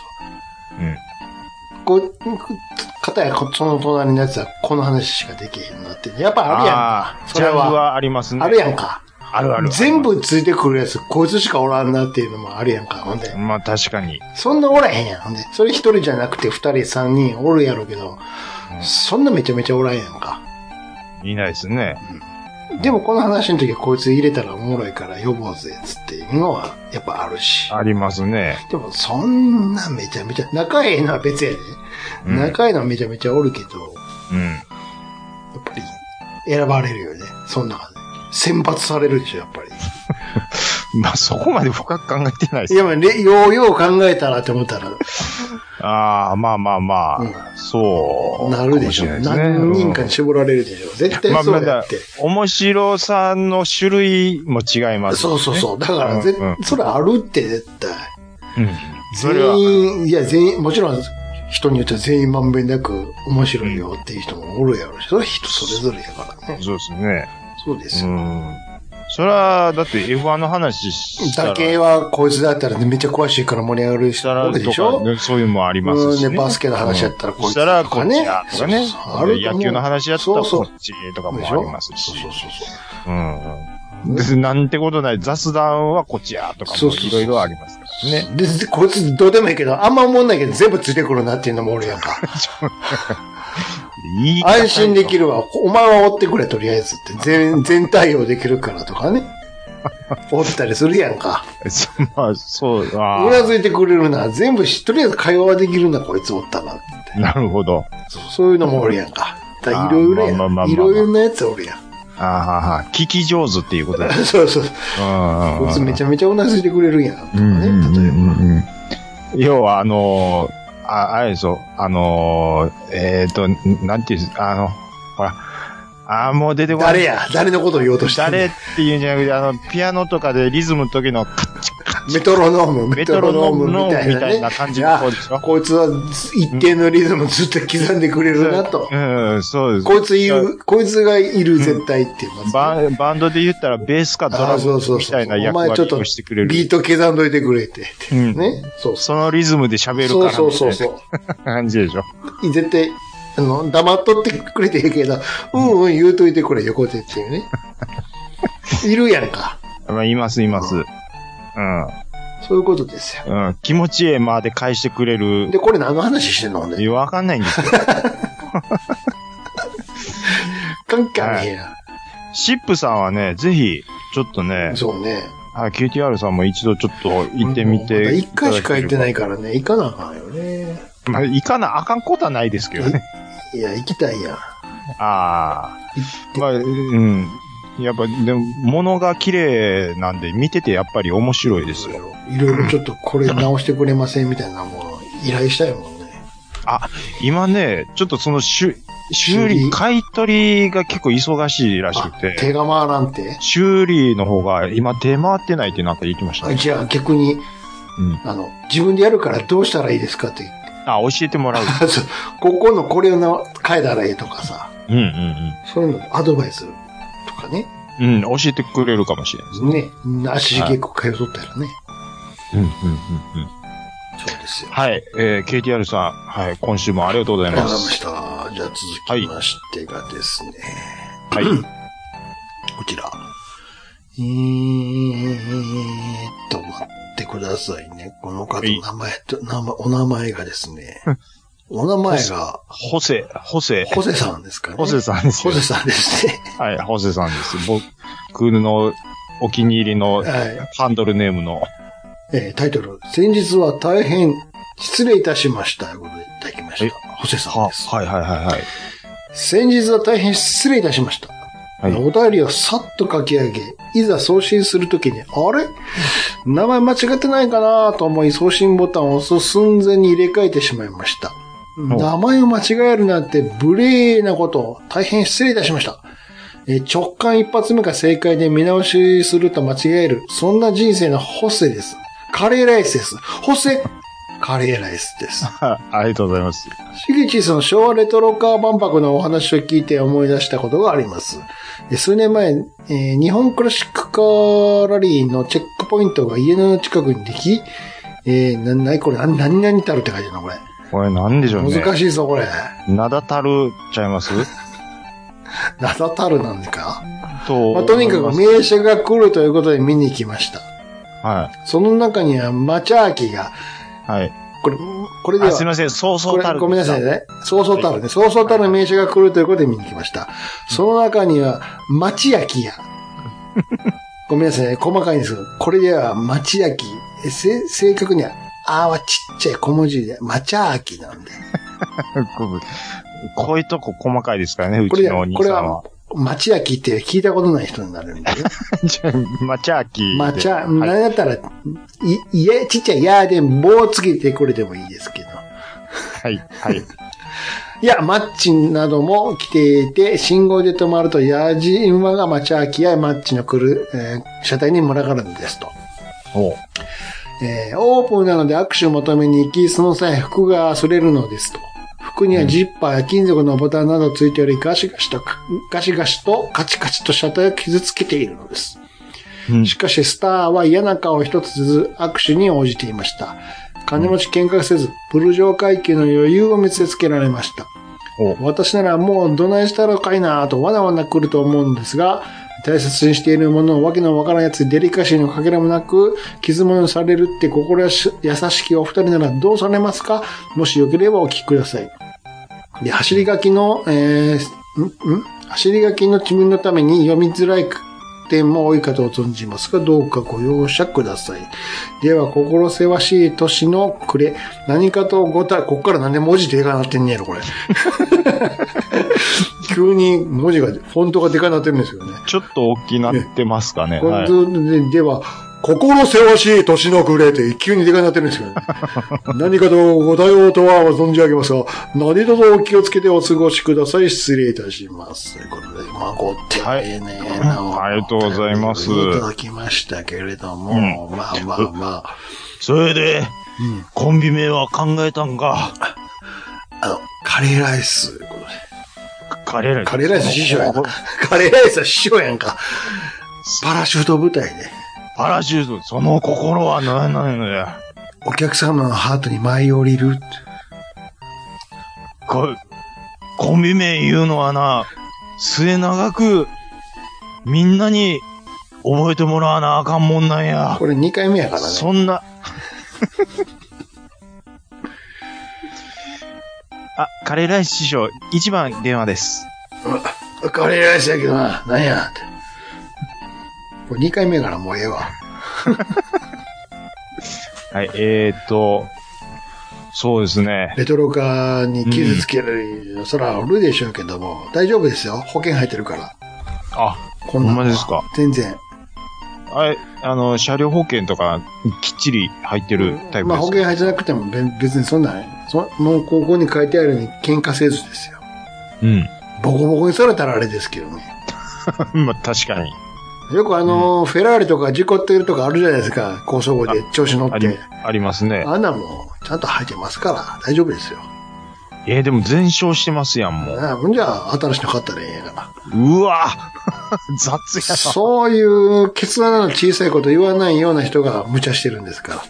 片やその隣のやつはこの話しかできへんなって。やっぱあるやんか。 それはありますね。 あるやんか。 あるある。 全部ついてくるやつ、こいつしかおらんなっていうのもあるやんか。ほんで。 まあ確かに。 そんなおらへんやん。ほんで。それ一人じゃなくて二人三人おるやろうけど、そんなめちゃめちゃおらんやんか。 いないですね。 でもこの話の時はこいつ入れたらおもろいから呼ぼうぜ、つっていうのはやっぱあるし。 ありますね。 でもそんなめちゃめちゃ、仲ええのは別やで。仲ええのはめちゃめちゃおるけど、やっぱり選ばれるよね。そんな中で。選抜されるでしょ、やっぱり。 まあそこまで深く考えてないです。 いや、まあ、よう考えたらって思ったら。 まあ、そう。 なるでしょ。何人かに絞られるでしょ。絶対そうやって。 面白さの種類も違います、 ね。そう。だから、それあるって絶対。全員、もちろん、人によっては全員まんべんなく面白いよっていう人もおるやろうし、それは人それぞれやからね。 そうですね。 そうですよ。 それは、だって F1 の話したら。 だけは、こいつだったらめっちゃ詳しいから盛り上がる人おるでしょ？ そういうのもありますしね。 バスケの話やったらこいつとかね。したらこっちやとかね。野球の話やったらこっちとかもありますし。でなんてことない雑談はこっちやとかもいろいろありますからね。 で、こいつどうでもいいけど、あんま思んないけど全部ついてくるなっていうのもおるやんか。安心できるわ。お前は追ってくれ、とりあえずって。全対応できるからとかね。追ったりするやんか。 まあ、そう。うなずいてくれるな。全部とりあえず会話はできるんだ、こいつおったなって。 なるほど。 そういうのもおるやんか。いろいろやん。いろいろなやつおるやん。 聞き上手っていうことだ。 そう。こいつめちゃめちゃうなずいてくれるやん。とかね、例えば。 要はあれですよ。なんていう、ほら、もう出てこない。 誰のことを言おうとして誰っていうんじゃなくて、ピアノとかでリズムの時のカッチカッチ。 メトロノームみたいな感じの子でしょ。 こいつは一定のリズムずっと刻んでくれるなと。 そうです。 こいつがいる絶対って言います、 ね。バンドで言ったらベースかドラムみたいな役割をしてくれる。 ビート刻んどいてくれて。ね。 そのリズムで喋るから。 そう。 感じでしょ。 絶対、黙っとってくれていいけど、言うといてくれ、横手っていうね。いるやんか。 います。 そういうことですよ。気持ちええまで返してくれる。 で、これ何の話してんのね。 わかんないんですよ。 関係あれへんや。 シップさんはね、ぜひ、ちょっとね。 そうね。 QTR さんも一度ちょっと行ってみて。 一回しか行ってないからね、行かなあかんよね。 行かなあかんことはないですけどね。 いや、行きたいやん。 やっぱ、でも、物が綺麗なんで、見ててやっぱり面白いですよ。 いろいろちょっとこれ直してくれませんみたいなもの依頼したいもんね。 今ね、ちょっとその修理、買い取りが結構忙しいらしくて。 手が回らんて？修理の方が今手回ってないってなんか言ってましたね。 じゃあ逆に、自分でやるからどうしたらいいですかって。 教えてもらう。 ここのこれを変えたらいいとかさ。そういうのアドバイスとかね。 教えてくれるかもしれないですね。 ね。足結構通っとったらね。そうですよ。 はい。KTR さん、はい。今週もありがとうございます。 ありがとうございました。じゃあ続きましてがですね。 はい。 こちら。待ってくださいね。この方のお名前がですね。お名前が。 ホセさんですかね。 ホセさんです。 ホセさんですね。 はい、ホセさんです。 僕のお気に入りのハンドルネームの。 タイトル、先日は大変失礼いたしました。ということでいただきました。ホセさんです。 はい。 先日は大変失礼いたしました。はい、お便りをさっと書き上げ、いざ送信するときに、あれ名前間違ってないかなと思い送信ボタンを押す寸前に入れ替えてしまいました。名前を間違えるなんて無礼なことを大変失礼いたしました。直感一発目が正解で見直しすると間違える。そんな人生のホセです。カレーライスです。ホセカレーライスです。 ありがとうございます。 しげちその昭和レトロカー万博のお話を聞いて思い出したことがあります。数年前、日本クラシックカーラリーのチェックポイントが家の近くにでき、これ、何々たるって書いてるのこれ。 これなんでしょうね。 難しいぞ、これ。 名だたるちゃいます名だたるなんですかとにかく名車が来るということで見に行きました。はい。その中には、マチャーキが、はい。これでは。 すいません、そうそうたる。 ごめんなさいね。そうそうたるね。そうそうたる名車が来るということで見に来ました。その中には、町焼きや。ごめんなさいね。細かいんですけど、これでは町焼き。正確には、はちっちゃい小文字で、町焼きなんで。 こういうとこ細かいですからね、うちのお兄さんは。 町焼きって聞いたことない人になるんだよ。 町焼き。 何だったら、ちっちゃいやで棒つけてこれでもいいですけど。 はい。 いや、マッチなども来ていて、信号で止まると、やじ馬が町焼きやマッチの来る、車体に群がるんですと。オープンなので握手を求めに行き、その際服が擦れるのですと。服にはジッパーや金属のボタンなどついており、ガシガシとカチカチと車体を傷つけているのです。しかしスターは嫌な顔一つずつ握手に応じていました。金持ち喧嘩せず、ブルジョー階級の余裕を見せつけられました。私ならもうどないしたらかいなぁとわなわな来ると思うんですが、大切にしているものをわけのわからんやつにデリカシーのかけらもなく、傷物にされるって心優しきお二人ならどうされますか？もしよければお聞きください。で、走り書きの自分のために読みづらい点も多いかと存じますが、どうかご容赦ください。では、心せわしい年の暮れ、何かとこっからなんで文字でかなってんねやろ、これ。急に文字が、フォントがでかなってるんですよね。 ちょっと大きなってますかね。 はい、では、心せわしい年の暮れって急にでかなってるんですけどね。何かとご対応とは存じ上げますが、何卒お気をつけてお過ごしください。失礼いたします。ということで、ご丁寧なありがとうございます。 いただきましたけれども、まあ。 それで、コンビ名は考えたんか。 カレーライスということで。 カレーライス師匠やんか。カレーライスは師匠やんか。パラシュート部隊で。 パラシュート、その心は何なのや。 お客様のハートに舞い降りる。 コンビ名言うのはな、末長く、みんなに覚えてもらわなあかんもんなんや。 これ2回目やからね。 そんな。カレーライス師匠、1番電話です。 カレーライスやけどな、なんやって。これ2回目からもうええわ。 はい、そうですね。 レトロ化に傷つける、そらあるでしょうけども、大丈夫ですよ。保険入ってるから。 ほんまですか。 全然。 車両保険とかきっちり入ってるタイプですか。 保険入ってなくても別にそんな、もうここに書いてあるように喧嘩せずですよ。ボコボコにされたらあれですけどね。 まあ確かに。 よくフェラーリとか事故ってるとかあるじゃないですか。高速で調子乗って。 ありますね。 あんなもん、ちゃんと入ってますから、大丈夫ですよ。 でも全焼してますやん、もう。 じゃあ、新しいの買ったらええやから。 うわ雑やな。 そういう決断の小さいこと言わないような人が無茶してるんですから。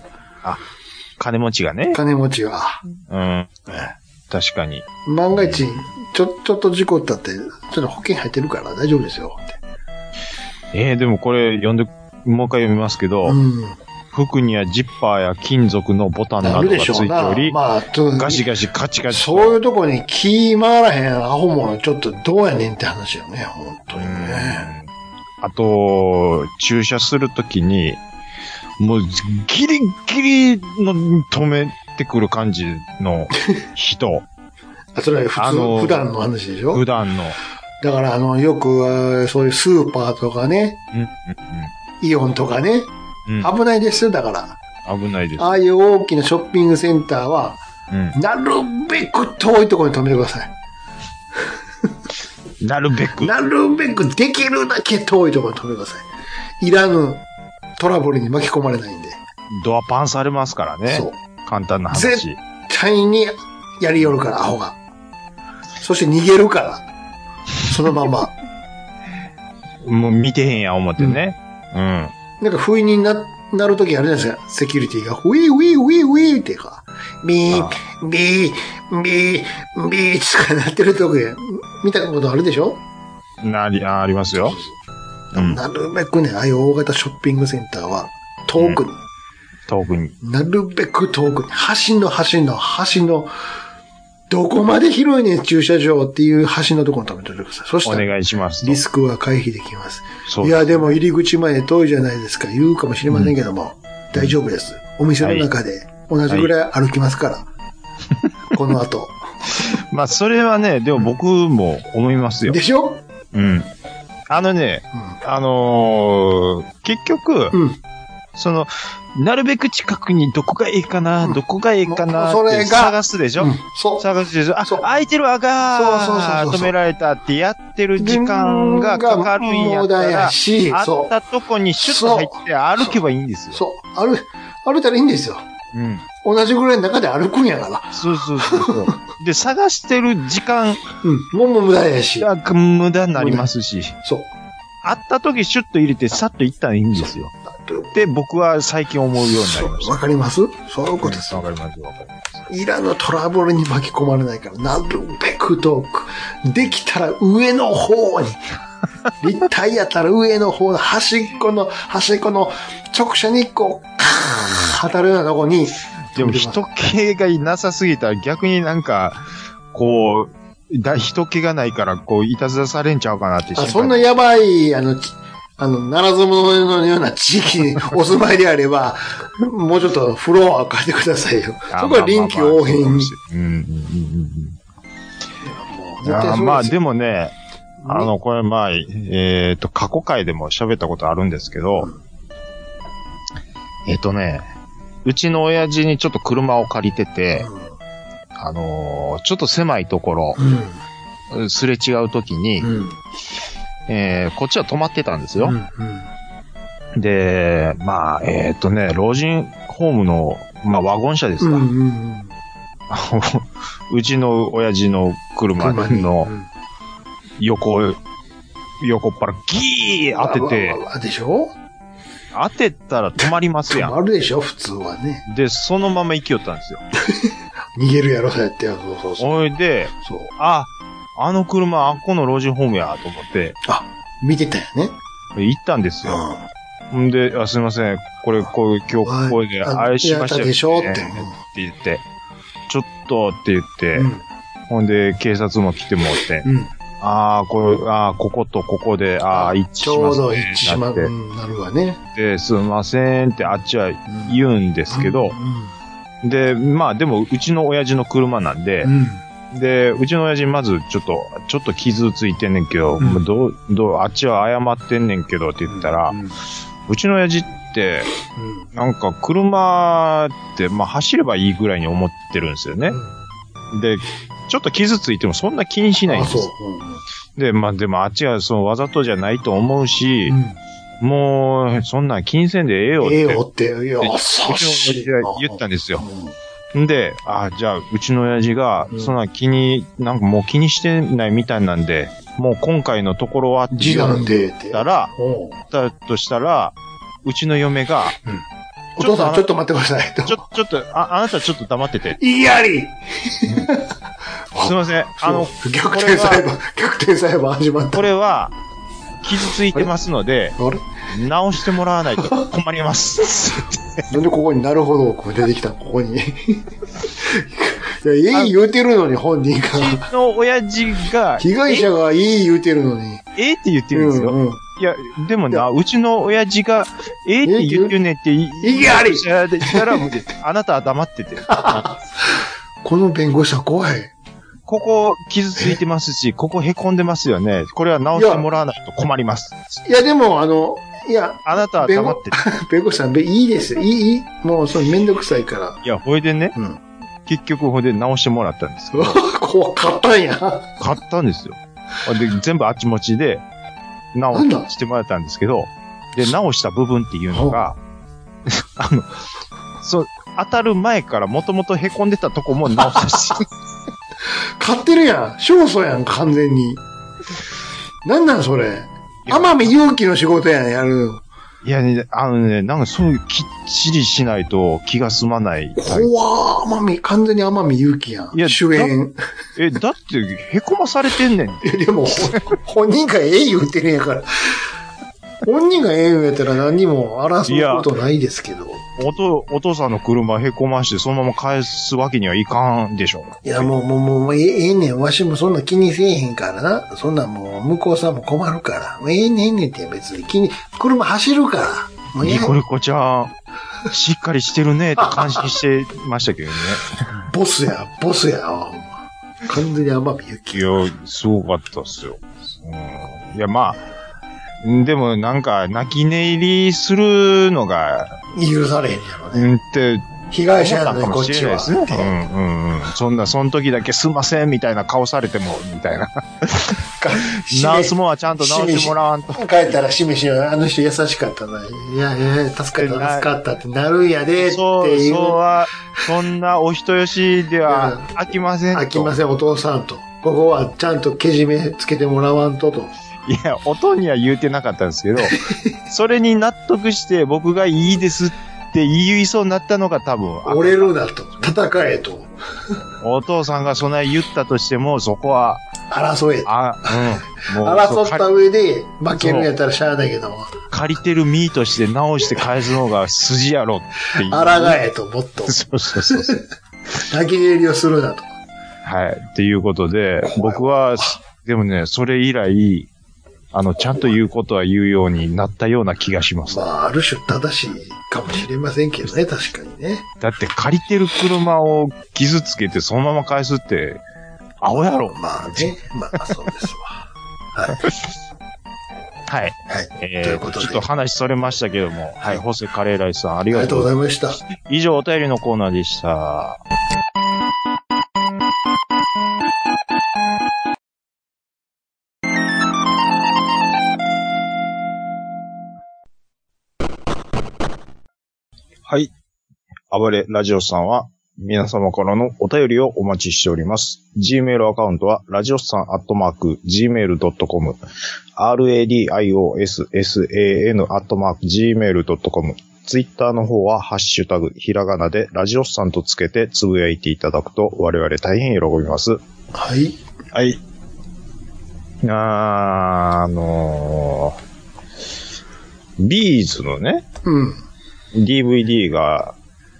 金持ちがね。 金持ちが。 確かに。 万が一、ちょっと事故ったって、ちょっと保険入ってるから大丈夫ですよって。 でもこれもう一回読みますけど、服にはジッパーや金属のボタンなどがついており、ガシガシカチカチ。 そういうとこに気回らへんアホものちょっとどうやねんって話よね、本当にね。 あと、駐車するときに、もうギリギリの止めてくる感じの人。 それは普段の話でしょ？ 普段の。 だからよく、そういうスーパーとかね、イオンとかね、危ないですよ、だから。 危ないです。 ああいう大きなショッピングセンターは、なるべく遠いところに止めてください。 なるべくできるだけ遠いところに止めてください。いらぬトラブルに巻き込まれないんで。 ドアパンされますからね。そう。簡単な話。 絶対にやりよるから、アホが。そして逃げるから。そのまま。 もう見てへんや思ってね。 なんか不意になるときあるじゃないですか。セキュリティが、ウィーウィーウィーウィーってか、ビー、ビー、ビー、ビーとかなってるとき見たことあるでしょ？ ありますよ。 なるべくね、ああいう大型ショッピングセンターは遠くに。 遠くに。 なるべく遠くに。橋の、どこまで広いね駐車場っていう橋のところに止めておいてください。そしたら、 お願いします。 リスクは回避できます。いや、でも入り口前遠いじゃないですか。言うかもしれませんけども、大丈夫です。お店の中で同じぐらい歩きますから。この後。 まあ、それはね、でも僕も思いますよ。 でしょ？ 結局、なるべく近くにどこがいいかなって探すでしょ？探すでしょ？空いてる止められたってやってる時間がかかるんやったら、あったとこにシュッと入って歩けばいいんですよ。 そう。歩いたらいいんですよ。同じぐらいの中で歩くんやから。 そう。で、探してる時間。 もう無駄やし。 無駄になりますし。 そう。 会った時シュッと入れてさっと行ったらいいんですよ。で、僕は最近思うようになりました。 わかります？そういうことです。 わかります。 いらぬトラブルに巻き込まれないから、なるべく遠く。できたら上の方に。立体やったら上の方の端っこの直射日光、当たるようなとこに。 でも人気がなさすぎたら逆になんか、こう、人気がないから、こう、いたずらされんちゃうかなって。 そんなやばい、ならず者のような地域にお住まいであれば、もうちょっとフロア借りてくださいよ。そこは臨機応変に。 まあでもね、これ過去回でも喋ったことあるんですけど、うちの親父にちょっと車を借りてて、ちょっと狭いところ、すれ違うときに、こっちは止まってたんですよ。で、老人ホームの、ワゴン車ですか。うちの親父の車の横っ腹ギー当てて、 でしょ？ 当てたら止まりますやん。 止まるでしょ、普通はね。 で、そのまま行きよったんですよ。 逃げるやろ、そうやって。そう。 おいで、あの車、あっこの老人ホームや、と思って。 見てたよね。 行ったんですよ。んで、すいません、これ、今日、これで、あれしましたよ、ね。 でしょって言って、ちょっとって言って、ほんで、警察も来てもらって、こことここで、一致しますね。ちょうど一致します。 なるわね。 で、すいませんってあっちは言うんですけど、で、でも、うちの親父の車なんで、で、うちの親父まずちょっと傷ついてんねんけど、あっちは謝ってんねんけどって言ったら、うちの親父って、なんか車って、走ればいいぐらいに思ってるんですよね。で、ちょっと傷ついてもそんな気にしないんです。で、でもあっちはわざとじゃないと思うし、もう、そんなん気にせんでええよって。言ったんですよ。で、じゃあ、うちの親父が、そんななんかもう気にしてないみたいなんで、もう今回のところはって言ったとしたら、うちの嫁が、 お父さんちょっと待ってくださいと。 ちょっと、あなたちょっと黙ってて。 いやりすいません。 逆転裁判始まった。 これは、傷ついてますので、直してもらわないと困ります。 なんでここになるほど出てきたここに。いや、いい言うてるのに本人が。 うちの親父が。 被害者がいい言うてるのに。 って言ってるんですよ。 いや、でもな、うちの親父が、って言ってねって言いやありしたら、あなたは黙ってて。 この弁護士は怖い。 ここ傷ついてますし、ここ凹んでますよね。これは直してもらわないと困ります。 いや、でも、いや、 あなたは黙ってて。 弁護士さん、いいですよ。いい。もう、それめんどくさいから。 いや、ほいでね、結局ほいで直してもらったんですけど。 買ったんや。 買ったんですよ。で、全部あっちもちで、直してもらったんですけど、で、直した部分っていうのが、当たる前からもともと凹んでたとこも直したし。 買ってるやん。勝訴やん、完全に。なんなんそれ。天海祐希の仕事やん、やる。 いやね、なんかそういうきっちりしないと気が済まない。 怖ー、完全に天海祐希やん。いや、主演。 だって、凹まされてんねん。 でも、本人が言うてるんやから。本人が言うんやったら何にも争うことないですけど。 お父さんの車凹ましてそのまま返すわけにはいかんでしょ。 いや、もう、ええねん。わしもそんな気にせえへんからな。そんなもう、向こうさんも困るから。ええねんって別に車走るから。もうニコニコちゃん、しっかりしてるねって感心してましたけどね。 ボスや。完全に天海祐希。 いや、すごかったっすよ。いや、まあ、でもなんか、泣き寝入りするのが、 許されへんやろね。って被害者やのね、こっちは。 その時だけすんません、みたいな顔されても、みたいな。直すもんはちゃんと直してもらわんと。 帰ったらしめしめ、あの人優しかったな。いや、助かったってなるんやで、っていう。 そんなお人よしでは飽きませんと。 飽きません、お父さんと。ここはちゃんとけじめつけてもらわんと。 いや、音には言うてなかったんですけど、それに納得して僕がいいですって言いそうになったのが多分。 折れるなと。戦えと。 お父さんがそない言ったとしても、そこは。 争え。 もう争った上で負けるんやったらしゃあないけど。 借りてる身として直して返すのが筋やろっていう。 抗えと、もっと。 そう。 泣き寝入りをするなと。 はい。っていうことで、僕は、でもね、それ以来、ちゃんと言うことは言うようになったような気がします。 ある種正しいかもしれませんけどね、確かにね。 だって借りてる車を傷つけてそのまま返すって、アホやろ。 まあね、そうですわ。はい。 はい。ということで。ちょっと話それましたけども、はい、ホセカレーライスさんありがとうございました。以上、お便りのコーナーでした。はい。暴れラジオさんは皆様からのお便りをお待ちしております。Gmail アカウントはラジオさん@gmail.com radiossan@gmail.com Twitter の方はハッシュタグひらがなでラジオさんとつけてつぶやいていただくと我々大変喜びます。 はい。 はい。ビーズのね。DVD が、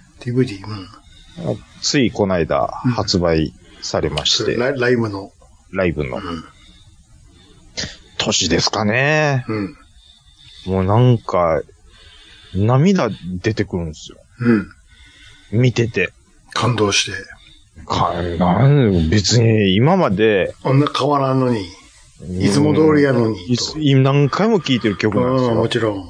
ついこの間発売されまして。 ライブの。 年ですかね。もうなんか、涙出てくるんですよ。見てて。 感動して。 別に今まで。 あんな変わらんのに。いつも通りやのに。 何回も聴いてる曲なんですよ。 もちろん。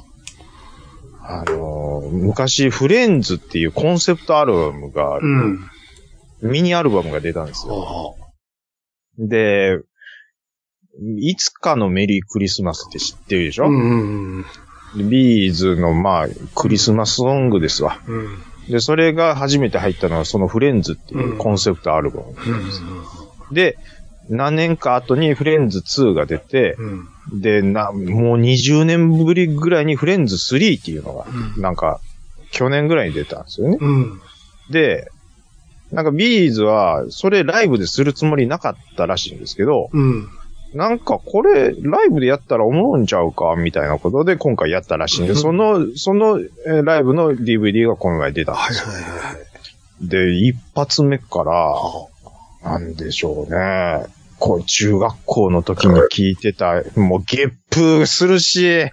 昔、フレンズっていうコンセプトアルバムが、ミニアルバムが出たんですよ。で、いつかのメリークリスマスって知ってるでしょ？ビーズの、クリスマスソングですわ。で、それが初めて入ったのは、そのフレンズっていうコンセプトアルバムです。で、何年か後にフレンズ2が出て、で、もう20年ぶりぐらいにフレンズ3っていうのが、なんか、去年ぐらいに出たんですよね。で、なんかビーズは、それライブでするつもりなかったらしいんですけど、なんかこれ、ライブでやったらおもろんちゃうか、みたいなことで今回やったらしいんで、そのライブの DVD がこの前出たんですよ。で、一発目から、なんでしょうね。 中学校の時に聞いてた、もうゲップするし。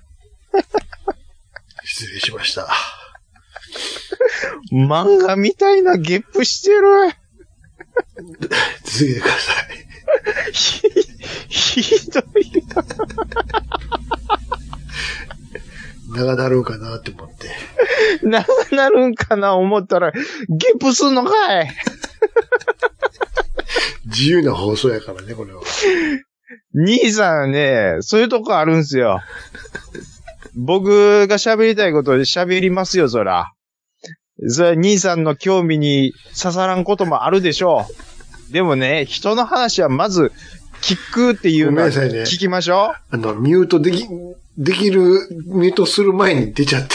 失礼しました。 漫画みたいなゲップしてる。 続けてください。 ひどいな。 長なるんかなって思って。 長なるんかな思ったら、ゲップすんのかい。 自由な放送やからね、これは。 兄さんね、そういうとこあるんすよ。僕が喋りたいことで喋りますよ、そら。それは兄さんの興味に刺さらんこともあるでしょう。でもね、人の話はまず聞くっていうのを聞きましょう。 ミュートできる、ミュートする前に出ちゃった。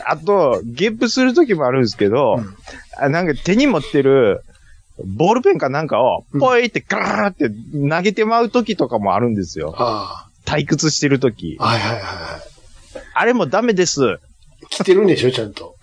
あと、ゲップするときもあるんですけど、なんか手に持ってるボールペンかなんかをポイってガーって投げてまうときとかもあるんですよ。退屈してるとき。 はいはいはい。 あれもダメです。 来てるんでしょ、ちゃんと。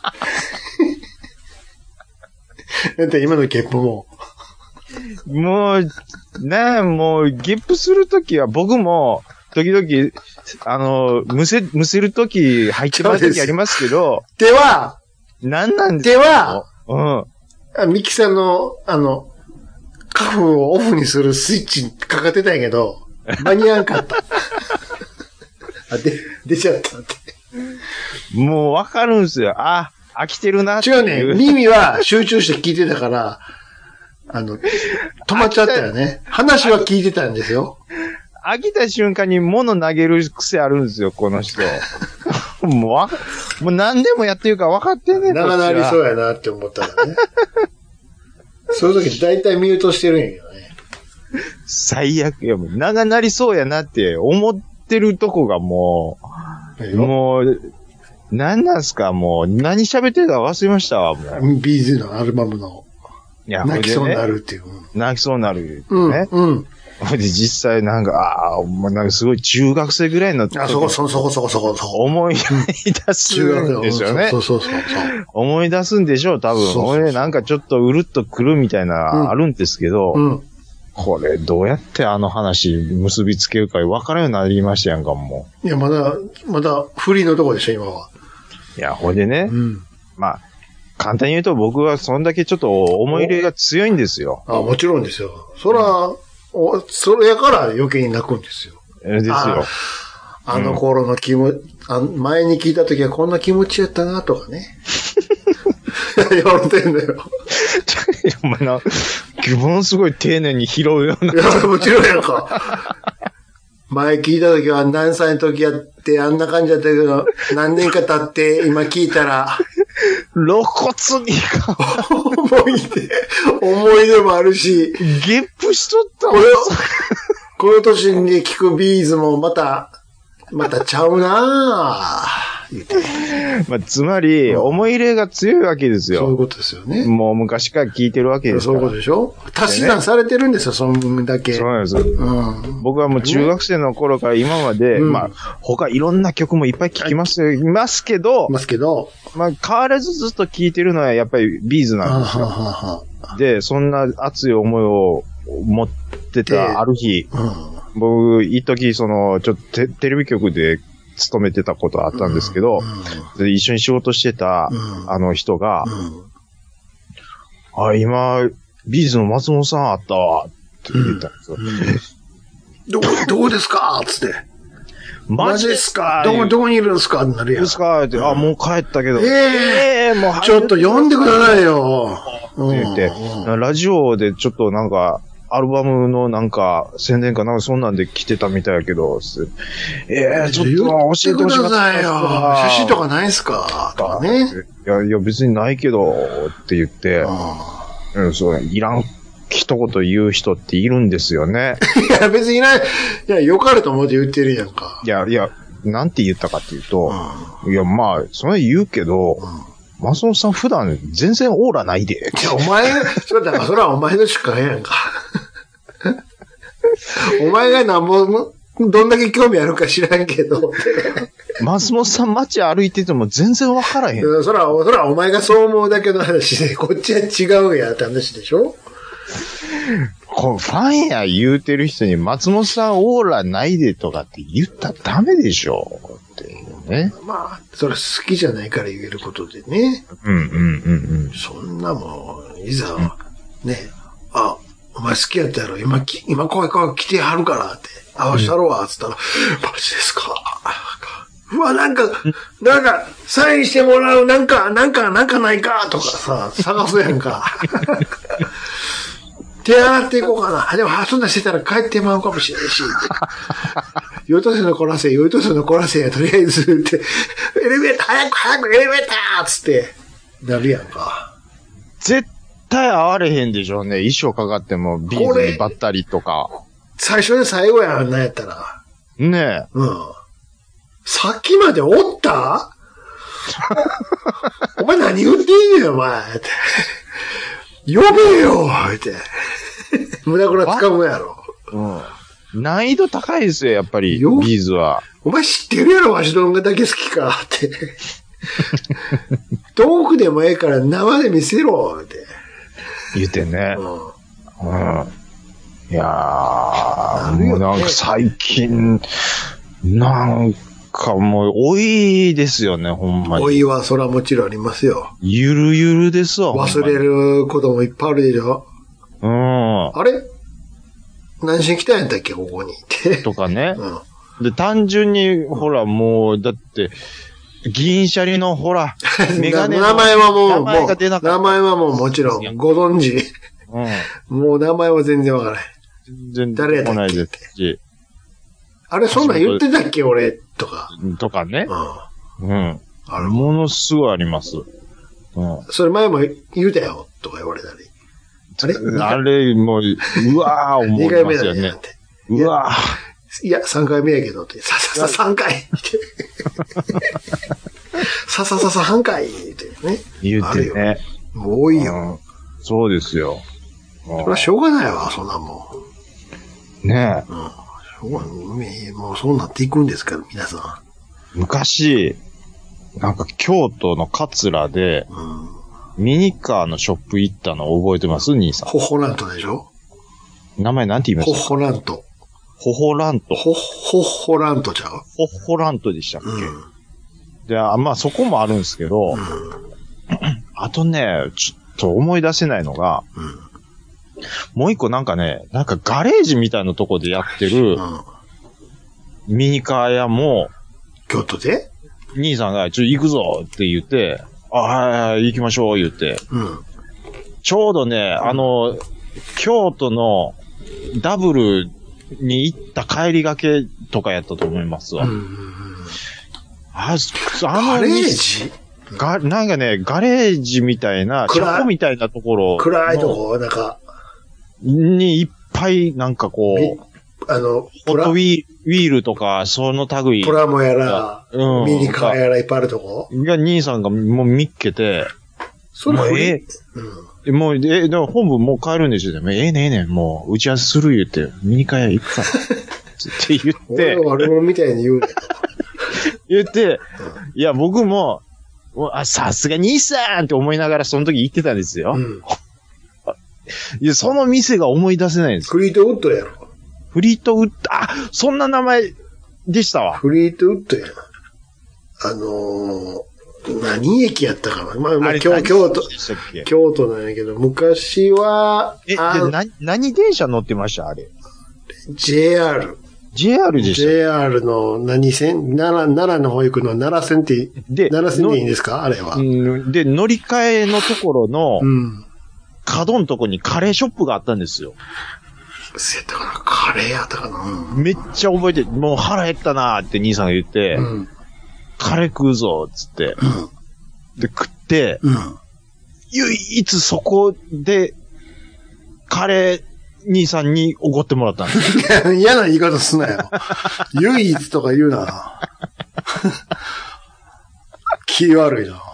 だって今のゲップも。 もう、もう、ゲップするときは僕も、時々、むせるとき入ってますときありますけど。 では、 なんなんですか？では、ミキさんの、花粉をオフにするスイッチかかってたんやけど、間に合わんかった。出ちゃったって。 もうわかるんですよ。飽きてるなっていう。 違うね。耳は集中して聞いてたから、止まっちゃったよね。話は聞いてたんですよ。 飽きた瞬間に物投げる癖あるんですよ、この人。もう何でもやってるから分かってんねん。 長なりそうやなって思ったらね。そういう時大体ミュートしてるんやけどね。 最悪やもん。長なりそうやなって思ってるとこがもう、何なんすかもう、何喋ってるか忘れましたわ、もう。 ビーズのアルバムの。 いや、 泣きそうになるっていう。 泣きそうになる、ね。うん。で、実際なんか、なんかすごい中学生ぐらいの。 そこ。 思い出すんでしょうね。 そう。 思い出すんでしょう、多分。俺なんかちょっとうるっとくるみたいな、あるんですけど、これどうやってあの話結びつけるか分からんようになりましたやんか、もう。いや、まだ、フリーのとこでしょ、今は。 いや、ほいでね。まあ、簡単に言うと僕はそんだけちょっと思い入れが強いんですよ。 もちろんですよ。それやから余計に泣くんですよ。 ですよ。 あの頃の前に聞いた時はこんな気持ちやったなとかね。言われてんだよ。 お前な、ものすごい丁寧に拾うような。 いや、もちろんやんか。前聞いた時は何歳の時やってあんな感じだったけど、何年か経って今聞いたら、 露骨に思い出もあるし、 ゲップしとったわ。この年に聞くビーズもまたちゃうなぁ。 まあ、つまり、思い入れが強いわけですよ。 そういうことですよね。 もう昔から聞いてるわけですから。 そういうことでしょ？足し算されてるんですよ、その分だけ。 そうなんです。僕はもう中学生の頃から今まで、まあ、他いろんな曲もいっぱい聞きますけど、まあ、変わらずずっと聞いてるのはやっぱりビーズなんですよ。で、そんな熱い思いを持ってたある日、僕、一時ちょっとテレビ局で勤めてたことあったんですけど、で一緒に仕事してた、人が、今、ビーズの松本さんあったわ、って言ったんですよ。 どうですかつって。 マジですかどこにいるんですかってなるやん。 ですかって、もう帰ったけど。もうちょっと呼んでくださいよ。 って言って、ラジオでちょっとなんか、アルバムのなんか、宣伝かなんかそんなんで来てたみたいやけど、ちょっと教えてほしかった。 くださいよ。写真とかないんすかとかね。 いや別にないけど、って言って、そう、いらん一言言う人っているんですよね。 いや、別にいない。いや、良かれと思って言ってるやんか。 いや、なんて言ったかっていうと、いや、まあ、それ言うけど、松本さん普段全然オーラないで。 いや、それはお前の主観やんか。お前がどんだけ興味あるか知らんけど。 松本さん街歩いてても全然わからへん。 そらお前がそう思うだけの話で、こっちは違うやって話でしょ？ ファンや言うてる人に松本さんオーラないでとかって言ったらダメでしょっていうね。 まあ、それ好きじゃないから言えることでね。そんなもん、いざ、ね、あ、お前好きやったやろ、今怖い来てはるからって、合わしたろわ、つったら、マジですか。うわ、なんか、サインしてもらう、なんかないか、とかさ、探すやんか。手洗っていこうかな。でも、そんなしてたら帰ってまうかもしれんし。よいとせのこらせや、とりあえず、って、エレベーター、早くエレベーターつって、なるやんか。 絶対会われへんでしょうね。衣装かかっても、ビーズにばったりとか。 最初で最後やん、なんやったら。 ねえ。 うん。さっきまでおったお前何言ってんねん、お前。呼べよって。胸ぐら掴むやろ。 うん。難易度高いですよ、やっぱり、ビーズは。 お前知ってるやろ、わしの音楽だけ好きかって。遠くでもええから生で見せろって。 言ってね。うん。いやー、 ね、 もうなんか最近、なんかもう多いですよね、ほんまに。 多いはそらもちろんありますよ。 ゆるゆるですわ。 忘れることもいっぱいあるでしょ。 うん。 あれ何しに来たんやったっけ、ここにって。 とかね。うん。で、単純に、ほら、もう、だって、銀シャリのほら、メガネの名前はもう、 名前はもうもちろん、ご存知。うん。もう名前は全然わからない。 全然誰やったっけって。あれ、そんなん言ってたっけ俺、とか。 とかね。うん。あれ、ものすごいあります。 うん。それ前も言うたよ、とか言われたり。 あれ、もう、うわー、思いますよね。うわー。いや、3回目やけどって、3回3回ってね。 言ってね。 もう多いよ。 そうですよ。 それはしょうがないわ、そんなもん。ねえ。 しょうがない。もうそうなっていくんですから、皆さん。昔、なんか京都の桂で、ミニカーのショップ行ったの覚えてます兄さん。 ホホラントでしょ？ 名前なんて言いました？ ホホラント。 ホホラント。 ホホラントちゃう？ ホホラントでしたっけ？で、まあそこもあるんですけど、あとね、ちょっと思い出せないのが、もう一個なんかね、なんかガレージみたいなとこでやってる、ミニカー屋も、 京都で？ 兄さんが、行くぞって言って、はい、行きましょう、言って。ちょうどね、京都のダブルに行った帰りがけとかやったと思いますわ。 ガレージ？ なんかね、ガレージみたいな、車庫みたいなところ。 暗いとこ、なんか。 にいっぱい、なんかこう、ホットウィールとか、その類。 プラモやら、ミニカーやらいっぱいあるとこが、兄さんがもう見っけて、 それもう、でも本部もう帰るんでしょ。ええねん、もう、打ち合わせする言って、ミニカー屋行くから。って言って。 俺は悪者みたいに言うね。 言って、いや、僕も、さすが兄さんって思いながらその時行ってたんですよ。いや、その店が思い出せないんです。 フリートウッドやろ。 フリートウッド、そんな名前でしたわ。 フリートウッドや。何駅やったかな。まあ、京都なんやけど、昔は、 何電車乗ってましたあれ。 JR でした。 JR の何線奈良の方行くのは奈良線って奈良線でいいんですかあれは。 で、乗り換えのところの、角のとこにカレーショップがあったんですよ。 せったかなカレーやったかなめっちゃ覚えてる。もう腹減ったなーって兄さんが言って、カレー食うぞつって、で、食って、唯一そこで、カレー、兄さんに怒ってもらったんです。 嫌な言い方すなよ。唯一とか言うな。気悪いな。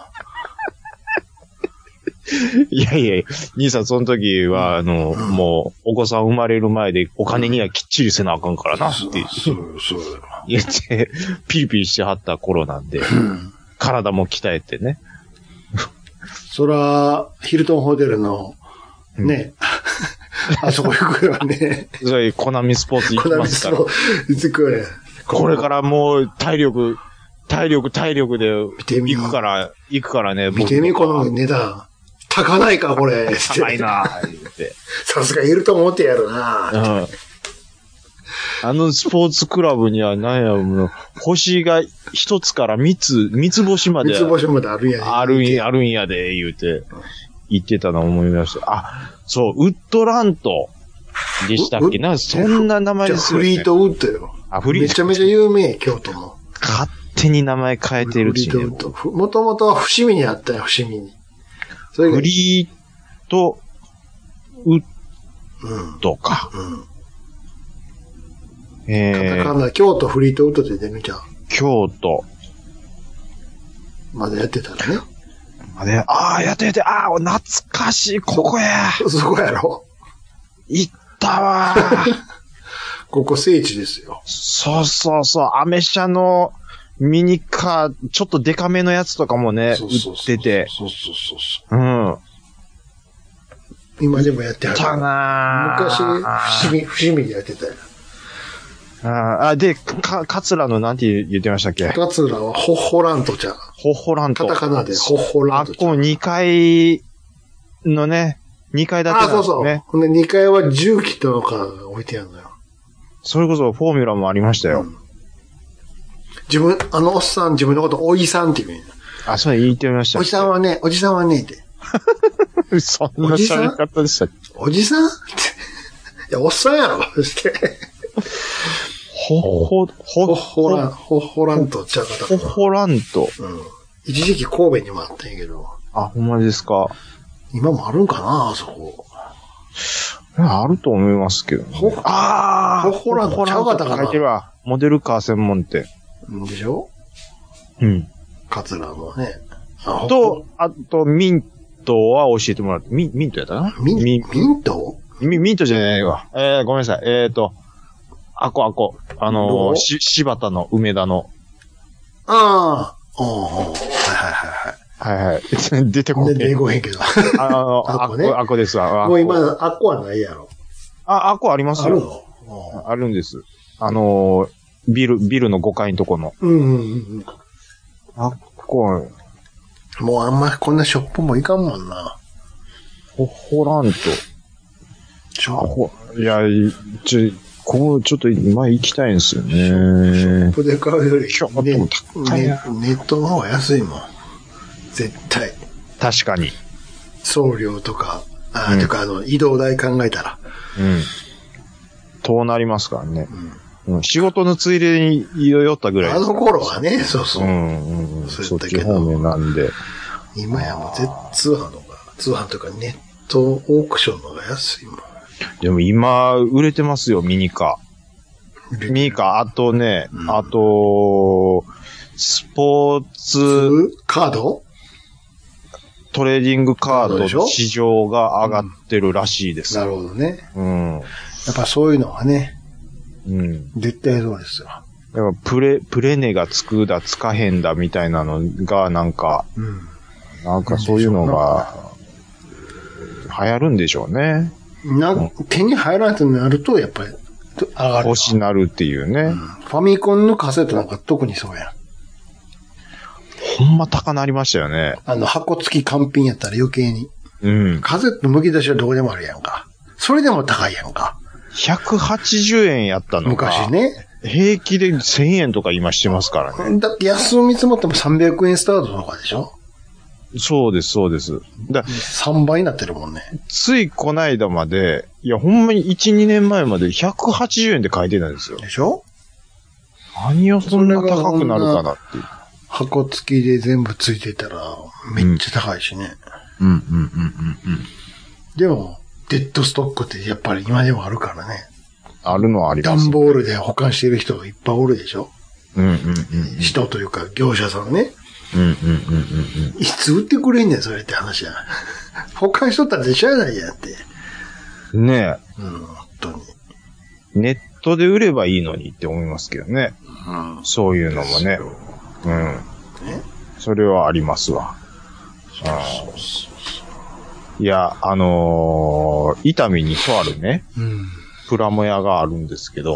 いや、兄さんその時は、もう、お子さん生まれる前でお金にはきっちりせなあかんからな、って言って、ピリピリしてはった頃なんで、体も鍛えてね。 そら、ヒルトンホテルの、ね、 あそこ行くよね。 そういうコナミスポーツ行きますから。 コナミスポーツ行くよね。 これからもう体力で行くからね。 見てみ、この値段。高ないか、これ。 高いな言って。 さすがいると思ってやるなスポーツクラブには何やもう、星が一つから三つ星まで。 三つ星まであるんやで。 あるんやで、言うて、言ってたのを思いました。あ、そう、ウッドラントでしたっけ？なんかそんな名前ですよね。 フリートウッドよ。めちゃめちゃ有名、京都も。 勝手に名前変えてるし、ね。 フリートウッド。もともとは伏見にあったよ、伏見に。 フリートウッドか。 カタカナ、京都フリートウッドで出るじゃん。 京都。 まだやってたらね。 やって、懐かしい、ここや。 そこやろ。 行ったわここ聖地ですよ。 そう、アメ車のミニカー、ちょっとデカめのやつとかもね、売ってて。そう。うん。 今でもやってはる。 たな昔、伏見でやってたよ。 で、桂のなんて言ってましたっけ？ 桂はホッホラントじゃん。 ホッホラント。 カタカナでホッホラント。 この2階のね、2階建てなんですね。 そう。ほんで2階は重機とかが置いてあるのよ。 それこそフォーミュラもありましたよ。 おっさん自分のことおじさんって言うんや。 それ言ってみました。 おじさんはねって。 そんな喋り方でしたっけ？ おじさんって。いや、おっさんやろって。ホッホラントちゃうかったかな。 ホッホラント。 一時期神戸にもあったんやけど。 ほんまですか。 今もあるんかな、あそこ。 あると思いますけど、ね。ホッホラントちゃうかったかな。 書いてるわ。モデルカー専門店。 でしょ？桂もね。あと、ミントは教えてもらって。ミントやったな？ ミント？ ミントじゃないわ。ごめんなさい。あこ。柴田の梅田の。 はい。 出てこない。 出てこへんけど。 あこですわ。 もう今、あこはないやろ。 あこありますよ。 あるの？ あるんです。ビルの5階のとこの。あこもうあんまこんなショップもいかんもんな。 ホラント。いや、ちょっと前行きたいんですよね。ショップで買うより、 ネットの方が安いもん。絶対。 確かに。 送料とか、とか移動代考えたら。 となりますからね。仕事のついでに寄ったぐらい。 あの頃はね、そう。そうそっち方面なんで。 今やもう通販とかネットオークションの方が安いもん。 でも今、売れてますよ、ミニカー。あとね、スポーツカード？ トレーディングカードの市場が上がってるらしいです。 なるほどね。やっぱそういうのはね。絶対そうですよ。 やっぱプレネがつくだつかへんだみたいなのがなんかそういうのが流行るんでしょうね。 手に入らないとなるとやっぱり上がる。 欲しなるっていうね。 ファミコンのカセットなんか特にそうやん。 ほんま高なりましたよね。 箱付き完品やったら余計に。カセット剥き出しはどこでもあるやんか。それでも高いやんか。 180円やったのが。 昔ね。 平気で1000円とか今してますからね。 だって安を見積もっても300円スタートとかでしょ？ そうです。 3倍になってるもんね。 ついこないだまで、いやほんまに1、2年前まで180円で買えてたんですよ。 でしょ？ 何をそんな高くなるかなっていう。 箱付きで全部ついてたら、めっちゃ高いしね。でも、デッドストックってやっぱり今でもあるからね。 あるのはあります。 段ボールで保管してる人がいっぱいおるでしょ？人というか業者さんね。いつ売ってくれんねん、それって話や。保管しとったらでしゃあないやって。 ねえ。 本当に。 ネットで売ればいいのにって思いますけどね。そういうのもね。それはありますわ。いや、 伊丹にとあるね、プラモ屋があるんですけど、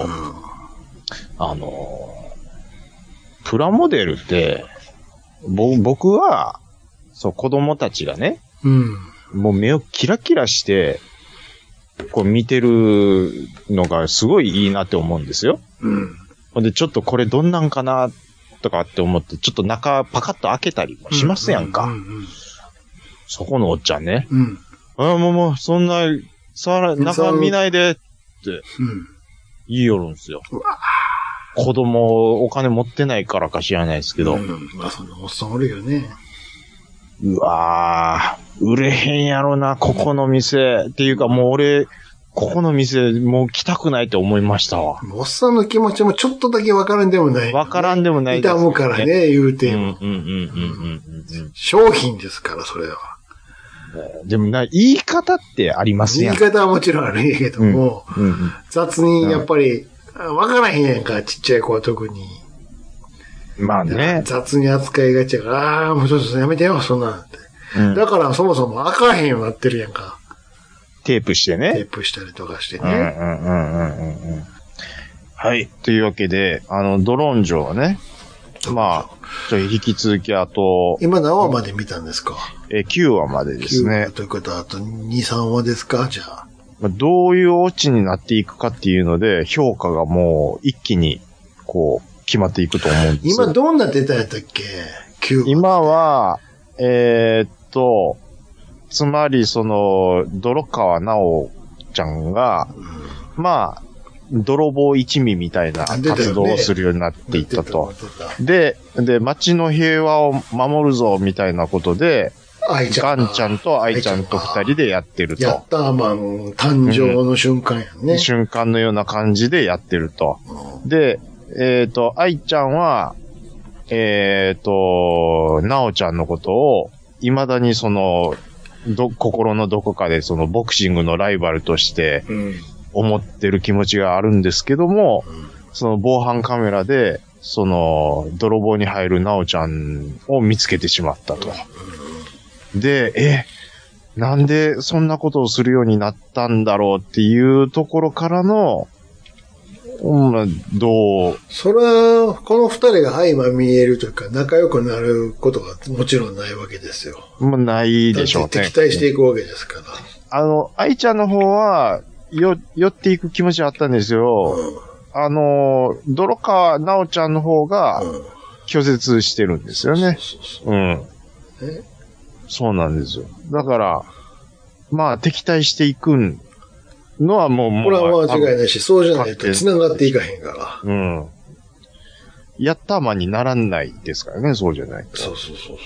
プラモデルって、僕は、そう、子供たちがね、もう目をキラキラして、こう見てるのがすごいいいなって思うんですよ。で、ちょっとこれどんなんかなとかって思って、ちょっと中パカッと開けたりもしますやんか。そこのおっちゃんね。もう、そんな、中見ないでって、言いよるんですよ。子供お金持ってないからか知らないですけど。 まあそんなおっさんおるよね。 うわー、売れへんやろな、ここの店。っていうかもう俺、ここの店、もう来たくないって思いましたわ。 おっさんの気持ちもちょっとだけわからんでもない。 わからんでもないです、ね。痛むからね、言うても。商品ですから、それは。 でも言い方ってありますやん。 言い方はもちろんあるんやけども、雑にやっぱり、わからへんやんか、ちっちゃい子は特に。 まあね。 雑に扱いがちやから、もうちょっとやめてよ、そんなんって。だからそもそも開かへんようになってるやんか。 テープしてね。 テープしたりとかしてね。 はい。というわけで、ドローン城はね、まあ、引き続きあと。 今何話まで見たんですか ？9話までですね。 9話ということはあと2、3話ですかじゃあ。 どういうオチになっていくかっていうので、評価がもう一気に、こう、決まっていくと思うんですよ。 今どんな出たやったっけ ?9 話。 今は、つまり泥川直ちゃんが、まあ、泥棒一味みたいな活動をするようになっていったと。で、街の平和を守るぞみたいなことで、ガンちゃんとアイちゃんと二人でやってると。 ヤッターマン誕生の瞬間やね。 瞬間のような感じでやってると。で、アイちゃんは、ナオちゃんのことを、未だに心のどこかでボクシングのライバルとして、思ってる気持ちがあるんですけども、防犯カメラで、泥棒に入るナオちゃんを見つけてしまったと。で、なんでそんなことをするようになったんだろうっていうところからの、どうそれは、この二人が相まみえるというか、仲良くなることがもちろんないわけですよ。 もうないでしょうね。 敵対していくわけですから。 愛ちゃんの方は、寄っていく気持ちはあったんですよ。泥川直ちゃんの方が、拒絶してるんですよね。そうなんですよ。だから、まあ、敵対していくのはもう。 これは間違いないし、そうじゃないと繋がっていかへんから。 ヤッターマンにならないですからね、そうじゃないと。 そう。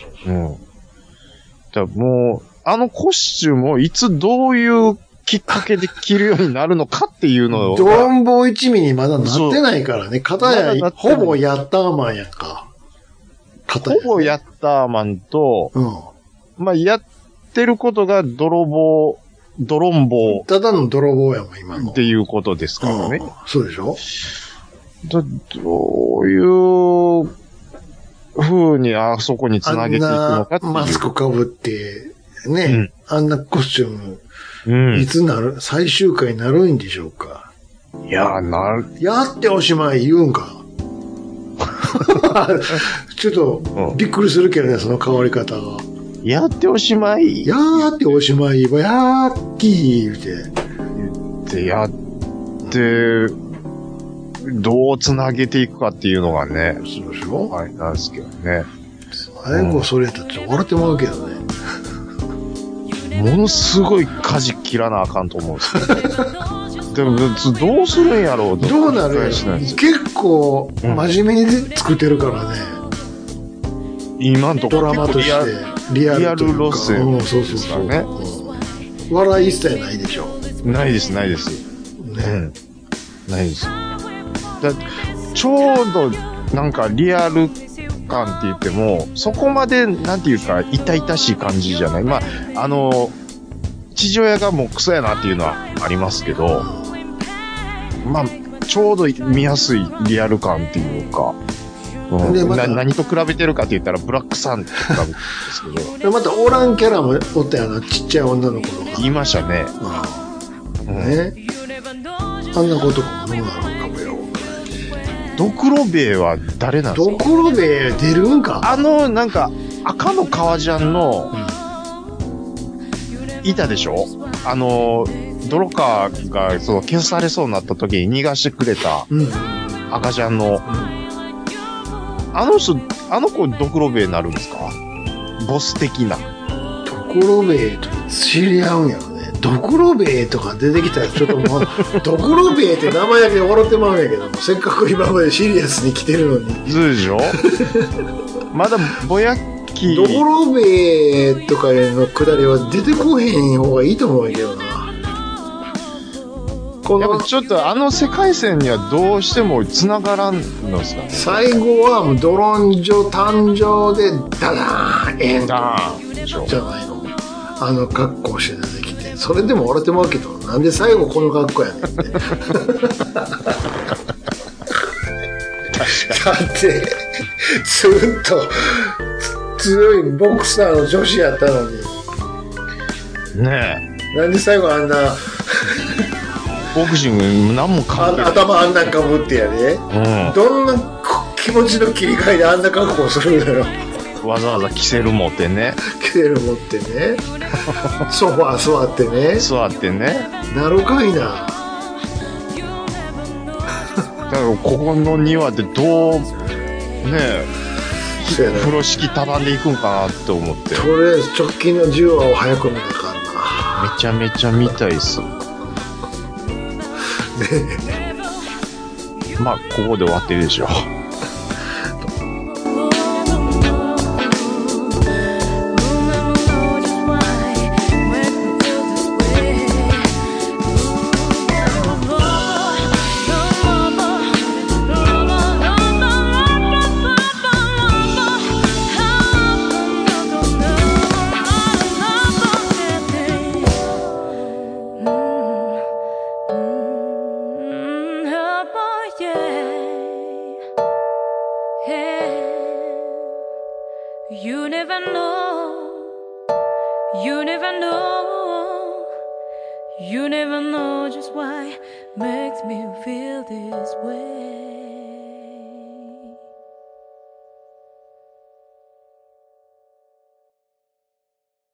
だもう、コスチュームをいつどういうきっかけで着るようになるのかっていうのを。 ドロンボ一味にまだなってないからね。片や、ほぼヤッターマンやんか。 ほぼヤッターマンと、まあ、やってることがドロンボ。 ただの泥棒やもん、今の。 っていうことですからね。 そうでしょ？ どういう風にあそこにつなげていくのかっていう。 マスク被って、ね、あんなコスチューム、いつ最終回になるんでしょうか？ いや、 やっておしまい言うんか。ちょっと、びっくりするけどね、その変わり方が。 やっておしまい。 やっておしまい。やっきー言って。やって、どう繋げていくかっていうのがね。 そうでしょ？ あれなんですけどね。 最後それやったらちょっと笑ってまうけどね。 ものすごい舵切らなあかんと思うんですけど。でも、どうするんやろう。 どうなるんやろ。結構、真面目に作ってるからね。 今のところドラマとして。リアル路線。 そうね。笑い一切ないでしょ。 ないです。ね。ないです。ちょうど、なんかリアル感って言っても、そこまで、なんていうか、痛々しい感じじゃない。まあ、父親がもうクソやなっていうのはありますけど、まあ、ちょうど見やすいリアル感っていうか、何と比べてるかって言ったらブラックサンと比べてるんですけど。 またオランキャラもおったよな、ちっちゃい女の子とか。 言いましたね。 ね。あんなことかもどうなるのかもよ。 ドクロベエは誰なんですか？ ドクロベエ出るんか？ なんか、赤の革ジャンの、いたでしょ？泥川が消されそうになった時に逃がしてくれた、赤ジャンの、あの子ドクロベエになるんですか？ボス的な。 ドクロベエと知り合うんやろね。ドクロベエとか出てきたらちょっともう、ドクロベエって名前だけ笑ってまうんやけども、せっかく今までシリアスに来てるのに。 そうでしょ？まだぼやっき。 ドクロベエとかのくだりは出てこへん方がいいと思うんやけどな。 やっぱちょっと世界線にはどうしても繋がらんのですかね。 最後はもうドロンジョ誕生でダダーンエンドじゃないの。格好して出てきて、それでも笑ってまうけど、なんで最後この格好やねんって。だってずっと強いボクサーの女子やったのにねえ、なんで最後あんなボクシング何も関係ない。 頭あんなかぶってやで、どんな気持ちの切り替えであんな格好するのよ。 わざわざキセル持ってね。 キセル持ってね。ソファー座ってね。 座ってね。 なるかいな。 だからここの庭でどう、ねえ、風呂敷畳んでいくんかなって思って。 とりあえず直近の10話を早く見なかんな。めちゃめちゃ見たいっす。まあ、ここで終わってるでしょ。 You never know just why makes me feel this way.